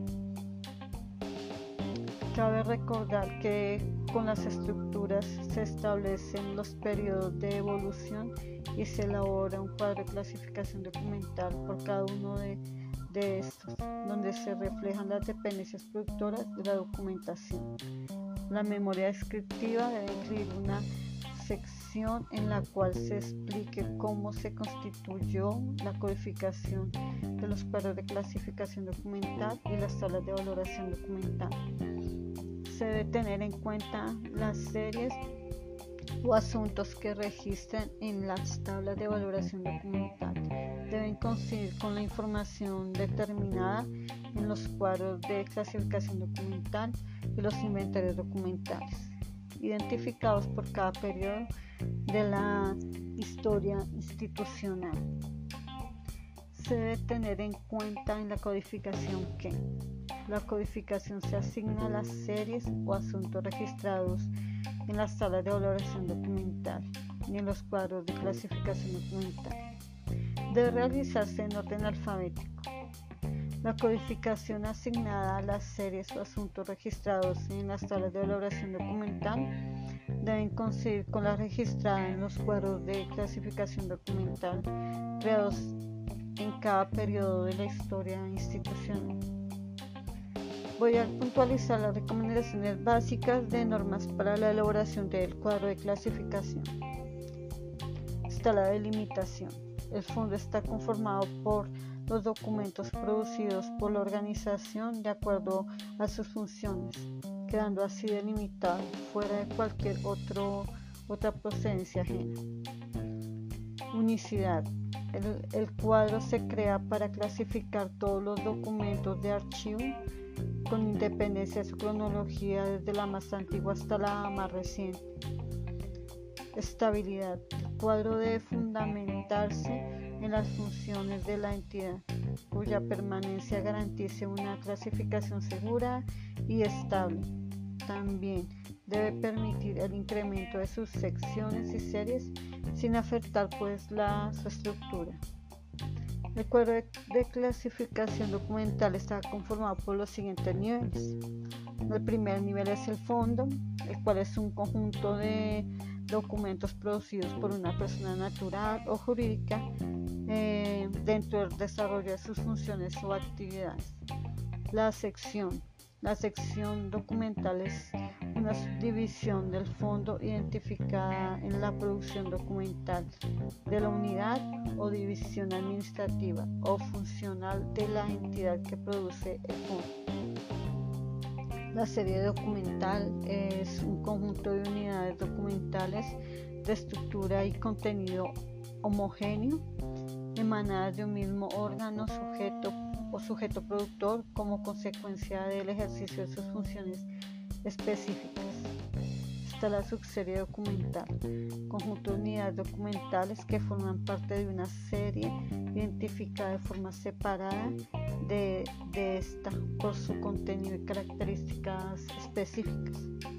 Cabe recordar que con las estructuras se establecen los periodos de evolución y se elabora un cuadro de clasificación documental por cada uno de, de estos, donde se reflejan las dependencias productoras de la documentación. La memoria descriptiva debe incluir una sección en la cual se explique cómo se constituyó la codificación de los cuadros de clasificación documental y las tablas de valoración documental. Se debe tener en cuenta las series o asuntos que registran en las tablas de valoración documental. Deben coincidir con la información determinada en los cuadros de clasificación documental y los inventarios documentales, identificados por cada periodo de la historia institucional. Se debe tener en cuenta en la codificación que la codificación se asigna a las series o asuntos registrados en las tablas de valoración documental y en los cuadros de clasificación documental. Debe realizarse en orden alfabético. La codificación asignada a las series o asuntos registrados en las tablas de valoración documental deben coincidir con la registrada en los cuadros de clasificación documental creados en cada periodo de la historia institucional. Voy a puntualizar las recomendaciones básicas de normas para la elaboración del cuadro de clasificación. Está la delimitación. El fondo está conformado por los documentos producidos por la organización de acuerdo a sus funciones, quedando así delimitado fuera de cualquier otro, otra procedencia ajena. Unicidad. El, el cuadro se crea para clasificar todos los documentos de archivo con independencia de su cronología desde la más antigua hasta la más reciente. Estabilidad. El cuadro debe fundamentarse en las funciones de la entidad, cuya permanencia garantice una clasificación segura y estable. También debe permitir el incremento de sus secciones y series sin afectar pues la su estructura. El cuadro de, de clasificación documental está conformado por los siguientes niveles. El primer nivel es el fondo, el cual es un conjunto de documentos producidos por una persona natural o jurídica eh, dentro del desarrollo de sus funciones o actividades. La sección. La sección documental es una subdivisión del fondo identificada en la producción documental de la unidad o división administrativa o funcional de la entidad que produce el fondo. La serie documental es un conjunto de unidades documentales de estructura y contenido homogéneo, emanadas de un mismo órgano, sujeto o sujeto productor como consecuencia del ejercicio de sus funciones específicas. Está la subserie documental, conjunto de unidades documentales que forman parte de una serie identificada de forma separada de, de esta por su contenido y características específicas.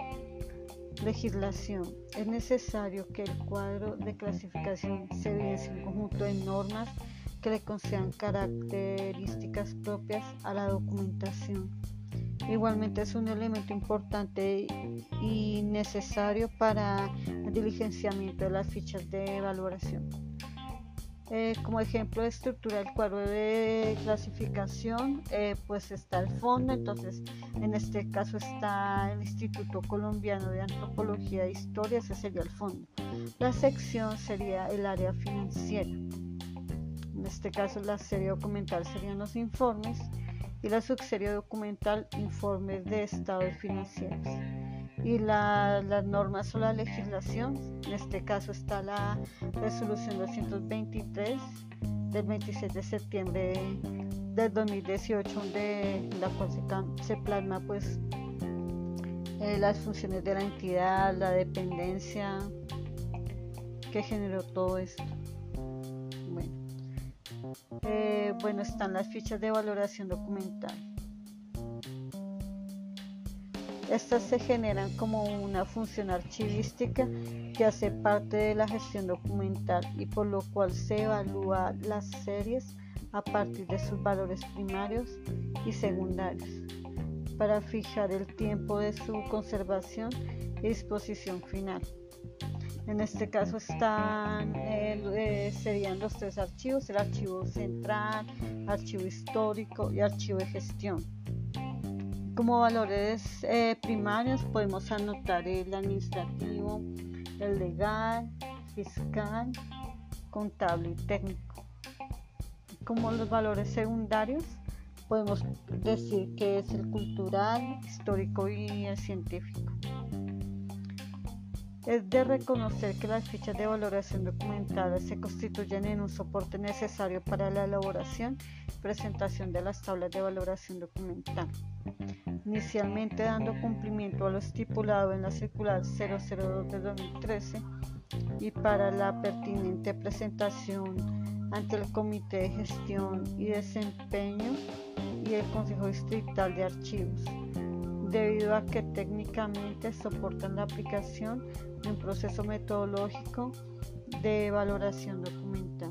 Legislación. Es necesario que el cuadro de clasificación se evidencie un conjunto de normas que le concedan características propias a la documentación. Igualmente es un elemento importante y necesario para el diligenciamiento de las fichas de valoración. Eh, como ejemplo de estructura del cuadro de clasificación, eh, pues está el fondo. Entonces en este caso está el Instituto Colombiano de Antropología e Historia, ese sería el fondo. La sección sería el área financiera. En este caso la serie documental serían los informes y la subserie documental informes de estados financieros. Y la, las normas o la legislación, en este caso está la resolución doscientos veintitrés del veintisiete de septiembre del dos mil dieciocho, donde la cual se, se plasma pues eh, las funciones de la entidad, la dependencia que generó todo esto. Bueno. Eh, bueno, están las fichas de valoración documental. Estas se generan como una función archivística que hace parte de la gestión documental y por lo cual se evalúa las series a partir de sus valores primarios y secundarios para fijar el tiempo de su conservación y disposición final. En este caso están, eh, eh, serían los tres archivos: el archivo central, archivo histórico y archivo de gestión. Como valores eh, primarios podemos anotar el administrativo, el legal, fiscal, contable y técnico. Como los valores secundarios podemos decir que es el cultural, histórico y el científico. Es de reconocer que las fichas de valoración documental se constituyen en un soporte necesario para la elaboración y presentación de las tablas de valoración documental, inicialmente dando cumplimiento a lo estipulado en la circular cero cero dos de dos mil trece y para la pertinente presentación ante el Comité de Gestión y Desempeño y el Consejo Distrital de Archivos, debido a que técnicamente soportan la aplicación de un proceso metodológico de valoración documental.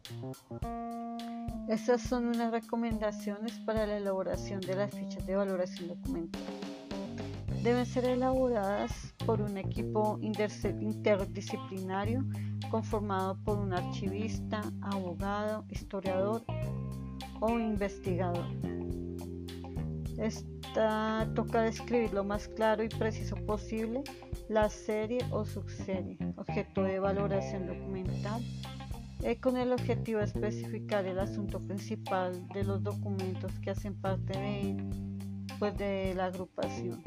Estas son unas recomendaciones para la elaboración de las fichas de valoración documental. Deben ser elaboradas por un equipo interdisciplinario conformado por un archivista, abogado, historiador o investigador. Esta toca describir lo más claro y preciso posible la serie o subserie, objeto de valoración documental, eh, con el objetivo de especificar el asunto principal de los documentos que hacen parte de, pues, de la agrupación.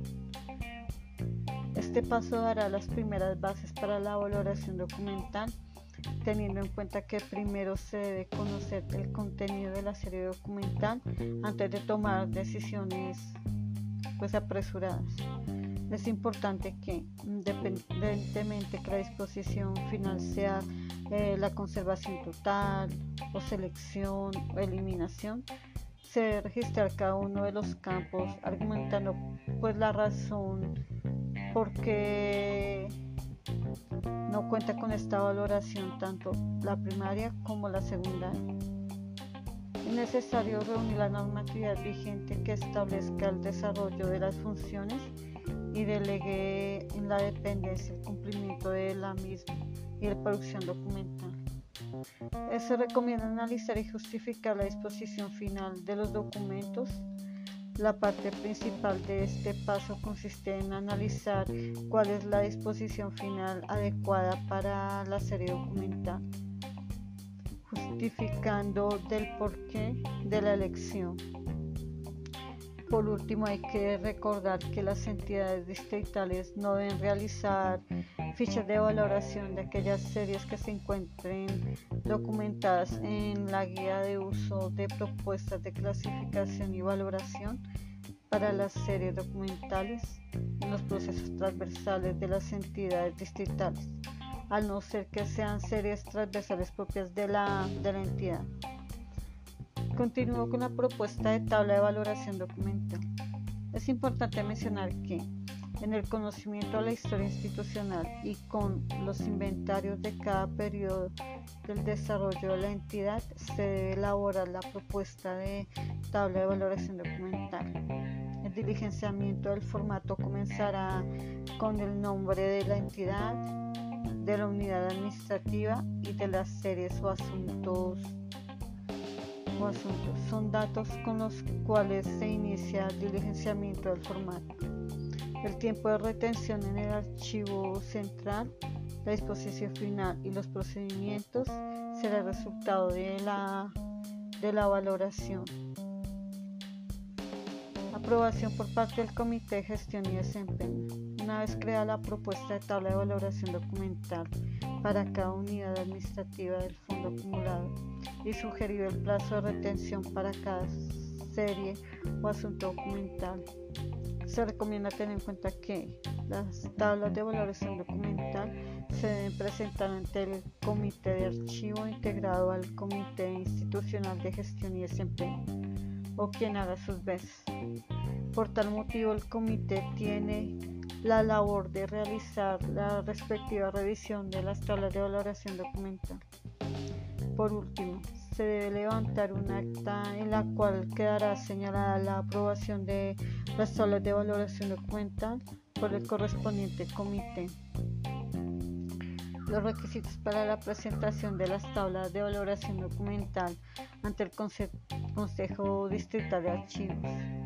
Este paso dará las primeras bases para la valoración documental, teniendo en cuenta que primero se debe conocer el contenido de la serie documental antes de tomar decisiones pues apresuradas. Es importante que, independientemente que la disposición final sea eh, la conservación total o selección o eliminación, se debe registrar cada uno de los campos argumentando pues la razón por qué no cuenta con esta valoración tanto la primaria como la secundaria. Es necesario reunir la normatividad vigente que establezca el desarrollo de las funciones y delegue en la dependencia el cumplimiento de la misma y la producción documental. Se recomienda analizar y justificar la disposición final de los documentos. La parte principal de este paso consiste en analizar cuál es la disposición final adecuada para la serie documental, justificando del porqué de la elección. Por último, hay que recordar que las entidades distritales no deben realizar fichas de valoración de aquellas series que se encuentren documentadas en la guía de uso de propuestas de clasificación y valoración para las series documentales en los procesos transversales de las entidades distritales, al no ser que sean series transversales propias de la, de la entidad. Continúo con la propuesta de tabla de valoración documental. Es importante mencionar que en el conocimiento de la historia institucional y con los inventarios de cada periodo del desarrollo de la entidad se debe elaborar la propuesta de tabla de valoración documental. El diligenciamiento del formato comenzará con el nombre de la entidad, de la unidad administrativa y de las series o asuntos o asuntos. Son datos con los cuales se inicia el diligenciamiento del formato. El tiempo de retención en el archivo central, la disposición final y los procedimientos será el resultado de la, de la valoración. Aprobación por parte del Comité de Gestión y Desempeño. Una vez creada la propuesta de tabla de valoración documental para cada unidad administrativa del fondo acumulado y sugerido el plazo de retención para cada serie o asunto documental, se recomienda tener en cuenta que las tablas de valoración documental se deben presentar ante el Comité de Archivo integrado al Comité Institucional de Gestión y Desempeño o quien haga sus veces. Por tal motivo, el comité tiene la labor de realizar la respectiva revisión de las tablas de valoración documental. Por último, se debe levantar un acta en la cual quedará señalada la aprobación de las tablas de valoración documental por el correspondiente comité. Los requisitos para la presentación de las tablas de valoración documental ante el Conse- Consejo Distrital de Archivos.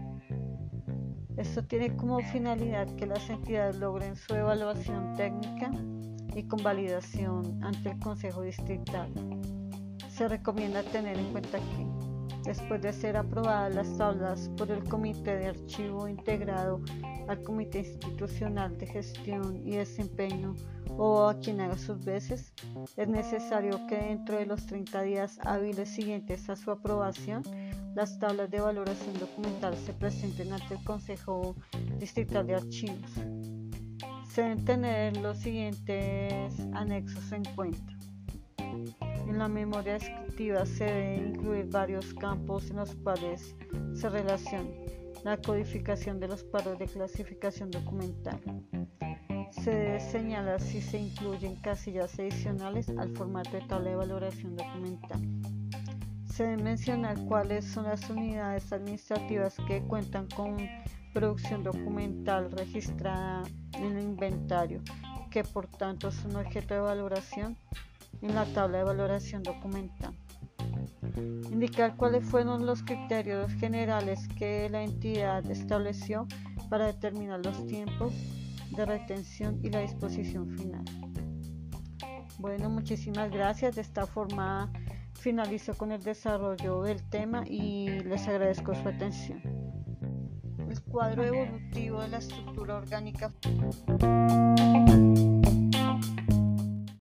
Esto tiene como finalidad que las entidades logren su evaluación técnica y convalidación ante el Consejo Distrital. Se recomienda tener en cuenta que, después de ser aprobadas las tablas por el Comité de Archivo integrado al Comité Institucional de Gestión y Desempeño o a quien haga sus veces, es necesario que dentro de los treinta días hábiles siguientes a su aprobación, las tablas de valoración documental se presenten ante el Consejo Distrital de Archivos. Se deben tener los siguientes anexos en cuenta. En la memoria descriptiva se deben incluir varios campos en los cuales se relacione la codificación de los cuadros de clasificación documental. Se debe señalar si se incluyen casillas adicionales al formato de tabla de valoración documental. Se debe mencionar cuáles son las unidades administrativas que cuentan con producción documental registrada en el inventario, que por tanto son objeto de valoración en la tabla de valoración documental. Indicar cuáles fueron los criterios generales que la entidad estableció para determinar los tiempos de retención y la disposición final. Bueno, muchísimas gracias. De esta forma finalizo con el desarrollo del tema y les agradezco su atención. El cuadro evolutivo de la estructura orgánica.